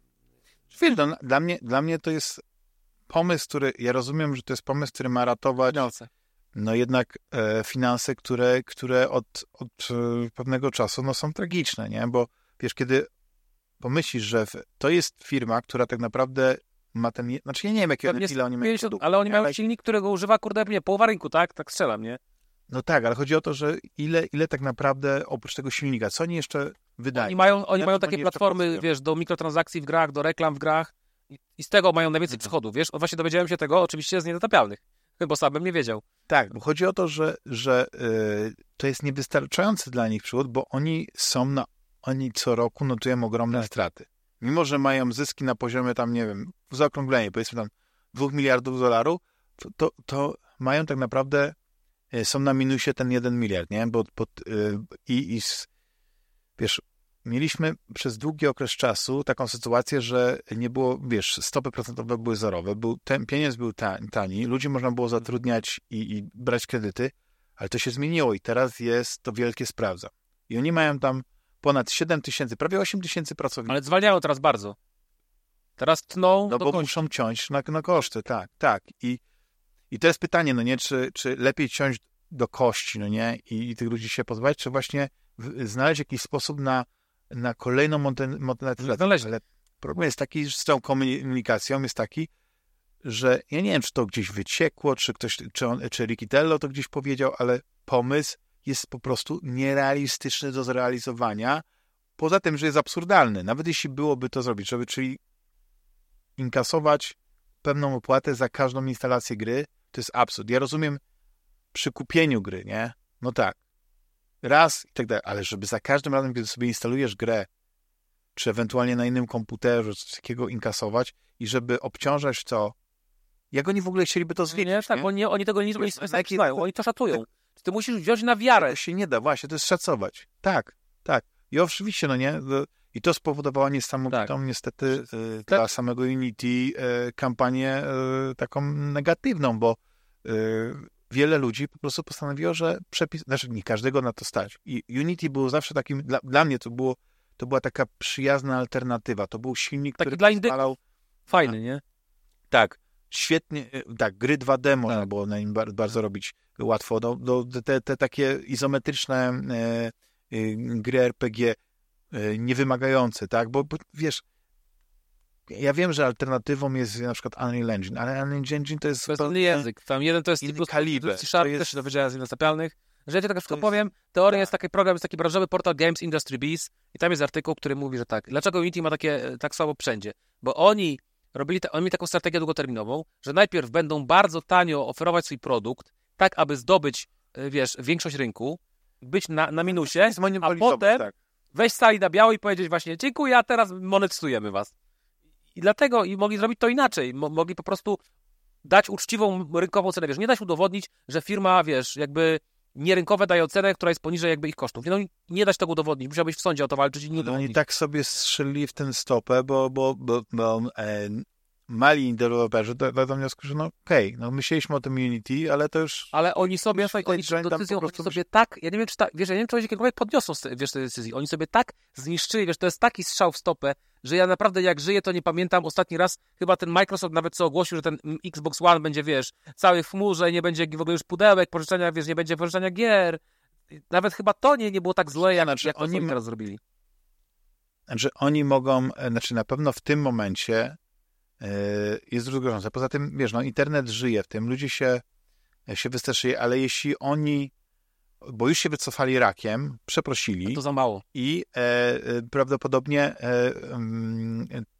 Film, no, dla, mnie, dla mnie to jest pomysł, który, ja rozumiem, że to jest pomysł, który ma ratować no jednak e, finanse, które, które od, od e, pewnego czasu no, są tragiczne, nie? Bo wiesz, kiedy pomyślisz, że w, to jest firma, która tak naprawdę ma ten, znaczy ja nie wiem, jakie, ile oni mają pięćdziesiąt, produktów, ale oni mają ale- silnik, którego używa, kurde, nie, połowa rynku, tak? Tak strzelam, nie? No tak, ale chodzi o to, że ile, ile tak naprawdę oprócz tego silnika, co oni jeszcze wydają? Oni mają, oni Ja mają czy takie oni jeszcze platformy, pracują? wiesz, do mikrotransakcji w grach, do reklam w grach i, i z tego mają najwięcej Mhm. przychodów, wiesz? O, właśnie dowiedziałem się tego oczywiście z niezatapialnych, bo sam bym nie wiedział. Tak, bo chodzi o to, że, że y, to jest niewystarczający dla nich przychód, bo oni są na, oni co roku notują ogromne straty. Mimo, że mają zyski na poziomie tam, nie wiem, w zaokrągleniu, powiedzmy tam dwóch miliardów dolarów, to, to, to mają tak naprawdę, y, są na minusie ten jeden miliard, nie? Bo, bo, y, i, i s- wiesz, mieliśmy przez długi okres czasu taką sytuację, że nie było, wiesz, stopy procentowe były zerowe, był, ten pieniądz był tani, tani, ludzi można było zatrudniać i, i brać kredyty, ale to się zmieniło i teraz jest to wielkie sprawdza. I oni mają tam ponad siedem tysięcy, prawie osiem tysięcy pracowników. Ale zwalniają teraz bardzo. Teraz tną No do bo końca. muszą ciąć na, na koszty, tak, tak. I, i to jest pytanie, no nie, czy, czy lepiej ciąć do kości, no nie, i, i tych ludzi się pozbywać, czy właśnie w, znaleźć jakiś sposób na, na kolejną monet- monetyzację. Znaleźli. Ale problem jest taki, że z tą komunikacją jest taki, że ja nie wiem, czy to gdzieś wyciekło, czy ktoś, czy, on, czy Riccitello to gdzieś powiedział, ale pomysł jest po prostu nierealistyczny do zrealizowania, poza tym, że jest absurdalny. Nawet jeśli byłoby to zrobić, żeby, czyli inkasować pewną opłatę za każdą instalację gry, to jest absurd. Ja rozumiem przy kupieniu gry, nie? No tak. Raz i tak dalej, ale żeby za każdym razem, kiedy sobie instalujesz grę, czy ewentualnie na innym komputerze, coś takiego inkasować i żeby obciążać to, jak oni w ogóle chcieliby to zwiedzić, Nie, tak, nie? oni, oni tego nie, nie, Na nie jakiej- znają, oni to szacują. Ty musisz wziąć na wiarę. To się nie da, właśnie, to jest szacować. Tak, tak. I oczywiście, no nie, no, i to spowodowało niesamowitą, Tak. niestety, y, dla samego Unity y, kampanię y, taką negatywną, bo y, wiele ludzi po prostu postanowiło, że przepis, znaczy nie każdego na to stać. I Unity było zawsze takim, dla, dla mnie to było, to była taka przyjazna alternatywa. To był silnik, Taki który dla indy- pozwalał, Fajny, nie? tak, świetnie, y, tak, gry dwa D można Tak. było na nim bar- bardzo robić łatwo. No, no, te, te takie izometryczne y, y, gry R P G y, niewymagające, tak, bo, bo wiesz, ja wiem, że alternatywą jest na przykład Unreal Engine, ale Unreal Engine to jest To jest zupełnie inny język. Tam jeden to jest inny C++, kaliber. C-Sharp, To jest- też się dowiedziałem z niezatapialnych. Że ja ci tak wszystko jest- powiem, teoria jest taki program, jest taki branżowy portal Games Industry Biz i tam jest artykuł, który mówi, że tak, dlaczego Unity ma takie e, tak słabo wszędzie? Bo oni robili, ta, oni mieli taką strategię długoterminową, że najpierw będą bardzo tanio oferować swój produkt, tak aby zdobyć, e, wiesz, większość rynku, być na, na minusie, a zmonopolizować, potem tak. wejść sali na biało i powiedzieć właśnie, dziękuję, a teraz monetyzujemy was. I dlatego i mogli zrobić to inaczej. Mo- mogli po prostu dać uczciwą rynkową cenę. Wiesz, nie da się udowodnić, że firma, wiesz, jakby nierynkowe daje cenę, która jest poniżej jakby ich kosztów. Nie, no, nie da się tego udowodnić. Musiałbyś w sądzie o to walczyć i nie No, udowodnić. oni tak sobie strzelili w ten stopę, bo, bo, bo, bo e, mali deweloperzy do, do wniosku, że no okej, no myśleliśmy o tym Unity, ale to już... Ale oni sobie, Już słuchaj, widać, oni że oni tam decyzją, po oni prostu sobie tak, ja nie wiem, czy ta, wiesz, ja nie wiem, czy oni jakiekolwiek podniosą, z- wiesz, tej decyzji. Oni sobie tak zniszczyli, wiesz, to jest taki strzał w stopę, że ja naprawdę jak żyję, to nie pamiętam ostatni raz, chyba ten Microsoft nawet co ogłosił, że ten mm, Xbox One będzie, wiesz, cały w chmurze, nie będzie w ogóle już pudełek, pożyczania, wiesz, nie będzie pożyczania gier. Nawet chyba to nie, nie było tak złe, jak, Znaczy, jak to, co oni oni ma- teraz zrobili. Znaczy oni mogą, e, znaczy na pewno w tym momencie e, jest druzgocące. Poza tym, wiesz, no internet żyje w tym, ludzie się, się wystraszyli, ale jeśli oni, bo już się wycofali rakiem, przeprosili To za mało. i e, e, prawdopodobnie e, mm,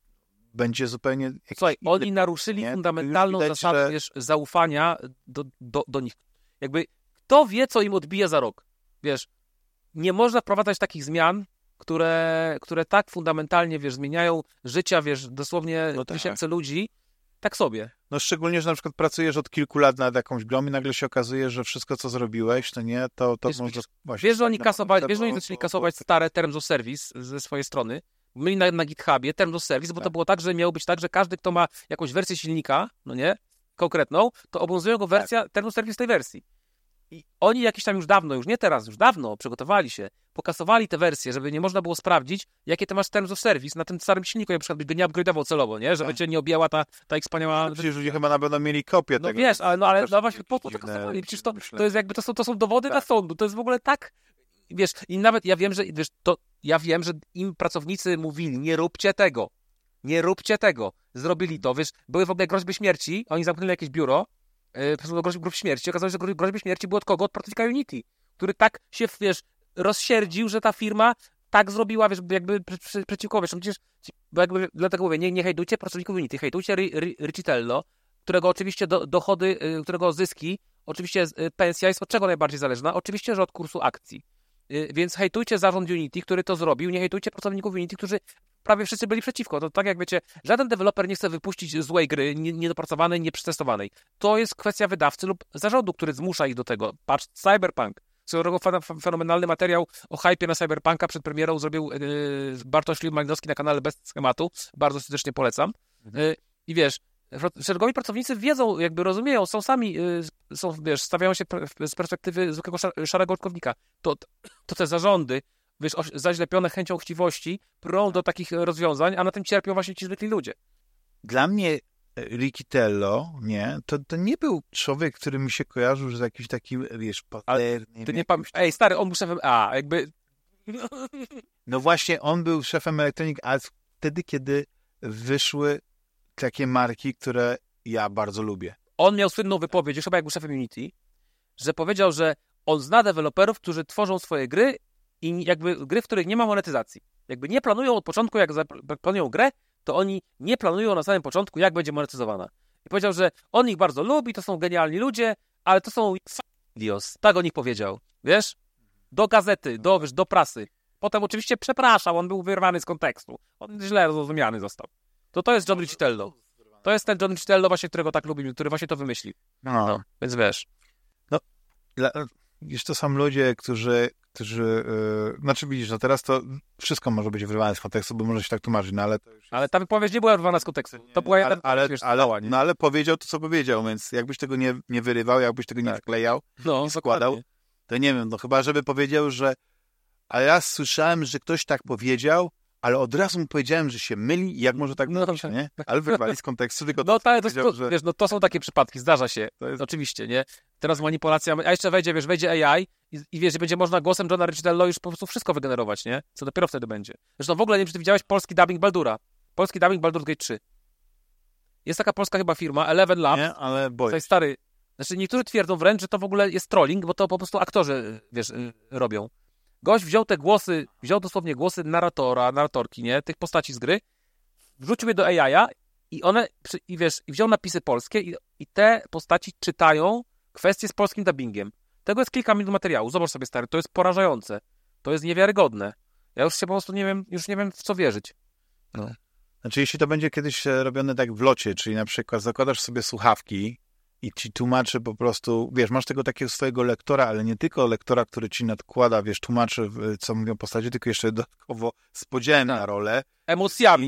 będzie zupełnie... Słuchaj, oni naruszyli nie? fundamentalną Widać, zasadę, że... wiesz, zaufania do, do, do nich. Jakby kto wie, co im odbije za rok? Wiesz, nie można wprowadzać takich zmian, które, które tak fundamentalnie, wiesz, zmieniają życia, wiesz, dosłownie no tak. tysięcy ludzi, tak sobie. No szczególnie, że na przykład pracujesz od kilku lat nad jakąś grą i nagle się okazuje, że wszystko, co zrobiłeś, to nie, to, to wiesz, może... Wiesz, właśnie wiesz, że oni na kasowali, końcu, wiesz, że oni bo- zaczęli bo- kasować bo- stare Terms of Service ze swojej strony. Mieli na, na GitHubie Terms of Service, bo Tak. to było tak, że miało być tak, że każdy, kto ma jakąś wersję silnika, no nie, konkretną, to obowiązuje go wersja Terms of Service tej wersji. I oni jakieś tam już dawno, już nie teraz, już dawno przygotowali się, pokasowali te wersje, żeby nie można było sprawdzić, jakie ty masz Terms of Service na tym starym silniku, na przykład byś go nie upgrade'ował celowo, nie? Żeby Tak. cię nie objęła ta, ta ich wspaniała... Przecież ludzie chyba na pewno mieli kopię No tego. wiesz, ale, no, ale Też no właśnie po to dziwne kasowali. Przecież to, myślenie. to jest jakby, to są, to są dowody Tak. na sądu, to jest w ogóle tak, wiesz, i nawet ja wiem, że, wiesz, to, ja wiem, że im pracownicy mówili, nie róbcie tego, nie róbcie tego, zrobili to, wiesz, były w ogóle groźby śmierci, oni zamknęli jakieś biuro, yy, groźby grup śmierci, okazało się, że gro- groźby śmierci były od kogo? Od pracownika Unity, który tak się, wiesz, rozsierdził, że ta firma tak zrobiła, wiesz, jakby przy, przy, przeciwko, wiesz, no przecież, bo jakby, dlatego mówię, nie, nie hejtujcie pracowników Unity, hejtujcie Ri- Ri- Richitello, którego oczywiście do, dochody, y, którego zyski, oczywiście y, pensja jest od czego najbardziej zależna? Oczywiście, że od kursu akcji. Y, więc hejtujcie zarząd Unity, który to zrobił, nie hejtujcie pracowników Unity, którzy prawie wszyscy byli przeciwko. To tak jak wiecie, żaden deweloper nie chce wypuścić złej gry, nie- niedopracowanej, nieprzetestowanej. To jest kwestia wydawcy lub zarządu, który zmusza ich do tego. Patrz, Cyberpunk. Swoją drogą fen- fenomenalny materiał o hypie na Cyberpunka przed premierą zrobił yy, Bartosz Malinowski na kanale Bez Schematu. Bardzo serdecznie polecam. Yy, I wiesz, szeregowi pracownicy wiedzą, jakby rozumieją, są sami, yy, są, wiesz, stawiają się pre- z perspektywy zwykłego szar- szarego użytkownika. To, to te zarządy, wiesz, oś- zaślepione chęcią chciwości, prą do takich rozwiązań, a na tym cierpią właśnie ci zwykli ludzie. Dla mnie Richitello, nie, to, to nie był człowiek, który mi się kojarzył, że jakiś taki, wiesz, paterny. Ty nie pamiętasz, ej stary, on był szefem, a jakby... No właśnie, on był szefem Electronic Arts wtedy, kiedy wyszły takie marki, które ja bardzo lubię. On miał słynną wypowiedź, już chyba jak był szefem Unity, że powiedział, że on zna deweloperów, którzy tworzą swoje gry i jakby gry, w których nie ma monetyzacji. Jakby nie planują od początku, jak zap- planują grę, to oni nie planują na samym początku, jak będzie monetyzowana. I powiedział, że on ich bardzo lubi, to są genialni ludzie, ale to są idios. Tak o nich powiedział. Wiesz? Do gazety, do, wiesz, do prasy. Potem oczywiście przepraszał, on był wyrwany z kontekstu. On źle zrozumiany został. To to jest John Richitello. To jest ten John Richitello właśnie, którego tak lubimy, który właśnie to wymyślił. No, No, więc wiesz. Dla, wiesz, to są ludzie, którzy, którzy yy, znaczy widzisz, no teraz to wszystko może być wyrwane z kontekstu, bo może się tak tłumaczyć, no ale to już jest... Ale ta wypowiedź nie była wyrwana z kontekstu. To była ale, jeden, ale, wiesz, ale, cała, nie? no ale powiedział to, co powiedział, więc jakbyś tego nie, nie wyrywał, jakbyś tego nie Tak. wklejał, no, nie składał, dokładnie. to nie wiem, no chyba, żeby powiedział, że a ja słyszałem, że ktoś tak powiedział, ale od razu mu powiedziałem, że się myli i jak może tak No, być, tak. nie? Ale wyrwali z kontekstu, tylko No tak, to, powiedział, to, że... wiesz, no to są takie przypadki, zdarza się. To jest- Oczywiście, nie? Teraz manipulacja, a jeszcze wejdzie, wiesz, wejdzie A I i, i wiesz, że będzie można głosem Johna Richitello już po prostu wszystko wygenerować, nie? Co dopiero wtedy będzie. Zresztą w ogóle nie wiem, czy ty widziałeś polski dubbing Baldura. Polski dubbing Baldur's Gate trzy. Jest taka polska chyba firma, Eleven Labs. Nie, ale To boję jest stary. Znaczy niektórzy twierdzą wręcz, że to w ogóle jest trolling, bo to po prostu aktorzy, wiesz, y, robią. Gość wziął te głosy, wziął dosłownie głosy narratora, narratorki, nie? Tych postaci z gry, wrzucił je do A I a i one, przy- i wiesz, i wziął napisy polskie i, i te postaci czytają kwestie z polskim dubbingiem. Tego jest kilka minut materiału. Zobacz sobie, stary, to jest porażające. To jest niewiarygodne. Ja już się po prostu nie wiem, już nie wiem w co wierzyć. No. Znaczy, jeśli to będzie kiedyś e, robione tak w locie, czyli na przykład zakładasz sobie słuchawki i ci tłumaczy po prostu, wiesz, masz tego takiego swojego lektora, ale nie tylko lektora, który ci nadkłada, wiesz, tłumaczy, w- co mówią postacie, tylko jeszcze dodatkowo z podziałem na rolę, Emocjami.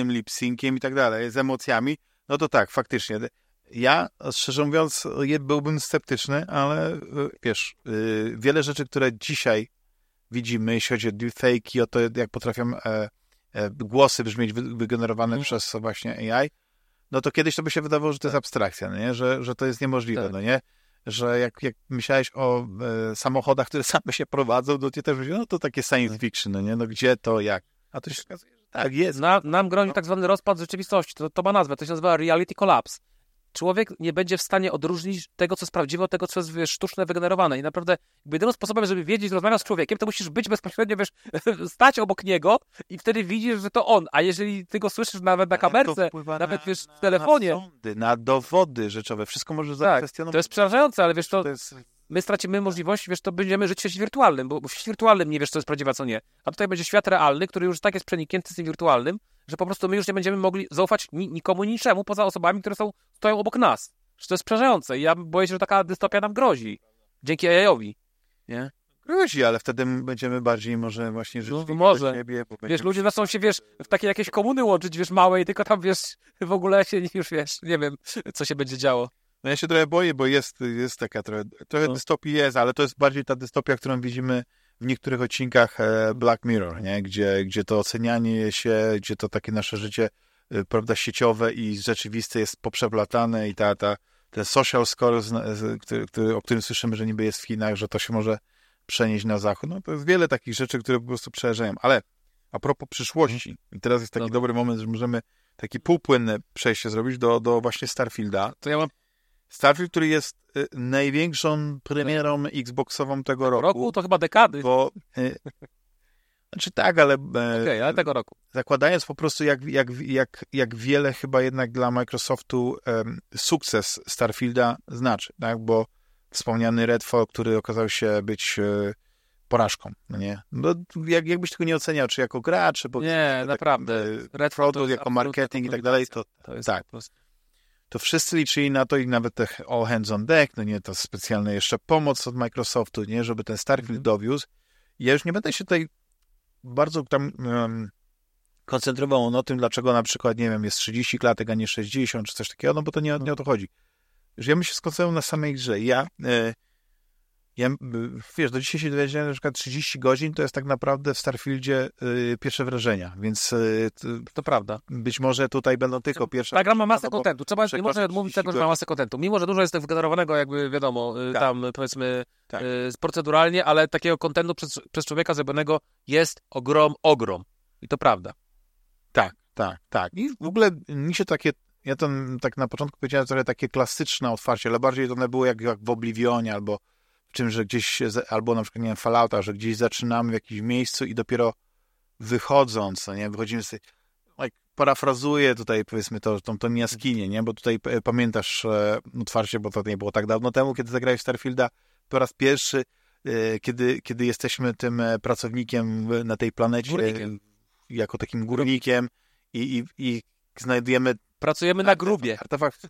Mm. przez właśnie A I, no to kiedyś to by się wydawało, że to jest abstrakcja, no nie? Że, że to jest niemożliwe, Tak. no nie? Że jak, jak myślałeś o e, samochodach, które same się prowadzą, to ty też myślisz, no to takie science fiction, no nie? No gdzie to, jak? A to się okazuje, że tak, jest. Na, nam grozi tak zwany rozpad rzeczywistości. To, to ma nazwę, to się nazywa reality collapse. człowiek nie będzie w stanie odróżnić tego, co jest prawdziwe, od tego, co jest, wiesz, sztuczne, wygenerowane. I naprawdę jakby jedynym sposobem, żeby wiedzieć, rozmawiać z człowiekiem, to musisz być bezpośrednio, wiesz, stać obok niego i wtedy widzisz, że to on. A jeżeli ty go słyszysz nawet na kamerce, nawet, wiesz, w telefonie... Na sądy, na dowody rzeczowe, wszystko może tak, zakwestionować. To jest przerażające, ale wiesz, to... to jest... My stracimy możliwość, wiesz, to będziemy żyć w świecie wirtualnym, bo w świecie wirtualnym nie wiesz, co jest prawdziwe, a co nie. A tutaj będzie świat realny, który już tak jest przeniknięty z tym wirtualnym, że po prostu my już nie będziemy mogli zaufać ni- nikomu, niczemu, poza osobami, które są, stoją obok nas. Że to jest przerażające i ja boję się, że taka dystopia nam grozi. Dzięki A I-owi. Nie? Grozi, ale wtedy będziemy bardziej może właśnie żyć no, może. siebie. Bo wiesz, ludzie zaczną się, wiesz, w takie jakieś komuny łączyć, wiesz, małe i tylko tam, wiesz, w ogóle się już, wiesz, nie wiem, co się będzie działo. No ja się trochę boję, bo jest, jest taka trochę, trochę no. dystopii jest, ale to jest bardziej ta dystopia, którą widzimy w niektórych odcinkach Black Mirror, nie? Gdzie, gdzie to ocenianie się, gdzie to takie nasze życie, prawda, sieciowe i rzeczywiste jest poprzeplatane i ta, ta, ten social score, który, który, o którym słyszymy, że niby jest w Chinach, że to się może przenieść na zachód. No to jest wiele takich rzeczy, które po prostu przerażają. Ale a propos przyszłości, i teraz jest taki Dobra. dobry moment, że możemy takie półpłynne przejście zrobić do, do właśnie Starfielda. To ja mam Starfield, który jest y, największą premierą Xboxową tego roku. roku, to chyba dekady. Bo, y, znaczy tak, ale, y, Okej, okay, ale tego roku. zakładając po prostu jak, jak, jak, jak wiele chyba jednak dla Microsoftu y, sukces Starfielda znaczy, tak? Bo wspomniany Redfall, który okazał się być y, porażką, no nie? No, jak, jakbyś tego nie oceniał, czy jako gracz, czy po, Nie, tak, naprawdę. y, Redfall produkt, jako marketing i tak dalej, to, to jest tak. po prostu... to wszyscy liczyli na to i nawet te all hands on deck, no nie, to specjalna jeszcze pomoc od Microsoftu, nie, żeby ten Starfield mm. dowiózł. I ja już nie będę się tutaj bardzo tam um, koncentrował na tym, dlaczego na przykład, nie wiem, jest trzydzieści klatek, a nie sześćdziesiąt, czy coś takiego, no bo to nie, nie o to chodzi. Już ja bym się skoncentrował na samej grze. Ja, e, ja wiesz, do dzisiaj się dowiedziałem, że na przykład trzydzieści godzin to jest tak naprawdę w Starfieldzie y, pierwsze wrażenia, więc y, to, to prawda. Być może tutaj będą tylko pierwsze... Ta gra ma masę kontentu. Trzeba nie można odmówić tego, że ma masę kontentu. Mimo, że dużo jest tego wygenerowanego, jakby wiadomo, tak. tam powiedzmy tak. y, proceduralnie, ale takiego kontentu przez, przez człowieka zrobionego jest ogrom, ogrom. I to prawda. Tak, tak, tak. I w ogóle mi się takie, ja to tak na początku powiedziałem trochę takie klasyczne otwarcie, ale bardziej to one było jak, jak w Oblivionie albo w czym, że gdzieś, albo na przykład, nie wiem, Fallouta, że gdzieś zaczynamy w jakimś miejscu i dopiero wychodząc, no nie, wychodzimy z like, parafrazuję tutaj, powiedzmy, to, tą, tą jaskinię, nie, bo tutaj e, pamiętasz e, otwarcie, bo to nie było tak dawno temu, kiedy zagrałeś Starfielda, po raz pierwszy, e, kiedy, kiedy jesteśmy tym e, pracownikiem w, na tej planecie, Górnikiem. e, jako takim górnikiem i, i, i znajdujemy... Pracujemy na grubie. Artefakt.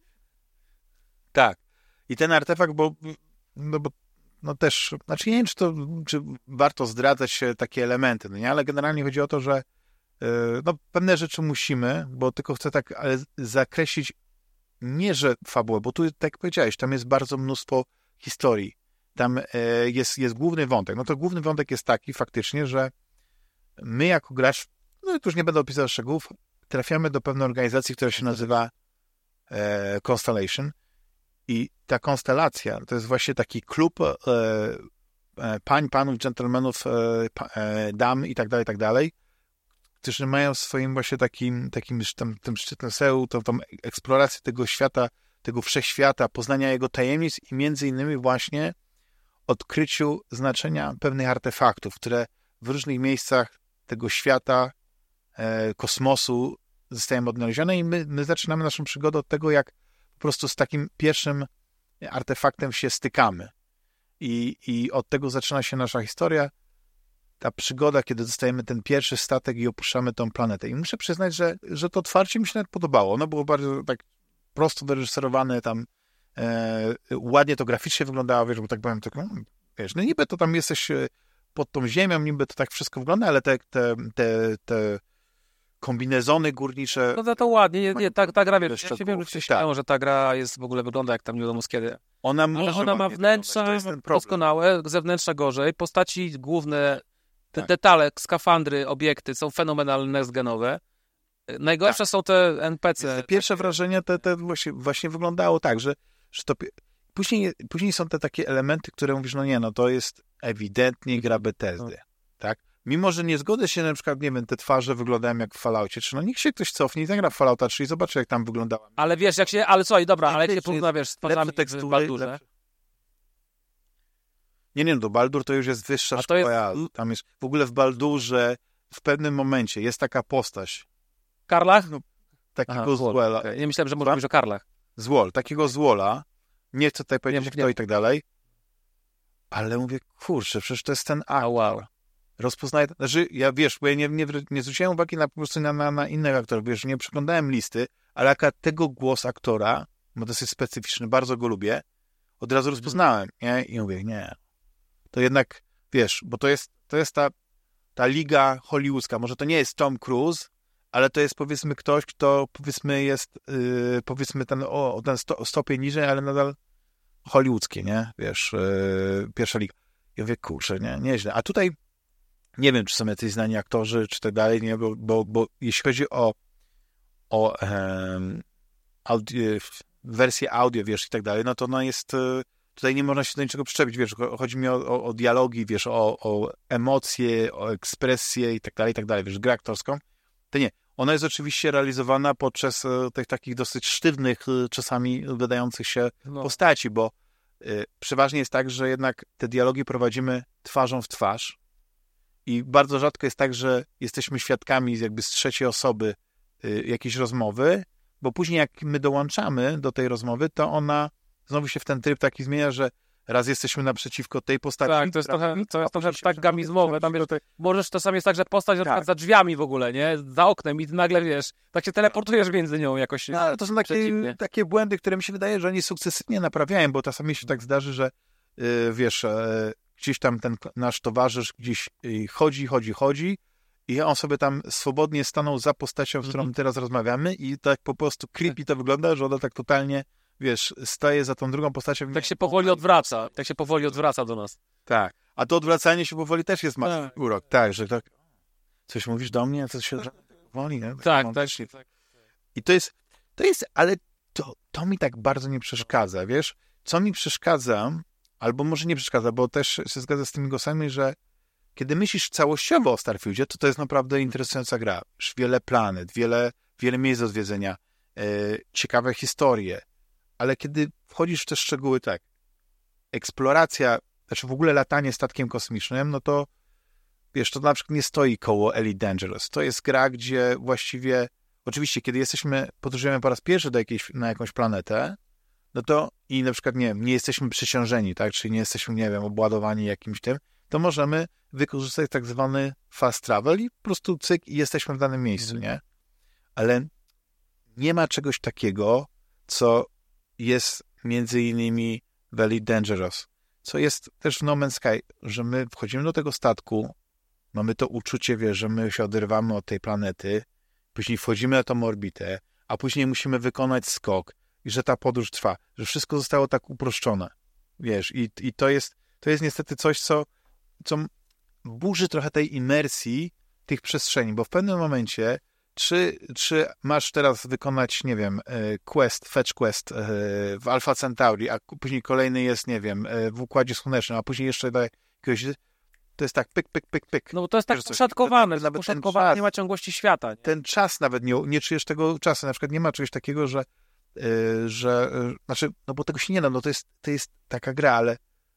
Tak. I ten artefakt, bo no bo no też, znaczy nie wiem, czy to, czy warto zdradzać takie elementy, no nie, ale generalnie chodzi o to, że yy, no pewne rzeczy musimy, bo tylko chcę tak ale zakreślić, nie, że fabułę, bo tu, tak jak powiedziałeś, tam jest bardzo mnóstwo historii. Tam yy, jest, jest główny wątek. No to główny wątek jest taki faktycznie, że my jako gracz, no już nie będę opisywał szczegółów, trafiamy do pewnej organizacji, która się nazywa yy, Constellation. I ta konstelacja to jest właśnie taki klub e, e, pań, panów, dżentelmenów, e, pa, e, dam i tak dalej, i tak dalej, którzy mają w swoim właśnie takim, takim tam, tym szczytnym seł, tą, tą eksplorację tego świata, tego wszechświata, poznania jego tajemnic i między innymi właśnie odkryciu znaczenia pewnych artefaktów, które w różnych miejscach tego świata, e, kosmosu zostają odnalezione i my, my zaczynamy naszą przygodę od tego, jak po prostu z takim pierwszym artefaktem się stykamy. I, I od tego zaczyna się nasza historia, ta przygoda, kiedy dostajemy ten pierwszy statek i opuszczamy tą planetę. I muszę przyznać, że, że to otwarcie mi się nawet podobało. Ono było bardzo tak prosto wyreżyserowane, tam e, ładnie to graficznie wyglądało, wiesz, bo tak powiem, tak, no, wiesz, no niby to tam jesteś pod tą ziemią, niby to tak wszystko wygląda, ale te, te, te, te kombinezony górnicze... No to, to ładnie, nie, nie, ta, ta gra, wiesz, ja się wiem, że tak. że ta gra jest w ogóle wygląda jak tam nie wiadomo z kiedy. Ona, ale ona ma wnętrza doskonałe, zewnętrza gorzej, postaci główne, te tak. detale, skafandry, obiekty są fenomenalne, next-genowe. Najgorsze tak. są te en pe ce. Te pierwsze wrażenia te, te właśnie, właśnie wyglądało tak, że, że to... Później, później są te takie elementy, które mówisz, no nie, no to jest ewidentnie gra Bethesdy, tak? mimo że nie zgodzę się, na przykład, nie wiem, te twarze wyglądają jak w Falloutie, czy no niech się ktoś cofnie i zagra w Fallouta trzy i zobaczy, jak tam wyglądała. Ale wiesz, jak się, ale słuchaj, dobra, Nie, ale jak się wiesz, porówna, wiesz, z twarzami lepsze tekstury, w Baldurze. lepsze... Nie, nie, do Baldur to już jest wyższa A to szkoła. jest- Ja, tam jest, w ogóle w Baldurze w pewnym momencie jest taka postać, Karlach? takiego Aha, Złol. złola, Okay. Nie myślałem, że Co? może mówić o Karlach. złol, takiego złola, nie chcę tutaj powiedzieć mów, kto nie. i tak dalej, ale mówię, kurczę, przecież to jest ten aktor. A wow. Rozpoznaję, znaczy, ja wiesz, bo ja nie, nie, nie zwróciłem uwagi na, po prostu na, na, na innych aktorów, wiesz, nie przeglądałem listy, ale akurat tego głos aktora, bo dosyć specyficzny, bardzo go lubię, od razu rozpoznałem, nie? I mówię, nie, to jednak, wiesz, bo to jest, to jest ta, ta liga hollywoodzka, może to nie jest Tom Cruise, ale to jest, powiedzmy, ktoś, kto, powiedzmy, jest, yy, powiedzmy, ten, o, o ten sto, stopień niżej, ale nadal hollywoodzkie, nie? Wiesz, yy, pierwsza liga. Ja mówię, kurczę, nie, nieźle. A tutaj nie wiem, czy są jacyś znani aktorzy, czy tak dalej, nie, bo, bo, bo jeśli chodzi o, o um, audio, wersję audio, wiesz, i tak dalej, no to ona jest, tutaj nie można się do niczego przyczepić, wiesz, chodzi mi o, o, o dialogi, wiesz, o, o emocje, o ekspresję i tak dalej, i tak dalej, wiesz, grę aktorską, to nie. Ona jest oczywiście realizowana podczas tych takich dosyć sztywnych, czasami wydających się No. postaci, bo y, przeważnie jest tak, że jednak te dialogi prowadzimy twarzą w twarz i bardzo rzadko jest tak, że jesteśmy świadkami jakby z trzeciej osoby y, jakiejś rozmowy, bo później jak my dołączamy do tej rozmowy, to ona znowu się w ten tryb taki zmienia, że raz jesteśmy naprzeciwko tej postaci. Tak, to jest która trochę, mówi, to a jest trochę później się tak przechodzi gamizmowe. Tam wiesz, do tej- możesz czasami jest tak, że postać na Tak. przykład za drzwiami w ogóle, nie? Za oknem i ty nagle, wiesz, tak się teleportujesz między nią jakoś. No, ale to są takie, przeciwnie. takie błędy, które mi się wydaje, że oni sukcesywnie naprawiają, bo czasami się tak zdarzy, że yy, wiesz, e, gdzieś tam ten nasz towarzysz gdzieś yy, chodzi, chodzi, chodzi i on sobie tam swobodnie stanął za postacią, z którą Mhm. teraz rozmawiamy i tak po prostu creepy to wygląda, że ona tak totalnie, wiesz, staje za tą drugą postacią. Tak się powoli odwraca, tak się powoli odwraca do nas. Tak. A to odwracanie się powoli też jest mały Tak. urok. Tak, że tak, coś mówisz do mnie, coś się powoli, nie? Tak, tak. romantycznie. I to jest, to jest, ale to, to mi tak bardzo nie przeszkadza, wiesz? Co mi przeszkadza, albo może nie przeszkadza, bo też się zgadza z tymi głosami, że kiedy myślisz całościowo o Starfieldzie, to to jest naprawdę interesująca gra. Już wiele planet, wiele, wiele miejsc do zwiedzenia, e, ciekawe historie, ale kiedy wchodzisz w te szczegóły, tak, eksploracja, znaczy w ogóle latanie statkiem kosmicznym, no to wiesz, to na przykład nie stoi koło Elite Dangerous. To jest gra, gdzie właściwie, oczywiście, kiedy jesteśmy, podróżujemy po raz pierwszy do jakiejś, na jakąś planetę, no to i na przykład, nie wiem, nie jesteśmy przyciążeni, tak, czyli nie jesteśmy, nie wiem, obładowani jakimś tym, to możemy wykorzystać tak zwany fast travel i po prostu cyk i jesteśmy w danym miejscu, nie? Ale nie ma czegoś takiego, co jest między innymi w Elite Dangerous, co jest też w No Man's Sky, że my wchodzimy do tego statku, mamy to uczucie, wiesz, że my się oderwamy od tej planety, później wchodzimy na tą orbitę, a później musimy wykonać skok i że ta podróż trwa, że wszystko zostało tak uproszczone, wiesz, i, i to jest to jest niestety coś, co, co burzy trochę tej imersji tych przestrzeni, bo w pewnym momencie czy, czy masz teraz wykonać, nie wiem, quest, fetch quest w Alpha Centauri, a później kolejny jest, nie wiem, w Układzie Słonecznym, a później jeszcze do jakiegoś... To jest tak pyk, pyk, pyk, pyk. No bo to jest tak Wiesz co, poszatkowane, nawet ten poszatkowane, czas- nie ma ciągłości świata. Nie? Ten czas nawet nie, nie czujesz tego czasu. Na przykład nie ma czegoś takiego, że, yy, że yy, znaczy, no bo tego się nie da, no to jest, to jest taka gra, ale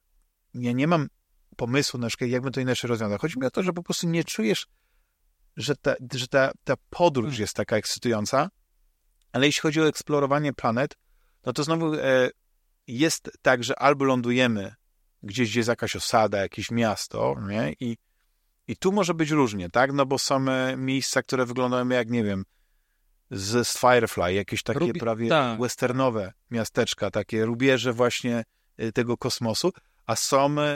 ja nie mam pomysłu na przykład, jakbym to inaczej rozwiązał. Chodzi mi o to, że po prostu nie czujesz, że ta, że ta, ta podróż jest taka ekscytująca, ale jeśli chodzi o eksplorowanie planet, no to znowu e, jest tak, że albo lądujemy gdzieś, gdzie jest jakaś osada, jakieś miasto, nie? I, i tu może być różnie, tak? No bo są e, miejsca, które wyglądają jak, nie wiem, z, z Firefly, jakieś takie Rubi- prawie tak. westernowe miasteczka, takie rubieże właśnie e, tego kosmosu, a są e,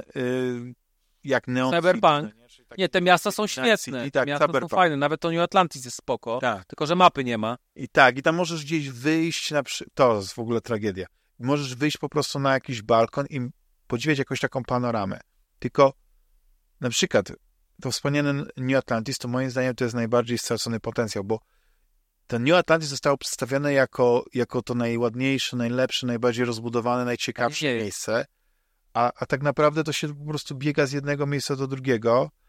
jak Neon Cyberpunk. City, no nie? Czyli takie Nie, te miasta są Night świetne. City, tak, te miasta Cyberpunk. są fajne. Nawet to New Atlantis jest spoko. Tak. Tylko, że mapy nie ma. I tak, i tam możesz gdzieś wyjść na przy... To jest w ogóle tragedia. Możesz wyjść po prostu na jakiś balkon i podziwiać jakąś taką panoramę. Tylko na przykład to wspomniane New Atlantis, to moim zdaniem to jest najbardziej stracony potencjał, bo ten New Atlantis zostało przedstawione jako, jako to najładniejsze, najlepsze, najbardziej rozbudowane, najciekawsze Nie jest. miejsce, a, a tak naprawdę to się po prostu biega z jednego miejsca do drugiego,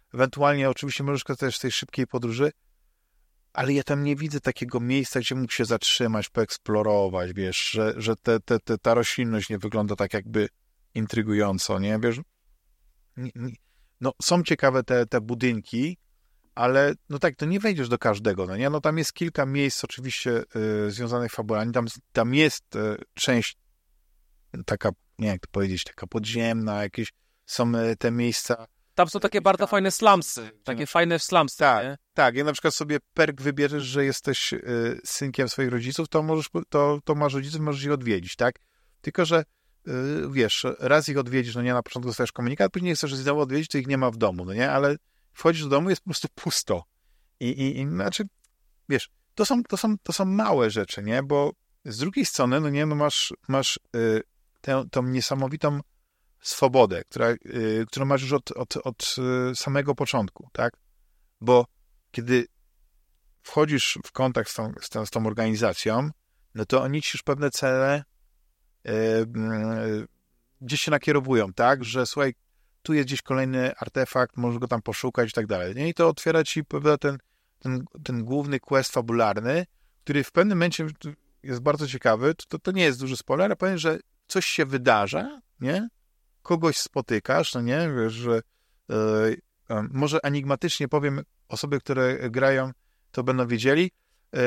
ewentualnie oczywiście możesz korzystać z tej szybkiej podróży, ale ja tam nie widzę takiego miejsca, gdzie mógł się zatrzymać, poeksplorować, wiesz, że, że te, te, te, ta roślinność nie wygląda tak jakby intrygująco, nie? Wiesz, nie, nie, no są ciekawe te, te budynki, ale no tak, to nie wejdziesz do każdego, no nie? No tam jest kilka miejsc oczywiście y, związanych fabularnie, tam, tam jest y, część taka, nie wiem jak to powiedzieć, taka podziemna, jakieś są y, te miejsca. Tam są takie bardzo fajne slumsy, takie fajne slumsy, tak, nie? Tak, jak na przykład sobie perk wybierzesz, że jesteś y, synkiem swoich rodziców, to możesz, to, to masz rodziców, możesz ich odwiedzić, tak? Tylko, że y, wiesz, raz ich odwiedzisz, no nie, na początku dostajesz komunikat, później chcesz znowu odwiedzić, to ich nie ma w domu, no nie? Ale wchodzisz do domu, jest po prostu pusto. I, i, i znaczy, wiesz, to są, to są, to są małe rzeczy, nie? Bo z drugiej strony, no nie, no masz, masz y, tę, tą niesamowitą swobodę, która, y, którą masz już od, od, od y, samego początku, tak? Bo kiedy wchodzisz w kontakt z tą, z tą, z tą organizacją, no to oni ci już pewne cele y, y, gdzieś się nakierowują, tak? Że słuchaj, tu jest gdzieś kolejny artefakt, możesz go tam poszukać i tak dalej. Nie? I to otwiera ci pewnie ten, ten, ten główny quest fabularny, który w pewnym momencie jest bardzo ciekawy. To, to nie jest duży spoiler, ale powiem, że coś się wydarza, nie? Kogoś spotykasz, no nie? Wiesz, że yy, yy, może enigmatycznie powiem, osoby, które grają, to będą wiedzieli. Yy,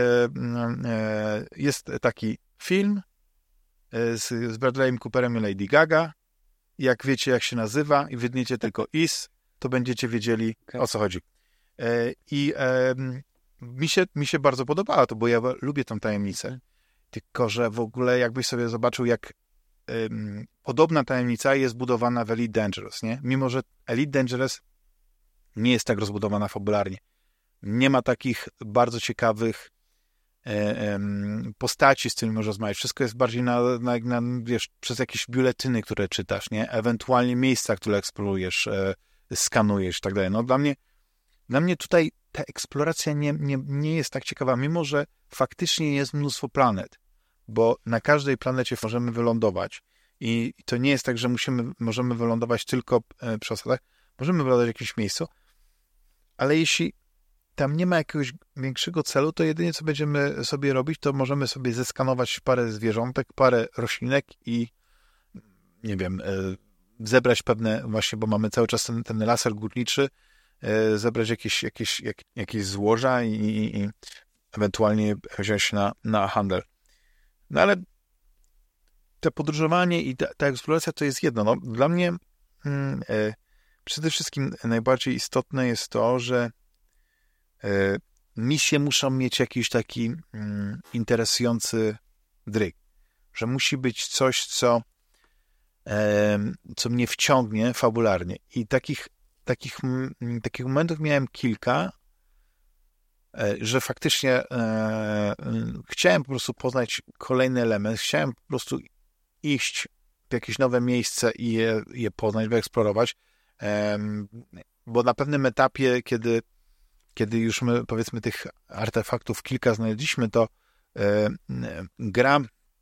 yy, jest taki film yy, z, z Bradleyem Cooperem i Lady Gaga. Jak wiecie, jak się nazywa i wydniecie tylko is, to będziecie wiedzieli, okay, o co chodzi. Yy, I yy, mi, się, mi się bardzo podobało to, bo ja lubię tą tajemnicę. Tylko, że w ogóle jakbyś sobie zobaczył, jak ym, podobna tajemnica jest budowana w Elite Dangerous, nie? Mimo, że Elite Dangerous nie jest tak rozbudowana fabularnie. Nie ma takich bardzo ciekawych e, ym, postaci, z którymi możesz rozmawiać. Wszystko jest bardziej na, na, na, wiesz, przez jakieś biuletyny, które czytasz, nie? Ewentualnie miejsca, które eksplorujesz, e, skanujesz i tak dalej. No dla mnie, dla mnie tutaj ta eksploracja nie, nie, nie jest tak ciekawa, mimo że faktycznie jest mnóstwo planet, bo na każdej planecie możemy wylądować i to nie jest tak, że musimy, możemy wylądować tylko przy osadach, możemy wylądować w jakimś miejscu, ale jeśli tam nie ma jakiegoś większego celu, to jedynie co będziemy sobie robić, to możemy sobie zeskanować parę zwierzątek, parę roślinek i nie wiem, zebrać pewne, właśnie, bo mamy cały czas ten, ten laser górniczy, zebrać jakieś, jakieś, jak, jakieś złoża i, i, i ewentualnie wziąć na, na handel. No ale to podróżowanie i ta, ta eksploracja to jest jedno. No, dla mnie mm, e, przede wszystkim najbardziej istotne jest to, że e, misje muszą mieć jakiś taki mm, interesujący dryg. Że musi być coś, co, e, co mnie wciągnie fabularnie. I takich Takich, takich momentów miałem kilka, że faktycznie e, chciałem po prostu poznać kolejny element, chciałem po prostu iść w jakieś nowe miejsce i je, je poznać, wyeksplorować, e, bo na pewnym etapie, kiedy, kiedy już my, powiedzmy, tych artefaktów kilka znaleźliśmy, to e, gra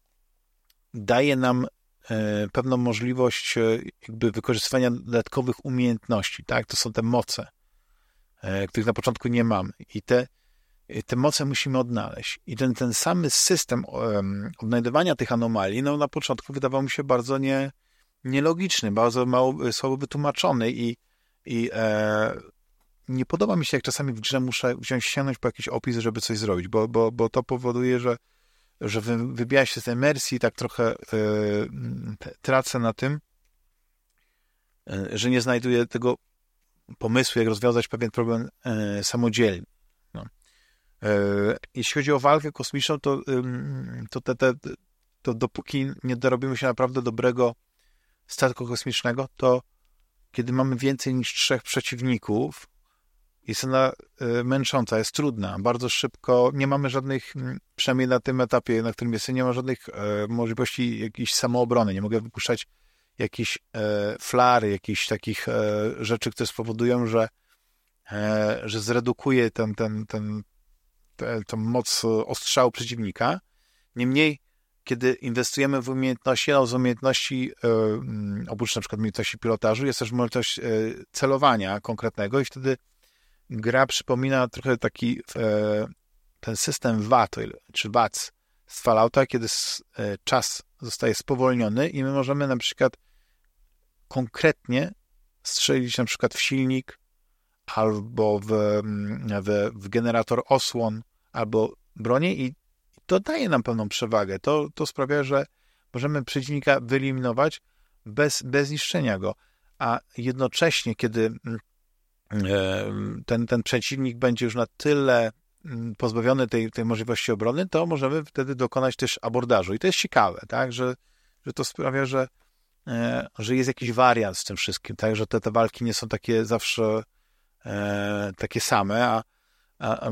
daje nam pewną możliwość jakby wykorzystywania dodatkowych umiejętności, tak? To są te moce, których na początku nie mamy. I te, te moce musimy odnaleźć. I ten, ten sam system um, odnajdywania tych anomalii, no na początku wydawał mi się bardzo nie, nielogiczny, bardzo mało, słabo wytłumaczony i, i e, nie podoba mi się, jak czasami w grze muszę wziąć, sięgnąć po jakiś opis, żeby coś zrobić, bo, bo, bo to powoduje, że że wy, wybija się z imersji, tak trochę y, tracę na tym, y, że nie znajduję tego pomysłu, jak rozwiązać pewien problem y, samodzielnie. No. Y, jeśli chodzi o walkę kosmiczną, to, y, to, te, te, to dopóki nie dorobimy się naprawdę dobrego statku kosmicznego, to kiedy mamy więcej niż trzech przeciwników, jest ona y, męcząca, jest trudna, bardzo szybko, nie mamy żadnych, przynajmniej na tym etapie, na którym jestem, nie ma żadnych y, możliwości jakiejś samoobrony, nie mogę wypuszczać jakichś y, flary, jakichś takich y, rzeczy, które spowodują, że, y, że zredukuje ten, ten, ten, ten, tą moc ostrzału przeciwnika. Niemniej, kiedy inwestujemy w umiejętności, no z umiejętności, e, oprócz na przykład umiejętności pilotażu, jest też umiejętność e, celowania konkretnego i wtedy gra przypomina trochę taki e, ten system V A T, czy V A C z Fallouta, kiedy s, e, czas zostaje spowolniony i my możemy na przykład konkretnie strzelić na przykład w silnik albo w, w, w generator osłon, albo bronię i to daje nam pewną przewagę. To, to sprawia, że możemy przeciwnika wyeliminować bez, bez niszczenia go. A jednocześnie, kiedy ten, ten przeciwnik będzie już na tyle pozbawiony tej, tej możliwości obrony, to możemy wtedy dokonać też abordażu. I to jest ciekawe, tak? Że, że to sprawia, że, że jest jakiś wariant z tym wszystkim, tak? Że te, te walki nie są takie zawsze e, takie same, a, a,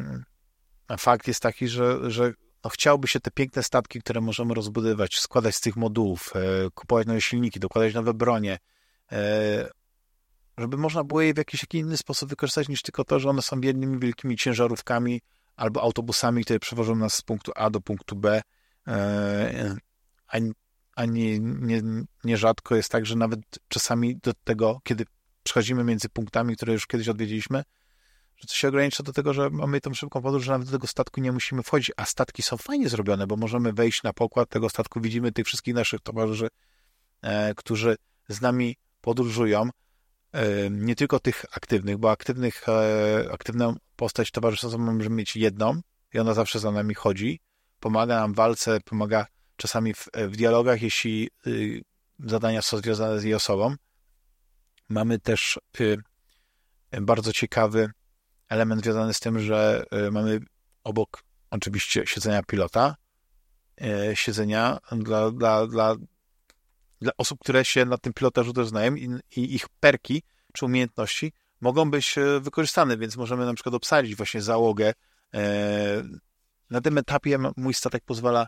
a fakt jest taki, że, że no chciałoby się te piękne statki, które możemy rozbudowywać, składać z tych modułów, e, kupować nowe silniki, dokładać nowe bronie, e, żeby można było je w jakiś taki inny sposób wykorzystać niż tylko to, że one są jednymi wielkimi ciężarówkami albo autobusami, które przewożą nas z punktu A do punktu B. E, a a nie, nie, nierzadko jest tak, że nawet czasami do tego, kiedy przechodzimy między punktami, które już kiedyś odwiedziliśmy, że to się ogranicza do tego, że mamy tą szybką podróż, że nawet do tego statku nie musimy wchodzić, a statki są fajnie zrobione, bo możemy wejść na pokład tego statku, widzimy tych wszystkich naszych towarzyszy, e, którzy z nami podróżują, e, nie tylko tych aktywnych, bo aktywnych, e, aktywną postać towarzyszącą możemy mieć jedną i ona zawsze za nami chodzi, pomaga nam w walce, pomaga czasami w, w dialogach, jeśli y, zadania są związane z jej osobą. Mamy też y, bardzo ciekawy element związany z tym, że y, mamy obok oczywiście siedzenia pilota, y, siedzenia dla, dla, dla, dla osób, które się na tym pilotażu też znają i, i ich perki czy umiejętności mogą być y, wykorzystane, więc możemy na przykład obsadzić właśnie załogę. Y, na tym etapie mój statek pozwala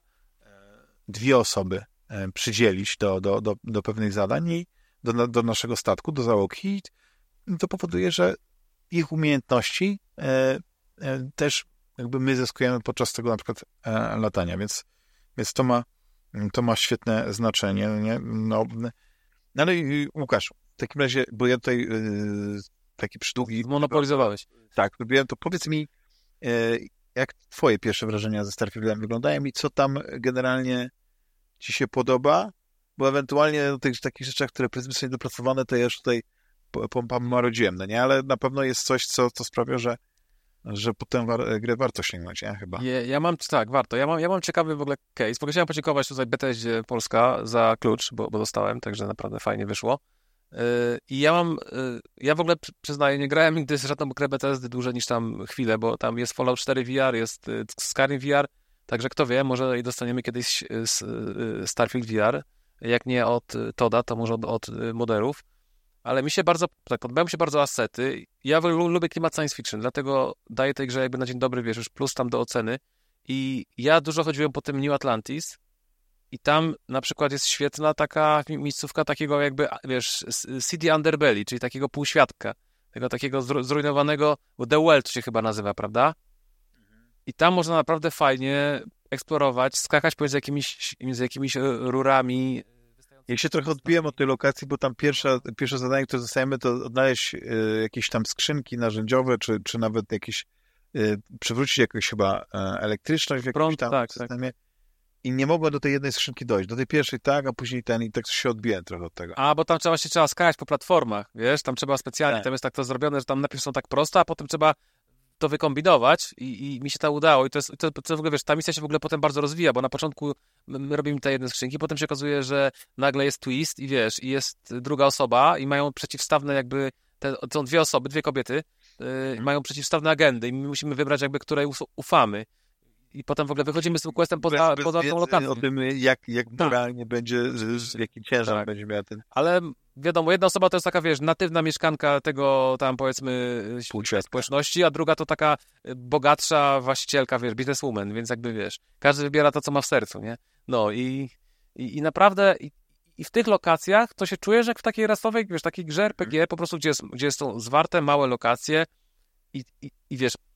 dwie osoby przydzielić do, do, do, do pewnych zadań i do, do naszego statku, do załogi. I to powoduje, że ich umiejętności e, e, też jakby my zyskujemy podczas tego na przykład e, latania, więc, więc to ma to ma świetne znaczenie. Nie? No, no ale Łukasz, w takim razie, bo ja tutaj e, taki przydługi... Monopolizowałeś. Tak, robiłem to. Powiedz mi, e, jak twoje pierwsze wrażenia ze Starfieldem wyglądają i co tam generalnie ci się podoba, bo ewentualnie o tych takich rzeczach, które powiedzmy są niedopracowane, to ja już tutaj pomarodziłem, no nie? Ale na pewno jest coś, co, co sprawia, że, że potem war, grę warto sięgnąć, nie? Chyba. Ja, ja mam, tak, warto. Ja mam, ja mam ciekawy w ogóle case. W ogóle chciałem podziękować tutaj Bethesdzie Polska za klucz, bo, bo dostałem, także naprawdę fajnie wyszło. Yy, I ja mam, yy, ja w ogóle przyznaję, nie grałem nigdy z żadną grę Bethesdy dłużej niż tam chwilę, bo tam jest Fallout cztery V R, jest yy, Skyrim V R, także kto wie, może i dostaniemy kiedyś Starfield V R, jak nie od Toda, to może od, od moderów, ale mi się bardzo, tak, podobają mi się bardzo asety. Ja lubię klimat science fiction, dlatego daję tej grze jakby na dzień dobry, wiesz, już plus tam do oceny i ja dużo chodziłem po tym New Atlantis i tam na przykład jest świetna taka miejscówka takiego jakby, wiesz, City Underbelly, czyli takiego półświadka, tego takiego zrujnowanego, The Well to się chyba nazywa, prawda? I tam można naprawdę fajnie eksplorować, skakać pomiędzy jakimiś, między jakimiś rurami. Ja się trochę odbiłem od tej lokacji, bo tam pierwsze, pierwsze zadanie, które dostajemy, to odnaleźć y, jakieś tam skrzynki narzędziowe, czy, czy nawet jakieś y, przywrócić jakąś chyba y, elektryczność w jakimś Prąd, tam tak, systemie. Tak. I nie mogłem do tej jednej skrzynki dojść. Do tej pierwszej tak, a później ten i tak się odbiłem trochę od tego. A, bo tam trzeba się trzeba skakać po platformach, wiesz, tam trzeba specjalnie, tak. Tam jest tak to zrobione, że tam najpierw są tak proste, a potem trzeba to wykombinować i, i mi się to udało. I to jest, to, to w ogóle, wiesz, ta misja się w ogóle potem bardzo rozwija, bo na początku my robimy te jedne skrzynki, potem się okazuje, że nagle jest twist i wiesz, i jest druga osoba i mają przeciwstawne jakby, te, są dwie osoby, dwie kobiety, yy, hmm. mają przeciwstawne agendy i my musimy wybrać jakby, której ufamy. I potem w ogóle wychodzimy z tym questem poza, bez, poza bez tą lokacją. O tym, jak, jak moralnie będzie, jaki ciężar tak. będzie miał ten... Ale wiadomo, jedna osoba to jest taka, wiesz, natywna mieszkanka tego tam, powiedzmy, społeczności, a druga to taka bogatsza właścicielka, wiesz, bizneswoman, więc jakby, wiesz, każdy wybiera to, co ma w sercu, nie? No i, i, i naprawdę i, i w tych lokacjach to się czujesz jak w takiej rasowej, wiesz, takiej grze R P G, po prostu, gdzie, jest, gdzie są zwarte małe lokacje i, i, i wiesz,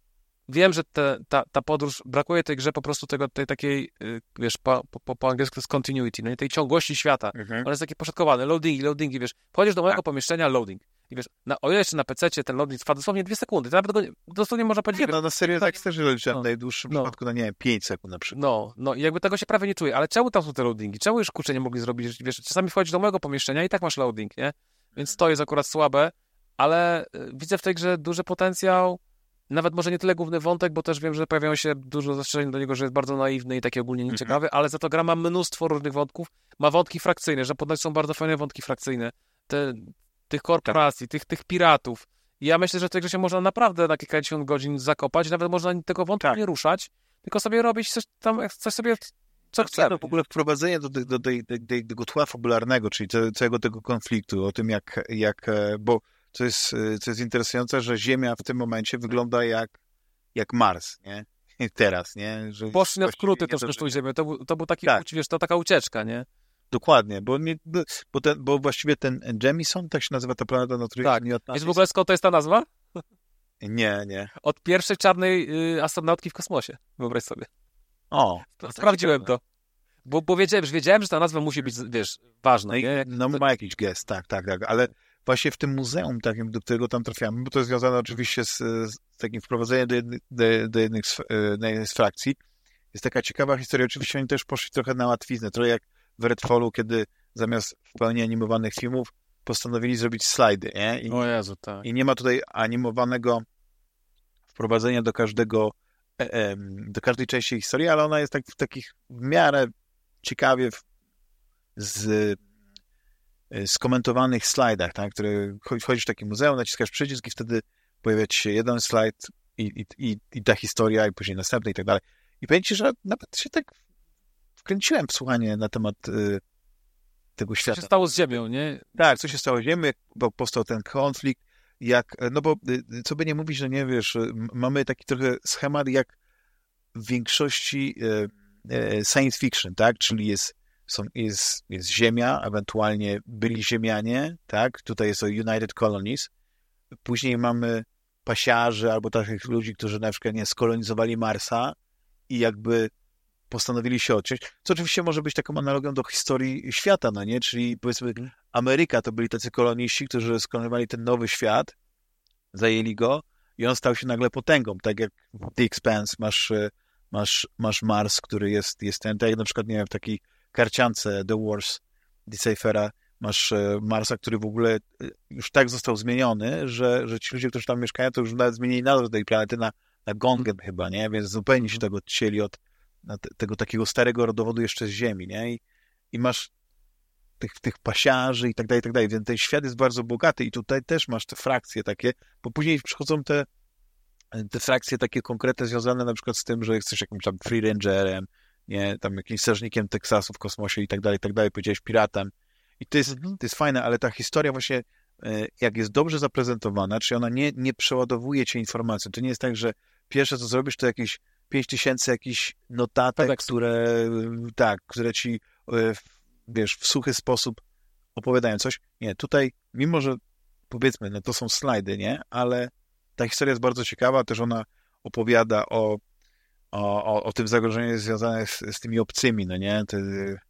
wiem, że te, ta, ta podróż, brakuje tej grze po prostu tego, tej takiej, y, wiesz, po, po, po angielsku to jest continuity, no i tej ciągłości świata. Mhm. On jest taki poszatkowane, loadingi, loadingi, wiesz, wchodzisz do mojego Tak. pomieszczenia, loading. I wiesz, na, o ile jeszcze na pececie ten loading trwa dosłownie dwie sekundy, to nawet go nie, dosłownie można powiedzieć... Nie, no na serio tak też liczyłem No. w najdłuższym No. przypadku, no nie wiem, pięć sekund na przykład. No, no i jakby tego się prawie nie czuje, ale czemu tam są te loadingi? Czemu już kurczę nie mogli zrobić? Wiesz, czasami wchodzisz do mojego pomieszczenia i tak masz loading, nie? Więc to jest akurat słabe, ale y, widzę w tej grze duży potencjał, nawet może nie tyle główny wątek, bo też wiem, że pojawiają się dużo zastrzeżeń do niego, że jest bardzo naiwny i taki ogólnie nieciekawy, ale za to gra ma mnóstwo różnych wątków, ma wątki frakcyjne, że ponoć są bardzo fajne wątki frakcyjne, te, tych korporacji, tych, tych piratów. I ja myślę, że w tej grze się można naprawdę na kilkadziesiąt godzin zakopać, nawet można tego wątku Tak. nie ruszać, tylko sobie robić coś tam, coś sobie, co chcemy. No, w ogóle wprowadzenie do, do, do, tej- tej- tej- tego tła fabularnego, czyli te, całego tego konfliktu, o tym jak, jak e, bo co jest, e, co jest interesujące, że Ziemia w tym momencie wygląda jak, jak Mars, nie? Teraz, nie? Że Poszli na właściwie skróty nie troszkę do z tą życia. ziemią, to, był- to był taki, Tak. wiesz, to taka ucieczka, nie? Dokładnie, bo, nie, bo, ten, bo właściwie ten Jemison, tak się nazywa ta planeta, na której Tak. nie od nas Wiesz w jest? ogóle skąd to jest ta nazwa? Nie, nie. Od pierwszej czarnej y, astronautki w kosmosie, wyobraź sobie. O, To to sprawdziłem ciekawe. to. Bo, bo wiedziałem, że wiedziałem, że ta nazwa musi być, wiesz, ważna, No, i, nie? Jak- no ma jakiś gest, tak, tak, tak, ale właśnie w tym muzeum takim, do którego tam trafiamy, bo to jest związane oczywiście z, z takim wprowadzeniem do, jedny, do, do jednych z, e, do jednej z frakcji, jest taka ciekawa historia, oczywiście oni też poszli trochę na łatwiznę, trochę jak w Redfallu, kiedy zamiast w pełni animowanych filmów postanowili zrobić slajdy, nie? I, O Jezu, tak. i nie ma tutaj animowanego wprowadzenia do każdego, e, e, do każdej części historii, ale ona jest tak w takich w miarę ciekawie w, z skomentowanych slajdach, tak, które wchodzisz w takie muzeum, naciskasz przycisk i wtedy pojawia ci się jeden slajd i, i, i, i ta historia i później następny i tak dalej. I powiem ci, że nawet się tak wkręciłem w słuchanie na temat y, tego Co świata. się stało z ziemią, nie? Tak, co się stało z Ziemią, jak bo powstał ten konflikt, jak, no bo y, co by nie mówić, że nie wiesz, y, m- mamy taki trochę schemat jak w większości y, y, science fiction, tak, czyli jest Są, jest, jest Ziemia, ewentualnie byli Ziemianie, tak? Tutaj jest to United Colonies. Później mamy pasiarzy albo takich ludzi, którzy na przykład nie skolonizowali Marsa i jakby postanowili się odciąć. Co oczywiście może być taką analogią do historii świata, no nie? Czyli powiedzmy Ameryka to byli tacy koloniści, którzy skolonizowali ten nowy świat, zajęli go i on stał się nagle potęgą. Tak jak w The Expanse masz, masz, masz Mars, który jest, jest ten, tak jak na przykład, nie wiem, w takiej karciance The Wars Decifera masz e, Marsa, który w ogóle e, już tak został zmieniony, że, że ci ludzie, którzy tam mieszkają, to już nawet zmienili nazwę tej planety na, na Gongen chyba, nie? Więc zupełnie się tego odcięli od na te, tego takiego starego rodowodu jeszcze z Ziemi, nie? I, i masz tych, tych pasiarzy i tak dalej, i tak dalej. Więc ten świat jest bardzo bogaty i tutaj też masz te frakcje takie, bo później przychodzą te te frakcje takie konkretne związane na przykład z tym, że jesteś jakimś tam free rangerem, nie, tam jakimś strażnikiem Teksasu w kosmosie i tak dalej, i tak dalej, powiedziałeś piratem. I to jest, Mhm. to jest fajne, ale ta historia właśnie, e, jak jest dobrze zaprezentowana, czyli ona nie, nie przeładowuje cię informacją. To nie jest tak, że pierwsze co zrobisz, to jakieś pięć tysięcy jakichś notatek, Kodeksu. które, tak, które ci, e, w- wiesz, w suchy sposób opowiadają coś. Nie, tutaj, mimo że powiedzmy, no to są slajdy, nie, ale ta historia jest bardzo ciekawa, też ona opowiada o O, o, o tym zagrożeniu związane z, z tymi obcymi, no nie? Te,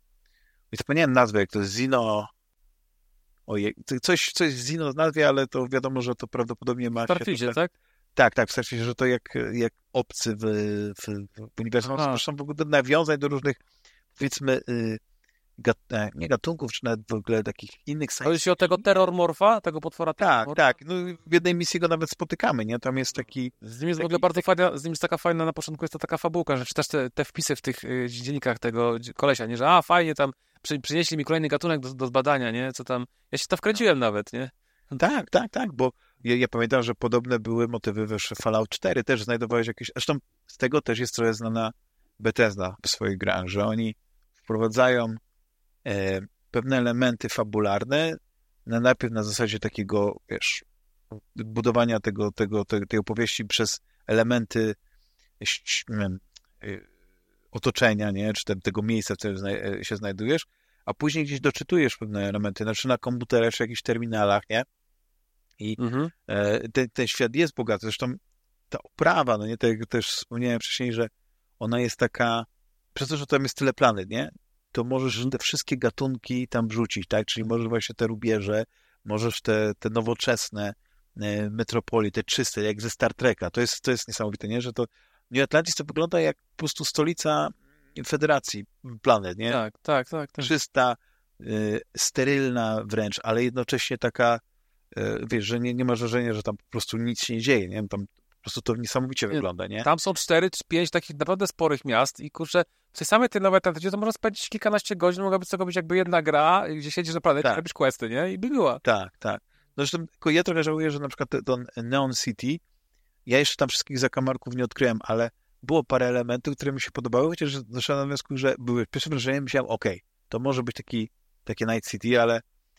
i zapomniałem nazwę, jak to jest Zino... Ojej, to coś, coś z Zino w nazwie, ale to wiadomo, że to prawdopodobnie ma W Starfieldzie, się... tak? Tak, tak, w Starfieldzie, że to jak, jak obcy w, w, w uniwersum. Aha. Zresztą w ogóle nawiązań do różnych, powiedzmy, y, gat, e, nie gatunków, czy nawet w ogóle takich innych science Chodzi ci o tego terrormorfa, tego potwora Tak, terrormorfa? tak. No, w jednej misji go nawet spotykamy, nie? Tam jest taki... Z nim jest w Taki- ogóle bardzo fajna, z nim jest taka fajna, na początku jest to taka fabułka, że czytasz te, te wpisy w tych y, dziennikach tego kolesia, nie? Że a, fajnie tam przy, przynieśli mi kolejny gatunek do, do zbadania, nie? Co tam... Ja się to wkręciłem nawet, nie? Tak, tak, tak, bo ja, ja pamiętam, że podobne były motywy w Fallout cztery, też znajdowałeś jakieś... Zresztą z tego też jest trochę znana Bethesda w swoich grach, że oni wprowadzają e, pewne elementy fabularne na, najpierw na zasadzie takiego, wiesz, budowania tego, tego, tej, tej opowieści przez elementy ś- nie wiem, y, otoczenia, nie? Czy te, tego miejsca, w którym zna- się znajdujesz, a później gdzieś doczytujesz pewne elementy, znaczy na komputerach czy jakichś terminalach, nie? I Mhm. e, ten, ten świat jest bogaty. Zresztą ta oprawa, no nie, tak jak też wspomniałem wcześniej, że ona jest taka, przez to, że tam jest tyle planet, nie? To możesz te wszystkie gatunki tam wrzucić, tak? Czyli możesz właśnie te rubieże, możesz te, te nowoczesne e, metropolie, te czyste, jak ze Star Treka. To jest, to jest niesamowite, nie? Że to New Atlantis to wygląda jak po prostu stolica Federacji planet, nie? Tak, tak, tak. tak. Czysta, y, sterylna wręcz, ale jednocześnie taka, y, wiesz, że nie, nie ma wrażenia, że tam po prostu nic się nie dzieje, nie? Tam po prostu to niesamowicie Nie, wygląda, nie? Tam są cztery czy pięć takich naprawdę sporych miast i kurczę, w tej samej tej nowej Atlantydzie to można spędzić kilkanaście godzin, mogłaby z tego być jakby jedna gra, gdzie siedzisz na planecie, Tak. robisz questy, nie? I by była. Tak, tak. No zresztą tylko ja trochę żałuję, że na przykład ten Neon City, ja jeszcze tam wszystkich zakamarków nie odkryłem, ale było parę elementów, które mi się podobały, chociaż doszedłem do wniosku, że były pierwsze wrażenie, myślałem, okej, okay, to może być taki, takie Night City, ale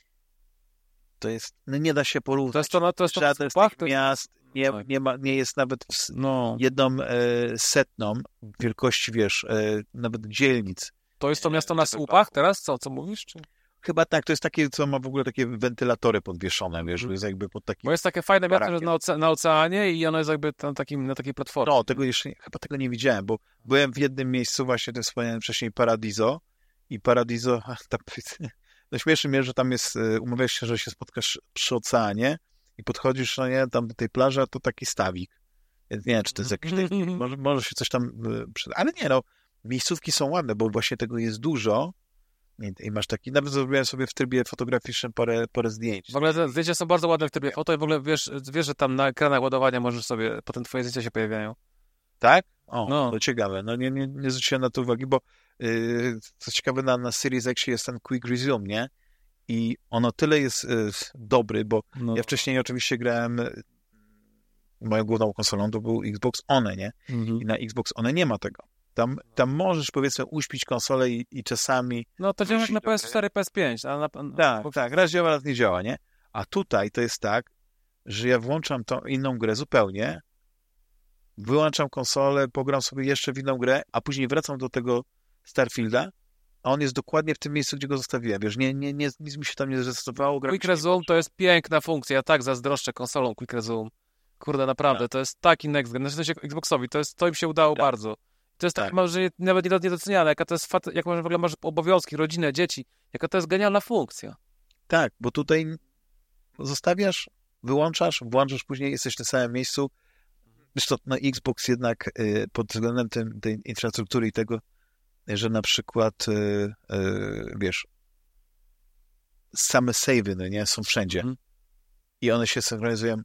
to jest, no nie da się porównać. To jest to, no, to jest to Żaden z spach, tych to jest... miast nie, tak. nie, ma, nie jest nawet w, no. jedną e, setną wielkości, wiesz, e, nawet dzielnic. To jest to miasto na słupach teraz? Co, co mówisz? Czy... Chyba tak, to jest takie, co ma w ogóle takie wentylatory podwieszone, wiesz, Mhm. jest jakby pod takim... Bo jest takie fajne miasto, barakiem. że na, oce- na oceanie i ono jest jakby na, takim, na takiej platformie. No, tego jeszcze, nie, chyba tego nie widziałem, bo byłem w jednym miejscu, właśnie to wspomniałem wcześniej, Paradiso i Paradiso, tam, no śmieszne mnie, że tam jest, umawiasz się, że się spotkasz przy oceanie i podchodzisz, no nie, tam do tej plaży, a to taki stawik. Ja nie wiem, czy to jest jakiś, może, może się coś tam, ale nie, no, miejscówki są ładne, bo właśnie tego jest dużo. I masz taki, nawet zrobiłem sobie w trybie fotograficznym parę, parę zdjęć. W ogóle te zdjęcia są bardzo ładne w trybie foto i w ogóle wiesz, wiesz, że tam na ekranach ładowania możesz sobie, potem twoje zdjęcia się pojawiają. Tak? O, No. to ciekawe. No nie, nie, nie zwróciłem na to uwagi, bo yy, co ciekawe, na, na Series X jest ten Quick Resume, nie? I ono tyle jest yy, dobry, bo No. ja wcześniej oczywiście grałem, moją główną konsolą to był Xbox One, nie? Mhm. I na Xbox One nie ma tego. Tam, tam możesz, powiedzmy, uśpić konsolę i, i czasami... No to działa jak na P S cztery, P S pięć. A na, na, Tak, bo... tak, raz działa, raz nie działa, nie? A tutaj to jest tak, że ja włączam tą inną grę zupełnie, wyłączam konsolę, pogram sobie jeszcze w inną grę, a później wracam do tego Starfielda, a on jest dokładnie w tym miejscu, gdzie go zostawiłem. Wiesz, nie, nie, nie, nic mi się tam nie zrestowało. Quick Resume to jest piękna funkcja. Ja tak zazdroszczę konsolą Quick Resume. Kurde, naprawdę, tak. To jest taki next gen. Znaczy, Xboxowi, to, jest, to im się udało tak. bardzo. To jest tak, tak. że nawet niedoceniane, jaka to jest, fat... jak masz, w ogóle masz obowiązki, rodzinę, dzieci, jaka to jest genialna funkcja. Tak, bo tutaj zostawiasz, wyłączasz, włączasz, później jesteś w tym samym miejscu. Zresztą na Xbox jednak y, pod względem tym, tej infrastruktury i tego, że na przykład, y, y, wiesz, same save'y, no nie, są wszędzie. Hmm. I one się synchronizują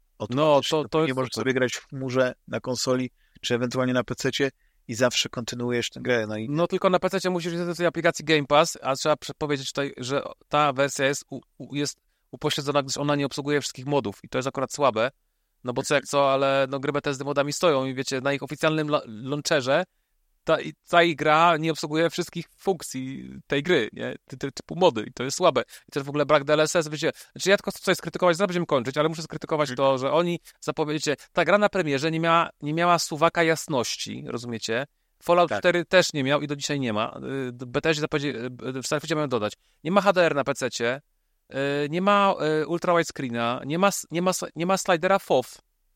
no, to, to nie możesz sobie grać w chmurze na konsoli, czy ewentualnie na pececie i zawsze kontynuujesz tę grę. No, i... no tylko na pececie musisz mieć do tej aplikacji Game Pass, a trzeba powiedzieć tutaj, że ta wersja jest, u, u, jest upośledzona, gdyż ona nie obsługuje wszystkich modów i to jest akurat słabe, no bo co jak co, ale no gry Bethesdy modami stoją i wiecie, na ich oficjalnym launcherze ta, ta ich gra nie obsługuje wszystkich funkcji tej gry, nie? Ty, ty, typu mody i to jest słabe. I też w ogóle brak D L S S, wiecie, znaczy ja tylko chcę coś skrytykować, zaraz będziemy kończyć, ale muszę skrytykować to, że oni zapowiedzicie, ta gra na premierze nie miała, nie miała suwaka jasności, rozumiecie? Fallout tak. cztery też nie miał i do dzisiaj nie ma. Bethesdzie zapowiedzi, w Starfieldzie mają dodać. Nie ma H D R na pececie, nie ma ultra wide screena, nie ma, nie ma, nie ma slidera F O V,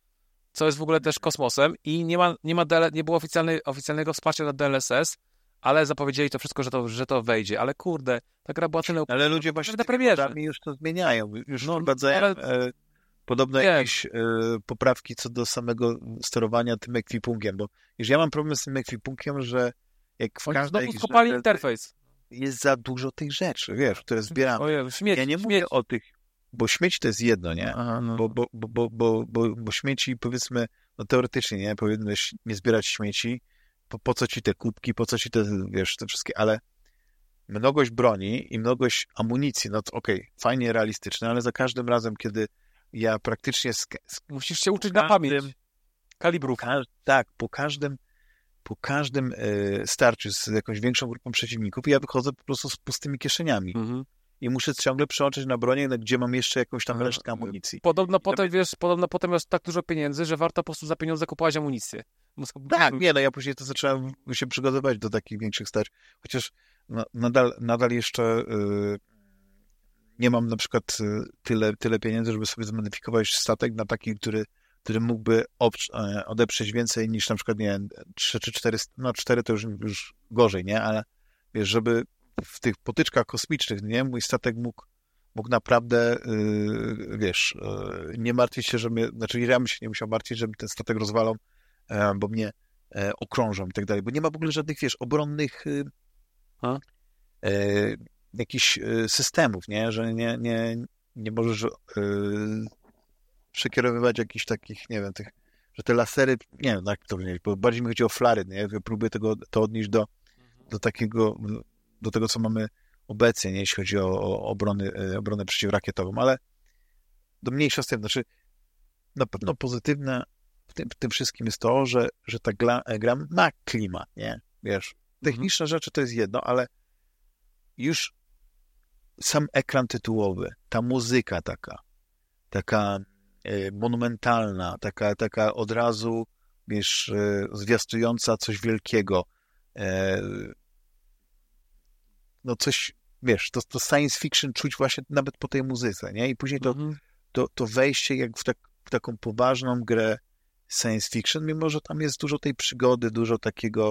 co jest w ogóle też kosmosem i nie ma, nie ma D L, nie było oficjalnej, oficjalnego wsparcia na D L S S, ale zapowiedzieli to wszystko, że to, że to wejdzie. Ale kurde, ta gra była tyle... Ale ludzie właśnie na premierze już to zmieniają. Już no, wprowadzają ale... e, podobno nie. jakieś e, poprawki co do samego sterowania tym ekwipunkiem, bo już ja mam problem z tym ekwipunkiem, że jak w Oni każdej znowu skopali grze, interfejs. Jest za dużo tych rzeczy, wiesz, które zbieram. Ojej, śmieci, ja nie śmieci. mówię o tych, bo śmieć to jest jedno, nie? Aha, no. bo, bo, bo, bo, bo, bo, bo śmieci, powiedzmy, no teoretycznie, nie? Powinieneś nie zbierać śmieci, po, po co ci te kubki, po co ci te, wiesz, te wszystkie, ale mnogość broni i mnogość amunicji, no to okej, okay, fajnie realistyczne, ale za każdym razem, kiedy ja praktycznie... Sk- Musisz się uczyć na pamięć kalibrów. Po ka- tak, po każdym po każdym y, starciu z jakąś większą grupą przeciwników ja wychodzę po prostu z pustymi kieszeniami. Mm-hmm. I muszę ciągle przełączyć na bronię, gdzie mam jeszcze jakąś tam resztkę amunicji. Podobno I potem, to... wiesz, podobno potem masz tak dużo pieniędzy, że warto po prostu za pieniądze kupować amunicję. Tak, nie, no ja później to zacząłem się przygotowywać do takich większych starć. Chociaż no, nadal, nadal jeszcze y, nie mam na przykład y, tyle, tyle pieniędzy, żeby sobie zmodyfikować statek na taki, który który mógłby obsz- odeprzeć więcej niż na przykład, nie wiem, trzy czy cztery, no cztery to już, już gorzej, nie? Ale wiesz, żeby w tych potyczkach kosmicznych, nie? Mój statek mógł, mógł naprawdę, yy, wiesz, yy, nie martwić się, że mnie, znaczy ja bym się nie musiał martwić, żeby ten statek rozwalał, yy, bo mnie yy, okrążą i tak dalej, bo nie ma w ogóle żadnych, wiesz, obronnych yy, yy, jakichś yy, systemów, nie? Że nie, nie, nie możesz yy, przekierowywać jakichś takich, nie wiem, tych, że te lasery, nie wiem, jak to powiedzieć, bo bardziej mi chodzi o flary, nie? Ja próbuję tego, to odnieść do, do takiego, do tego, co mamy obecnie, nie? Jeśli chodzi o, o obrony, obronę przeciwrakietową, ale do mniejsza z tym, znaczy na pewno pozytywne w tym, w tym wszystkim jest to, że, że ta gra, gra ma klimat, nie? Wiesz, techniczne rzeczy to jest jedno, ale już sam ekran tytułowy, ta muzyka taka, taka monumentalna, taka, taka od razu, wiesz, zwiastująca coś wielkiego. No coś, wiesz, to, to science fiction czuć właśnie nawet po tej muzyce, nie? I później to, mm-hmm. to, to wejście jak w, tak, w taką poważną grę science fiction, mimo że tam jest dużo tej przygody, dużo takiego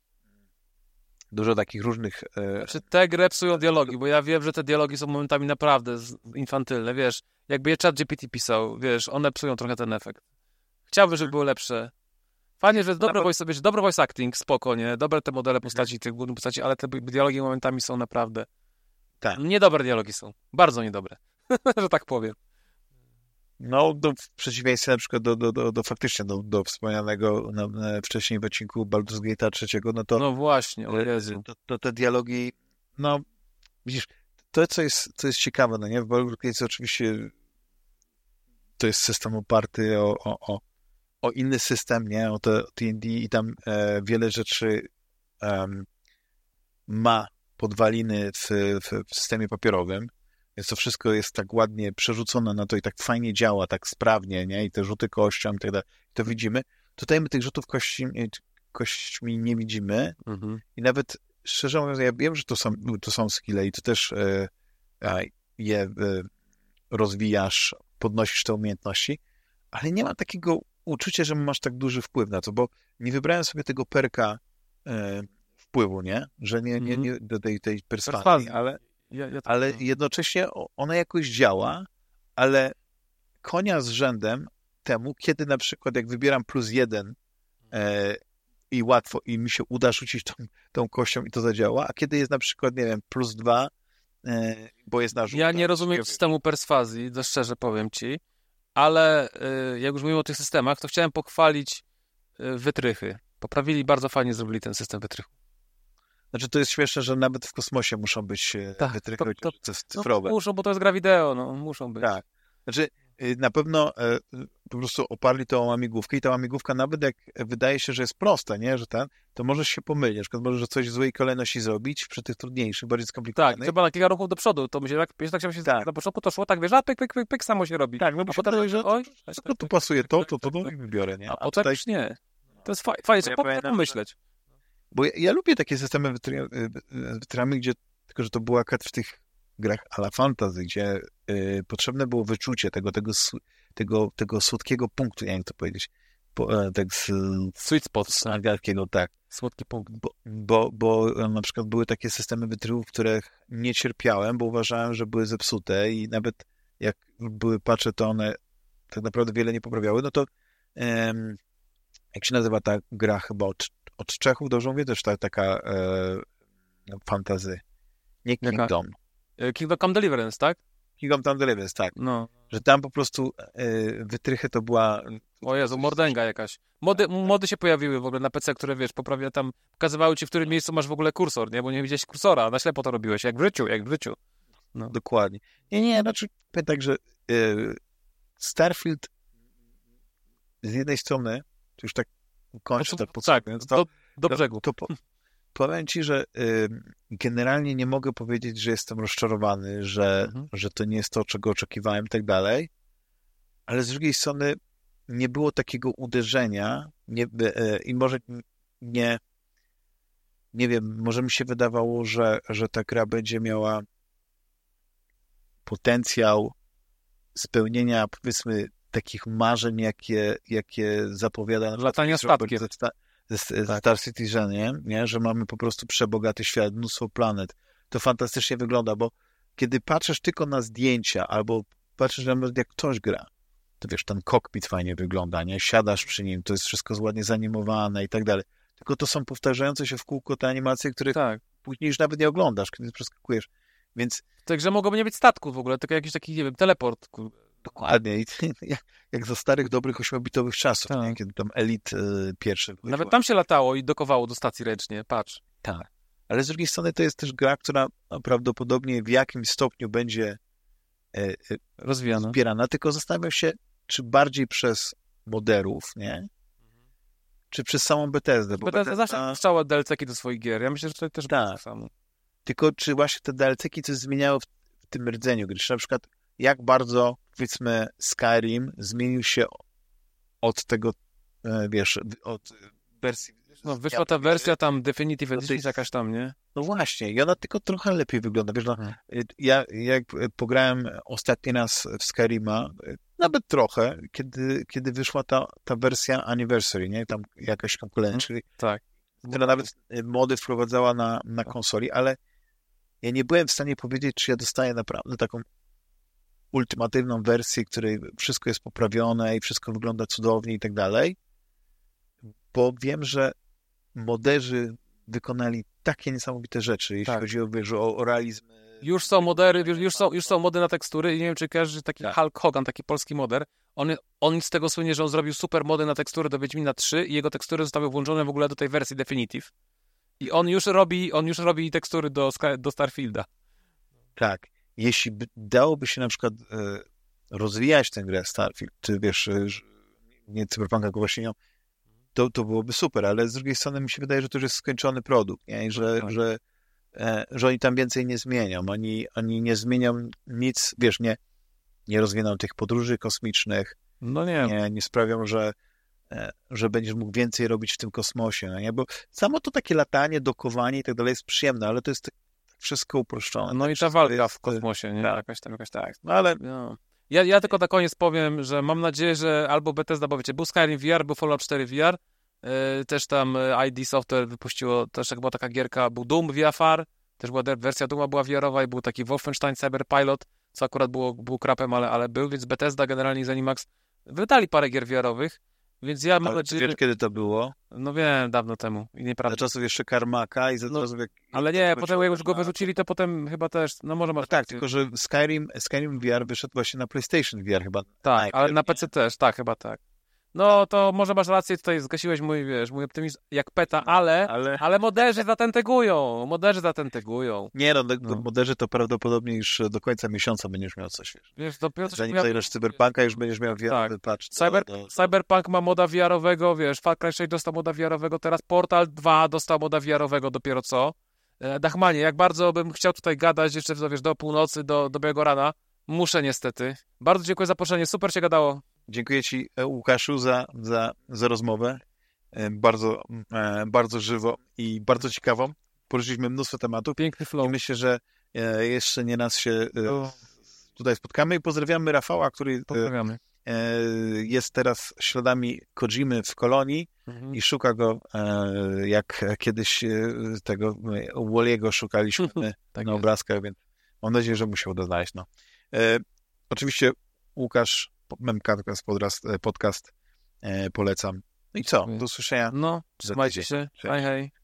dużo takich różnych... E... Czy te gry psują dialogi, bo ja wiem, że te dialogi są momentami naprawdę infantylne, wiesz, jakby je ChatGPT pisał, wiesz, one psują trochę ten efekt. Chciałbym, żeby były lepsze. Fajnie, że jest dobre voice, wiesz, dobry voice acting, spoko, nie? Dobre te modele postaci, tych głównych postaci, ale te dialogi momentami są naprawdę... Tak. Niedobre dialogi są. Bardzo niedobre, że tak powiem. No, do, w przeciwieństwie na przykład do, do, do, do faktycznie do, do wspomnianego na, na wcześniej w odcinku Baldur's Gate'a trzeciego, no to... No właśnie, o Jezu. To, to te dialogi, no, widzisz, to co jest, co jest ciekawe, no nie? W Baldur's Gate oczywiście to jest system oparty o, o, o, o inny system, nie? O to D and D i tam e, wiele rzeczy um, ma podwaliny w, w, w systemie papierowym, więc to wszystko jest tak ładnie przerzucone na to i tak fajnie działa, tak sprawnie, nie? I te rzuty kością i tak dalej. To widzimy. Tutaj my tych rzutów kości, kośćmi nie widzimy mhm. i nawet szczerze mówiąc, ja wiem, że to są, to są skille i ty też e, je e, rozwijasz, podnosisz te umiejętności, ale nie ma takiego uczucia, że masz tak duży wpływ na to, bo nie wybrałem sobie tego perka e, wpływu, nie? Że nie, nie, nie do tej, tej perswazji, ale Ja, ja ale no. jednocześnie ona jakoś działa, ale konia z rzędem temu, kiedy na przykład jak wybieram plus jeden e, i łatwo, i mi się uda rzucić tą, tą kością i to zadziała, a kiedy jest na przykład, nie wiem, plus dwa, e, bo jest na rzut. Ja nie rozumiem nie systemu perswazji, to szczerze powiem ci, ale e, jak już mówimy o tych systemach, to chciałem pochwalić e, wytrychy. Poprawili, bardzo fajnie zrobili ten system wytrychu. Znaczy, to jest śmieszne, że nawet w kosmosie muszą być tak, wytrychy, to, to, to jest cyfrowe. No, muszą, bo to jest gra wideo, no, muszą być. Tak. Znaczy, na pewno e, po prostu oparli to o łamigłówkę i ta łamigłówka nawet jak wydaje się, że jest prosta, nie, że ten, to możesz się pomylić. Na przykład możesz coś w złej kolejności zrobić przy tych trudniejszych, bardziej skomplikowanych. Tak, trzeba na kilka ruchów do przodu, to mi się tak, tak, się tak. na początku to szło, tak wiesz, a pyk, pyk, pyk, pyk, samo się robi. Tak, no bo a potem, że oj, to, to pasuje to, to, to, to i wybiorę, nie? A, a potem tutaj... już nie. To jest fajnie, fajnie trzeba ja pomyśleć. Bo ja, ja lubię takie systemy wytrychami, gdzie tylko, że to było akurat w tych grach a la fantasy, gdzie y, potrzebne było wyczucie tego, tego, tego, tego słodkiego punktu, nie wiem jak to powiedzieć, po, tak z, sweet spot z angielskiego, tak. Słodki punkt. Bo, bo, bo na przykład były takie systemy wytrychów, których nie cierpiałem, bo uważałem, że były zepsute i nawet jak były patche, to one tak naprawdę wiele nie poprawiały, no to um, jak się nazywa ta gra chyba od, od Czechów, dobrze mówię, też ta, taka e, fantasy. Nie Kingdom. Kingdom Come Deliverance, tak? Kingdom Come Deliverance, tak. No. Że tam po prostu e, wytrychy to była... O Jezu, mordęga jakaś. Mody, mody się pojawiły w ogóle na P C, które, wiesz, poprawia tam, pokazywały ci, w którym miejscu masz w ogóle kursor, nie? Bo nie widziałeś kursora, na ślepo to robiłeś, jak w życiu, jak w życiu. No. Dokładnie. Nie, nie, znaczy powiem tak, że e, Starfield z jednej strony, to już tak kończę to, to tak, to, do, do brzegu. To, to, powiem ci, że y, generalnie nie mogę powiedzieć, że jestem rozczarowany, że, mhm. że to nie jest to, czego oczekiwałem i tak dalej, ale z drugiej strony nie było takiego uderzenia nie, y, i może nie nie wiem, może mi się wydawało, że, że ta gra będzie miała potencjał spełnienia, powiedzmy, takich marzeń, jakie, jakie zapowiada na Latania przykład statkiem. ze, Sta- ze Tak. Star Citizen, nie? nie? Że mamy po prostu przebogaty świat, mnóstwo planet. To fantastycznie wygląda, bo kiedy patrzysz tylko na zdjęcia, albo patrzysz nawet jak ktoś gra, to wiesz, ten kokpit fajnie wygląda, nie? Siadasz przy nim, to jest wszystko ładnie zanimowane i tak dalej. Tylko to są powtarzające się w kółko te animacje, których Tak. później już nawet nie oglądasz, kiedy przeskakujesz. Więc Także mogłoby nie być statków w ogóle, tylko jakiś taki, nie wiem, teleport. kur- dokładnie, i jak, jak za starych, dobrych ośmiobitowych czasów, Tak. nie? Kiedy tam Elite y, pierwszy wyszła. Nawet tam się latało i dokowało do stacji ręcznie, patrz. Tak. Ale z drugiej strony to jest też gra, która prawdopodobnie w jakimś stopniu będzie e, e, Rozwijana. zbierana, tylko zastanawiam się, czy bardziej przez moderów, nie? Czy przez samą Bethesdę. Bo Bethesda zawsze strzała D L C-ki do swoich gier. Ja myślę, że to też Tak. będzie tak samo. Tylko czy właśnie te D L C-ki coś zmieniało w, w tym rdzeniu gry? Czy na przykład jak bardzo, powiedzmy, Skyrim zmienił się od tego, e, wiesz, od wersji... No, wyszła ta wersja tam Definitive do Edition tej- jakaś tam, nie? No właśnie, i ona tylko trochę lepiej wygląda. Wiesz, no, Mhm. ja jak pograłem ostatni raz w Skyrima, nawet trochę, kiedy, kiedy wyszła ta, ta wersja Anniversary, nie? Tam jakaś tam kolejna, Mhm. czyli Tak. która nawet mody wprowadzała na, na konsoli, ale ja nie byłem w stanie powiedzieć, czy ja dostaję naprawdę taką ultimatywną wersję, w której wszystko jest poprawione i wszystko wygląda cudownie i tak dalej, bo wiem, że moderzy wykonali takie niesamowite rzeczy, jeśli Tak. chodzi o, wiesz, o, o realizm. Już są modery, już, już, są, już są mody na tekstury i nie wiem, czy kojarzysz taki Tak. Hulk Hogan, taki polski moder. On, on z tego słynie, że on zrobił super mody na tekstury do Wiedźmina trzy i jego tekstury zostały włączone w ogóle do tej wersji Definitive. I on już robi, on już robi tekstury do, Sky- do Starfielda. Tak. Jeśli by, dałoby się na przykład e, rozwijać tę grę Starfield, czy wiesz, e, że- nie Cyberpunka, tylko właśnie ją, to, to byłoby super, ale z drugiej strony mi się wydaje, że to już jest skończony produkt, nie? I że, Tak. że, e, że oni tam więcej nie zmienią. Oni, oni nie zmienią nic, wiesz, nie, nie rozwiną tych podróży kosmicznych, No nie, nie, nie sprawią, że, e, że będziesz mógł więcej robić w tym kosmosie, no nie? Bo samo to takie latanie, dokowanie i tak dalej jest przyjemne, ale to jest tak wszystko uproszczone. no tak i ta wszystko walka jest, w kosmosie, nie? tak. Jakaś tam, jakaś tak. No ale No. Ja, ja tylko na koniec powiem, że mam nadzieję, że albo Bethesda, bo wiecie, był Skyrim V R, był Fallout cztery V R, yy, też tam yy, I D Software wypuściło, też jak była taka gierka, był Doom V F R, też była de- wersja Dooma była V R-owa i był taki Wolfenstein Cyberpilot, co akurat było, był krapem, ale, ale był, więc Bethesda generalnie i Zenimax wydali parę gier V R-owych, więc ja mam Ale nadzieję, wiesz, kiedy to było? no wiem, dawno temu i Za nieprawda. czasów jeszcze Karmaka i za No, czasów jak... Ale nie, jak potem jak już go na- wyrzucili, to potem chyba też, no może No masz tak, rację. tylko że Skyrim, Skyrim V R wyszedł właśnie na PlayStation V R chyba. Tak, najpierw, ale na nie? P C też, tak, chyba tak. No to może masz rację, tutaj zgasiłeś mój, wiesz, mój optymizm jak peta, ale, Ale... ale moderzy zatentegują, moderzy zatentegują. Nie no, do, No. do moderzy to prawdopodobnie już do końca miesiąca będziesz miał coś, wiesz. Wiesz, dopiero coś Zanim miał- zajrzysz Cyberpunka, już będziesz miał V R, Tak. patrz. Cyber, do, do, Cyberpunk ma moda V R-owego, wiesz, Far Cry sześć dostał moda V R-owego, teraz Portal dwa dostał moda V R-owego dopiero co. E, Dachmanie, jak bardzo bym chciał tutaj gadać jeszcze, wiesz, do północy, do, do białego rana, muszę niestety. Bardzo dziękuję za zaproszenie, super się gadało. Dziękuję ci, e, Łukaszu, za, za, za rozmowę. E, Bardzo, e, bardzo żywo i bardzo ciekawą. Poruszyliśmy mnóstwo tematów Piękny i flow. myślę, że e, jeszcze nie raz się e, tutaj spotkamy i pozdrawiamy Rafała, który e, Pozdrawiamy. e, jest teraz śladami Kojimy w Kolonii Mhm. i szuka go, e, jak kiedyś e, tego e, Walliego szukaliśmy Tak na jest. obrazkach, więc mam nadzieję, że mu się uda znaleźć. No. E, oczywiście Łukasz, Memcast podcast, podcast e, polecam. No i co? Dziękuję. Do usłyszenia. No, Za trzymajcie tydzień. się. Cześć. Hej, hej.